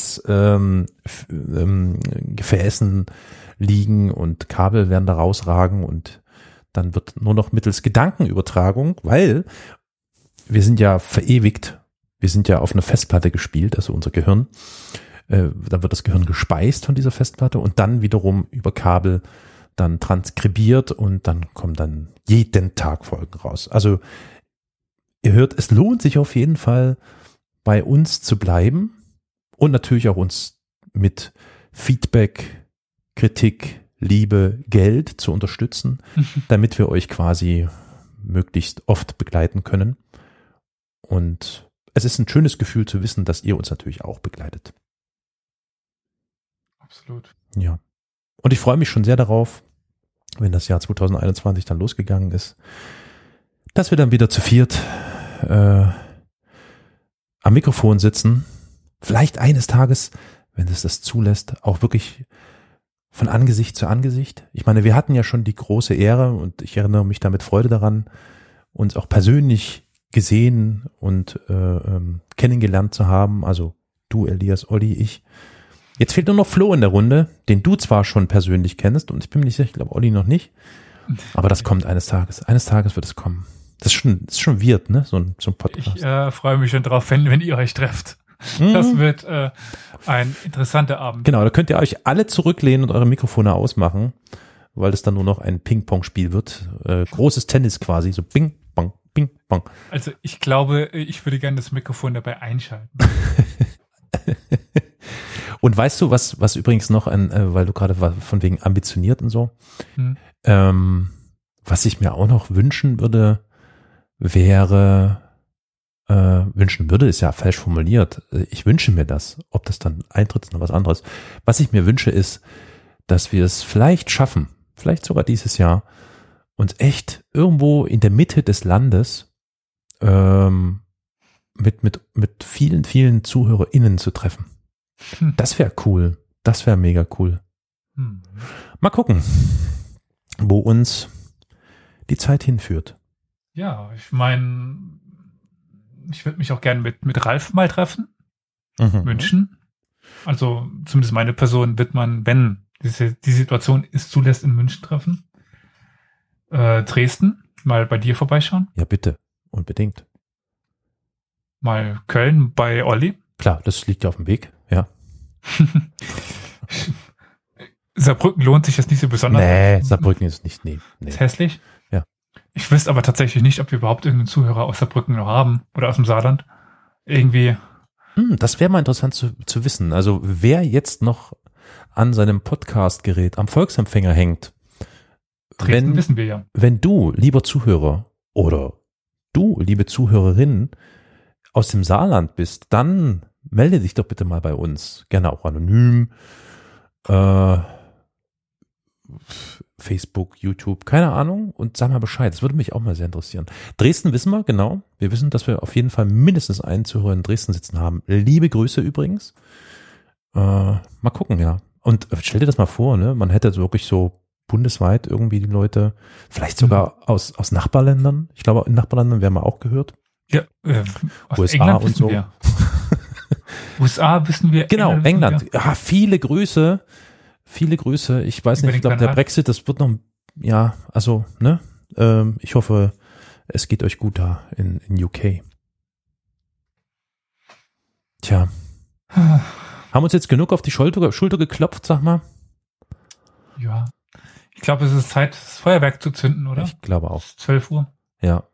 Gefäßen liegen und Kabel werden da rausragen und dann wird nur noch mittels Gedankenübertragung, weil wir sind ja verewigt, wir sind ja auf einer Festplatte gespielt, also unser Gehirn, dann wird das Gehirn gespeist von dieser Festplatte und dann wiederum über Kabel dann transkribiert und dann kommen dann jeden Tag Folgen raus. Also ihr hört, es lohnt sich auf jeden Fall bei uns zu bleiben und natürlich auch uns mit Feedback, Kritik, Liebe, Geld zu unterstützen, damit wir euch quasi möglichst oft begleiten können. Und es ist ein schönes Gefühl zu wissen, dass ihr uns natürlich auch begleitet. Absolut. Ja. Und ich freue mich schon sehr darauf, wenn das Jahr 2021 dann losgegangen ist, dass wir dann wieder zu viert am Mikrofon sitzen. Vielleicht eines Tages, wenn es das zulässt, auch wirklich von Angesicht zu Angesicht. Ich meine, wir hatten ja schon die große Ehre und ich erinnere mich da mit Freude daran, uns auch persönlich gesehen und kennengelernt zu haben. Also du, Elias, Olli, ich. Jetzt fehlt nur noch Flo in der Runde, den du zwar schon persönlich kennst und ich bin mir nicht sicher, ich glaube Olli noch nicht. Aber das kommt eines Tages. Eines Tages wird es kommen. Das ist schon weird, ne? So ein Podcast. Ich freue mich schon drauf, wenn ihr euch trefft. Das wird ein interessanter Abend. Genau, da könnt ihr euch alle zurücklehnen und eure Mikrofone ausmachen, weil es dann nur noch ein Ping-Pong-Spiel wird. Großes Tennis quasi, so Ping, Pong, Ping, Pong. Also ich glaube, ich würde gerne das Mikrofon dabei einschalten. Und weißt du, was übrigens noch, weil du gerade von wegen ambitioniert und so, was ich mir auch noch wünschen würde, wünschen würde, ist ja falsch formuliert. Ich wünsche mir das. Ob das dann eintritt, ist noch was anderes. Was ich mir wünsche, ist, dass wir es vielleicht schaffen, vielleicht sogar dieses Jahr, uns echt irgendwo in der Mitte des Landes mit vielen, vielen ZuhörerInnen zu treffen. Das wäre cool. Das wäre mega cool. Mal gucken, wo uns die Zeit hinführt. Ja, ich meine, ich würde mich auch gerne mit Ralf mal treffen, wünschen. Also zumindest meine Person wird man, wenn die Situation es zulässt, in München treffen. Dresden, mal bei dir vorbeischauen. Ja, bitte. Unbedingt. Mal Köln bei Olli. Klar, das liegt ja auf dem Weg, ja. Saarbrücken lohnt sich jetzt nicht so besonders. Nee, Saarbrücken ist nicht, nee. Ist hässlich. Ja. Ich wüsste aber tatsächlich nicht, ob wir überhaupt irgendeinen Zuhörer aus Saarbrücken noch haben oder aus dem Saarland. Irgendwie. Das wäre mal interessant zu wissen. Also wer jetzt noch an seinem Podcastgerät am Volksempfänger hängt, Dresden wissen wir ja. Wenn du, lieber Zuhörer, oder du, liebe Zuhörerin, aus dem Saarland bist, dann melde dich doch bitte mal bei uns. Gerne auch anonym. Facebook, YouTube, keine Ahnung. Und sag mal Bescheid. Das würde mich auch mal sehr interessieren. Dresden wissen wir, genau. Wir wissen, dass wir auf jeden Fall mindestens einen Zuhörer in Dresden sitzen haben. Liebe Grüße übrigens. Mal gucken, ja. Und stell dir das mal vor, ne? Man hätte wirklich so bundesweit irgendwie die Leute, vielleicht sogar aus Nachbarländern. Ich glaube, in Nachbarländern werden wir auch gehört. Ja, aus USA England und wissen so. wir. USA wissen wir. Genau, England. Wissen wir. Ja, viele Grüße. Ich weiß Über nicht, ich den glaube, der Kanal. Brexit, das wird noch, ja, also, ne? Ich hoffe, es geht euch gut da in UK. Tja. Haben uns jetzt genug auf die Schulter geklopft, sag mal? Ja. Ich glaube, es ist Zeit, das Feuerwerk zu zünden, oder? Ich glaube auch. Es ist 12 Uhr. Ja.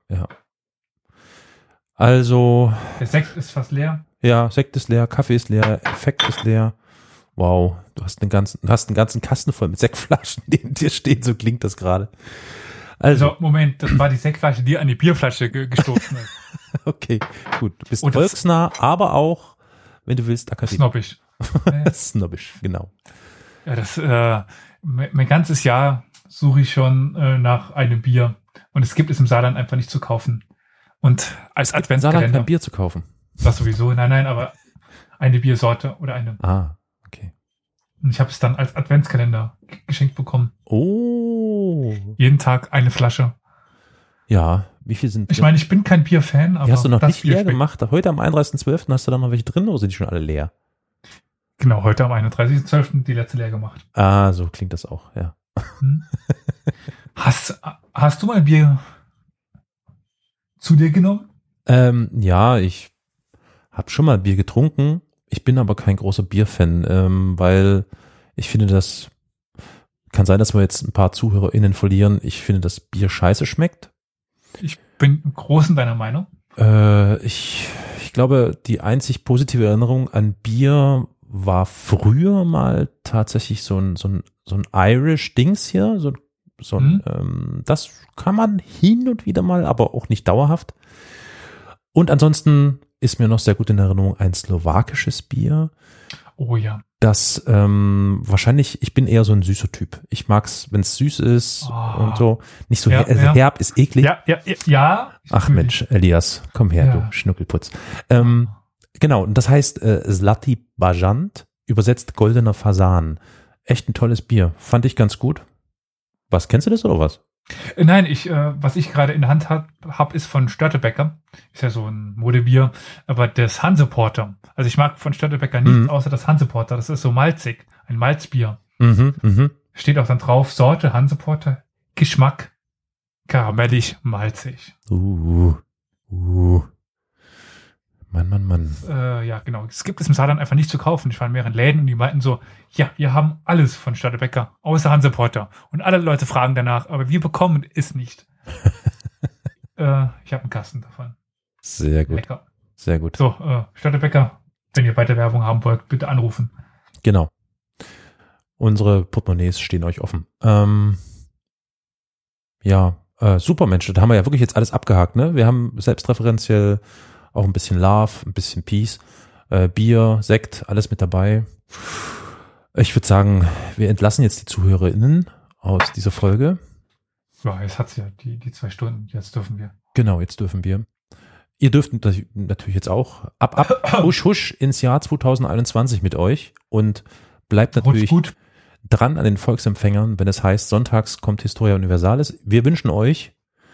Also, Der Sekt ist fast leer. ja, Sekt ist leer, Kaffee ist leer, Effekt ist leer. Wow, du hast einen ganzen Kasten voll mit Sektflaschen neben dir stehen, so klingt das gerade. Also, Moment, das war die Sektflasche, die an die Bierflasche gestoßen ist. okay, gut. Du bist Und das- volksnah, aber auch, wenn du willst, akademisch. Snobbisch. Snobbisch, genau. Ja, das, mein ganzes Jahr suche ich schon nach einem Bier. Und es gibt es im Saarland einfach nicht zu kaufen. Und als Saarland Adventskalender. kein Bier zu kaufen. Das sowieso. Nein, aber eine Biersorte oder eine. Ah, okay. Und ich habe es dann als Adventskalender geschenkt bekommen. Oh. Jeden Tag eine Flasche. Ja, wie viel sind Ich meine, ich bin kein Bierfan, aber die hast du noch das nicht Bier leer schmeckt. gemacht? Heute am 31.12. hast du da noch welche drin oder sind die schon alle leer? Genau, heute am 31.12. die letzte leer gemacht. Ah, so klingt das auch, ja. Hm? Hast du mal Bier zu dir genommen? Ja, ich habe schon mal Bier getrunken. Ich bin aber kein großer Bierfan, weil ich finde, das kann sein, dass wir jetzt ein paar ZuhörerInnen verlieren. Ich finde, dass Bier scheiße schmeckt. Ich bin im Großen deiner Meinung. Ich glaube, die einzig positive Erinnerung an Bier war früher mal tatsächlich so ein Irish Dings hier, das kann man hin und wieder mal, aber auch nicht dauerhaft. Und ansonsten ist mir noch sehr gut in Erinnerung ein slowakisches Bier. Oh ja. Das wahrscheinlich, ich bin eher so ein süßer Typ. Ich mag's, wenn es süß ist und so. Nicht so Ja, ja. herb ist eklig. Ja. Ach Mensch, Elias, komm her, Ja. du Schnuckelputz. Genau, und das heißt Zlatý Bajant, übersetzt goldener Fasan. Echt ein tolles Bier. Fand ich ganz gut. Was, kennst du das oder was? Nein, was ich gerade in der Hand hab, ist von Störtebeker. Ist ja so ein Modebier, aber das Hanseporter. Also ich mag von Störtebeker nichts außer das Hanseporter. Das ist so malzig, ein Malzbier. Steht auch dann drauf, Sorte Hanseporter, Geschmack, karamellig, malzig. Mann. Ja, genau. Es gibt es im Saarland einfach nicht zu kaufen. Ich war in mehreren Läden und die meinten so, ja, wir haben alles von Störtebeker, außer Hanseporter. Und alle Leute fragen danach, aber wir bekommen es nicht. Ich habe einen Kasten davon. Sehr gut, Lecker. sehr gut. So, Störtebeker, wenn ihr weiter Werbung haben wollt, bitte anrufen. Genau. Unsere Portemonnaies stehen euch offen. Super Mensch, da haben wir ja wirklich jetzt alles abgehakt, ne? Wir haben selbstreferenziell auch ein bisschen Love, ein bisschen Peace, Bier, Sekt, alles mit dabei. Ich würde sagen, wir entlassen jetzt die ZuhörerInnen aus dieser Folge. Ja, jetzt hat's ja die 2 Stunden, jetzt dürfen wir. Genau, jetzt dürfen wir. Ihr dürft natürlich jetzt auch ab, husch ins Jahr 2021 mit euch und bleibt natürlich Gut. dran an den Volksempfängern, wenn es heißt, sonntags kommt Historia Universalis. Wir wünschen euch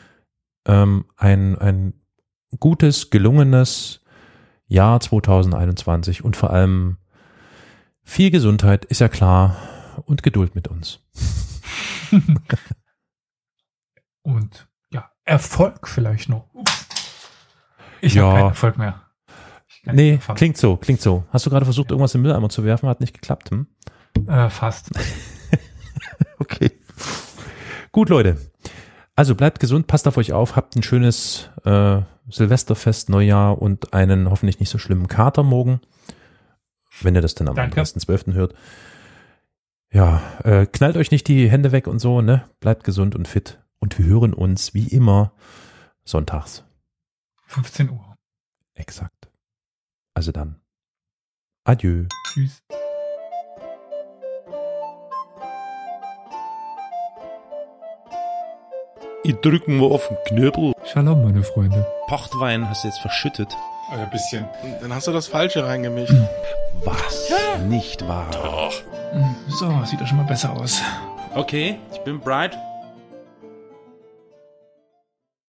ein gutes, gelungenes Jahr 2021 und vor allem viel Gesundheit, ist ja klar, und Geduld mit uns. Und ja, Erfolg vielleicht noch. Ups. Ich Ja. habe keinen Erfolg mehr. Nee, klingt so. Hast du gerade versucht, irgendwas im Mülleimer zu werfen? Hat nicht geklappt, hm? Fast. Okay. Gut, Leute. Also bleibt gesund, passt auf euch auf, habt ein schönes Silvesterfest, Neujahr und einen hoffentlich nicht so schlimmen Kater morgen, wenn ihr das dann am 1.12. hört. Ja, knallt euch nicht die Hände weg und so, ne? Bleibt gesund und fit. Und wir hören uns wie immer sonntags. 15 Uhr. Exakt. Also dann. Adieu. Tschüss. Ich drück mal auf den Knöbel. Shalom, meine Freunde. Pochtwein hast du jetzt verschüttet. Ein bisschen. Dann hast du das Falsche reingemischt. Was? Ja. Nicht wahr. Doch. So, sieht doch schon mal besser aus. Okay, ich bin bereit.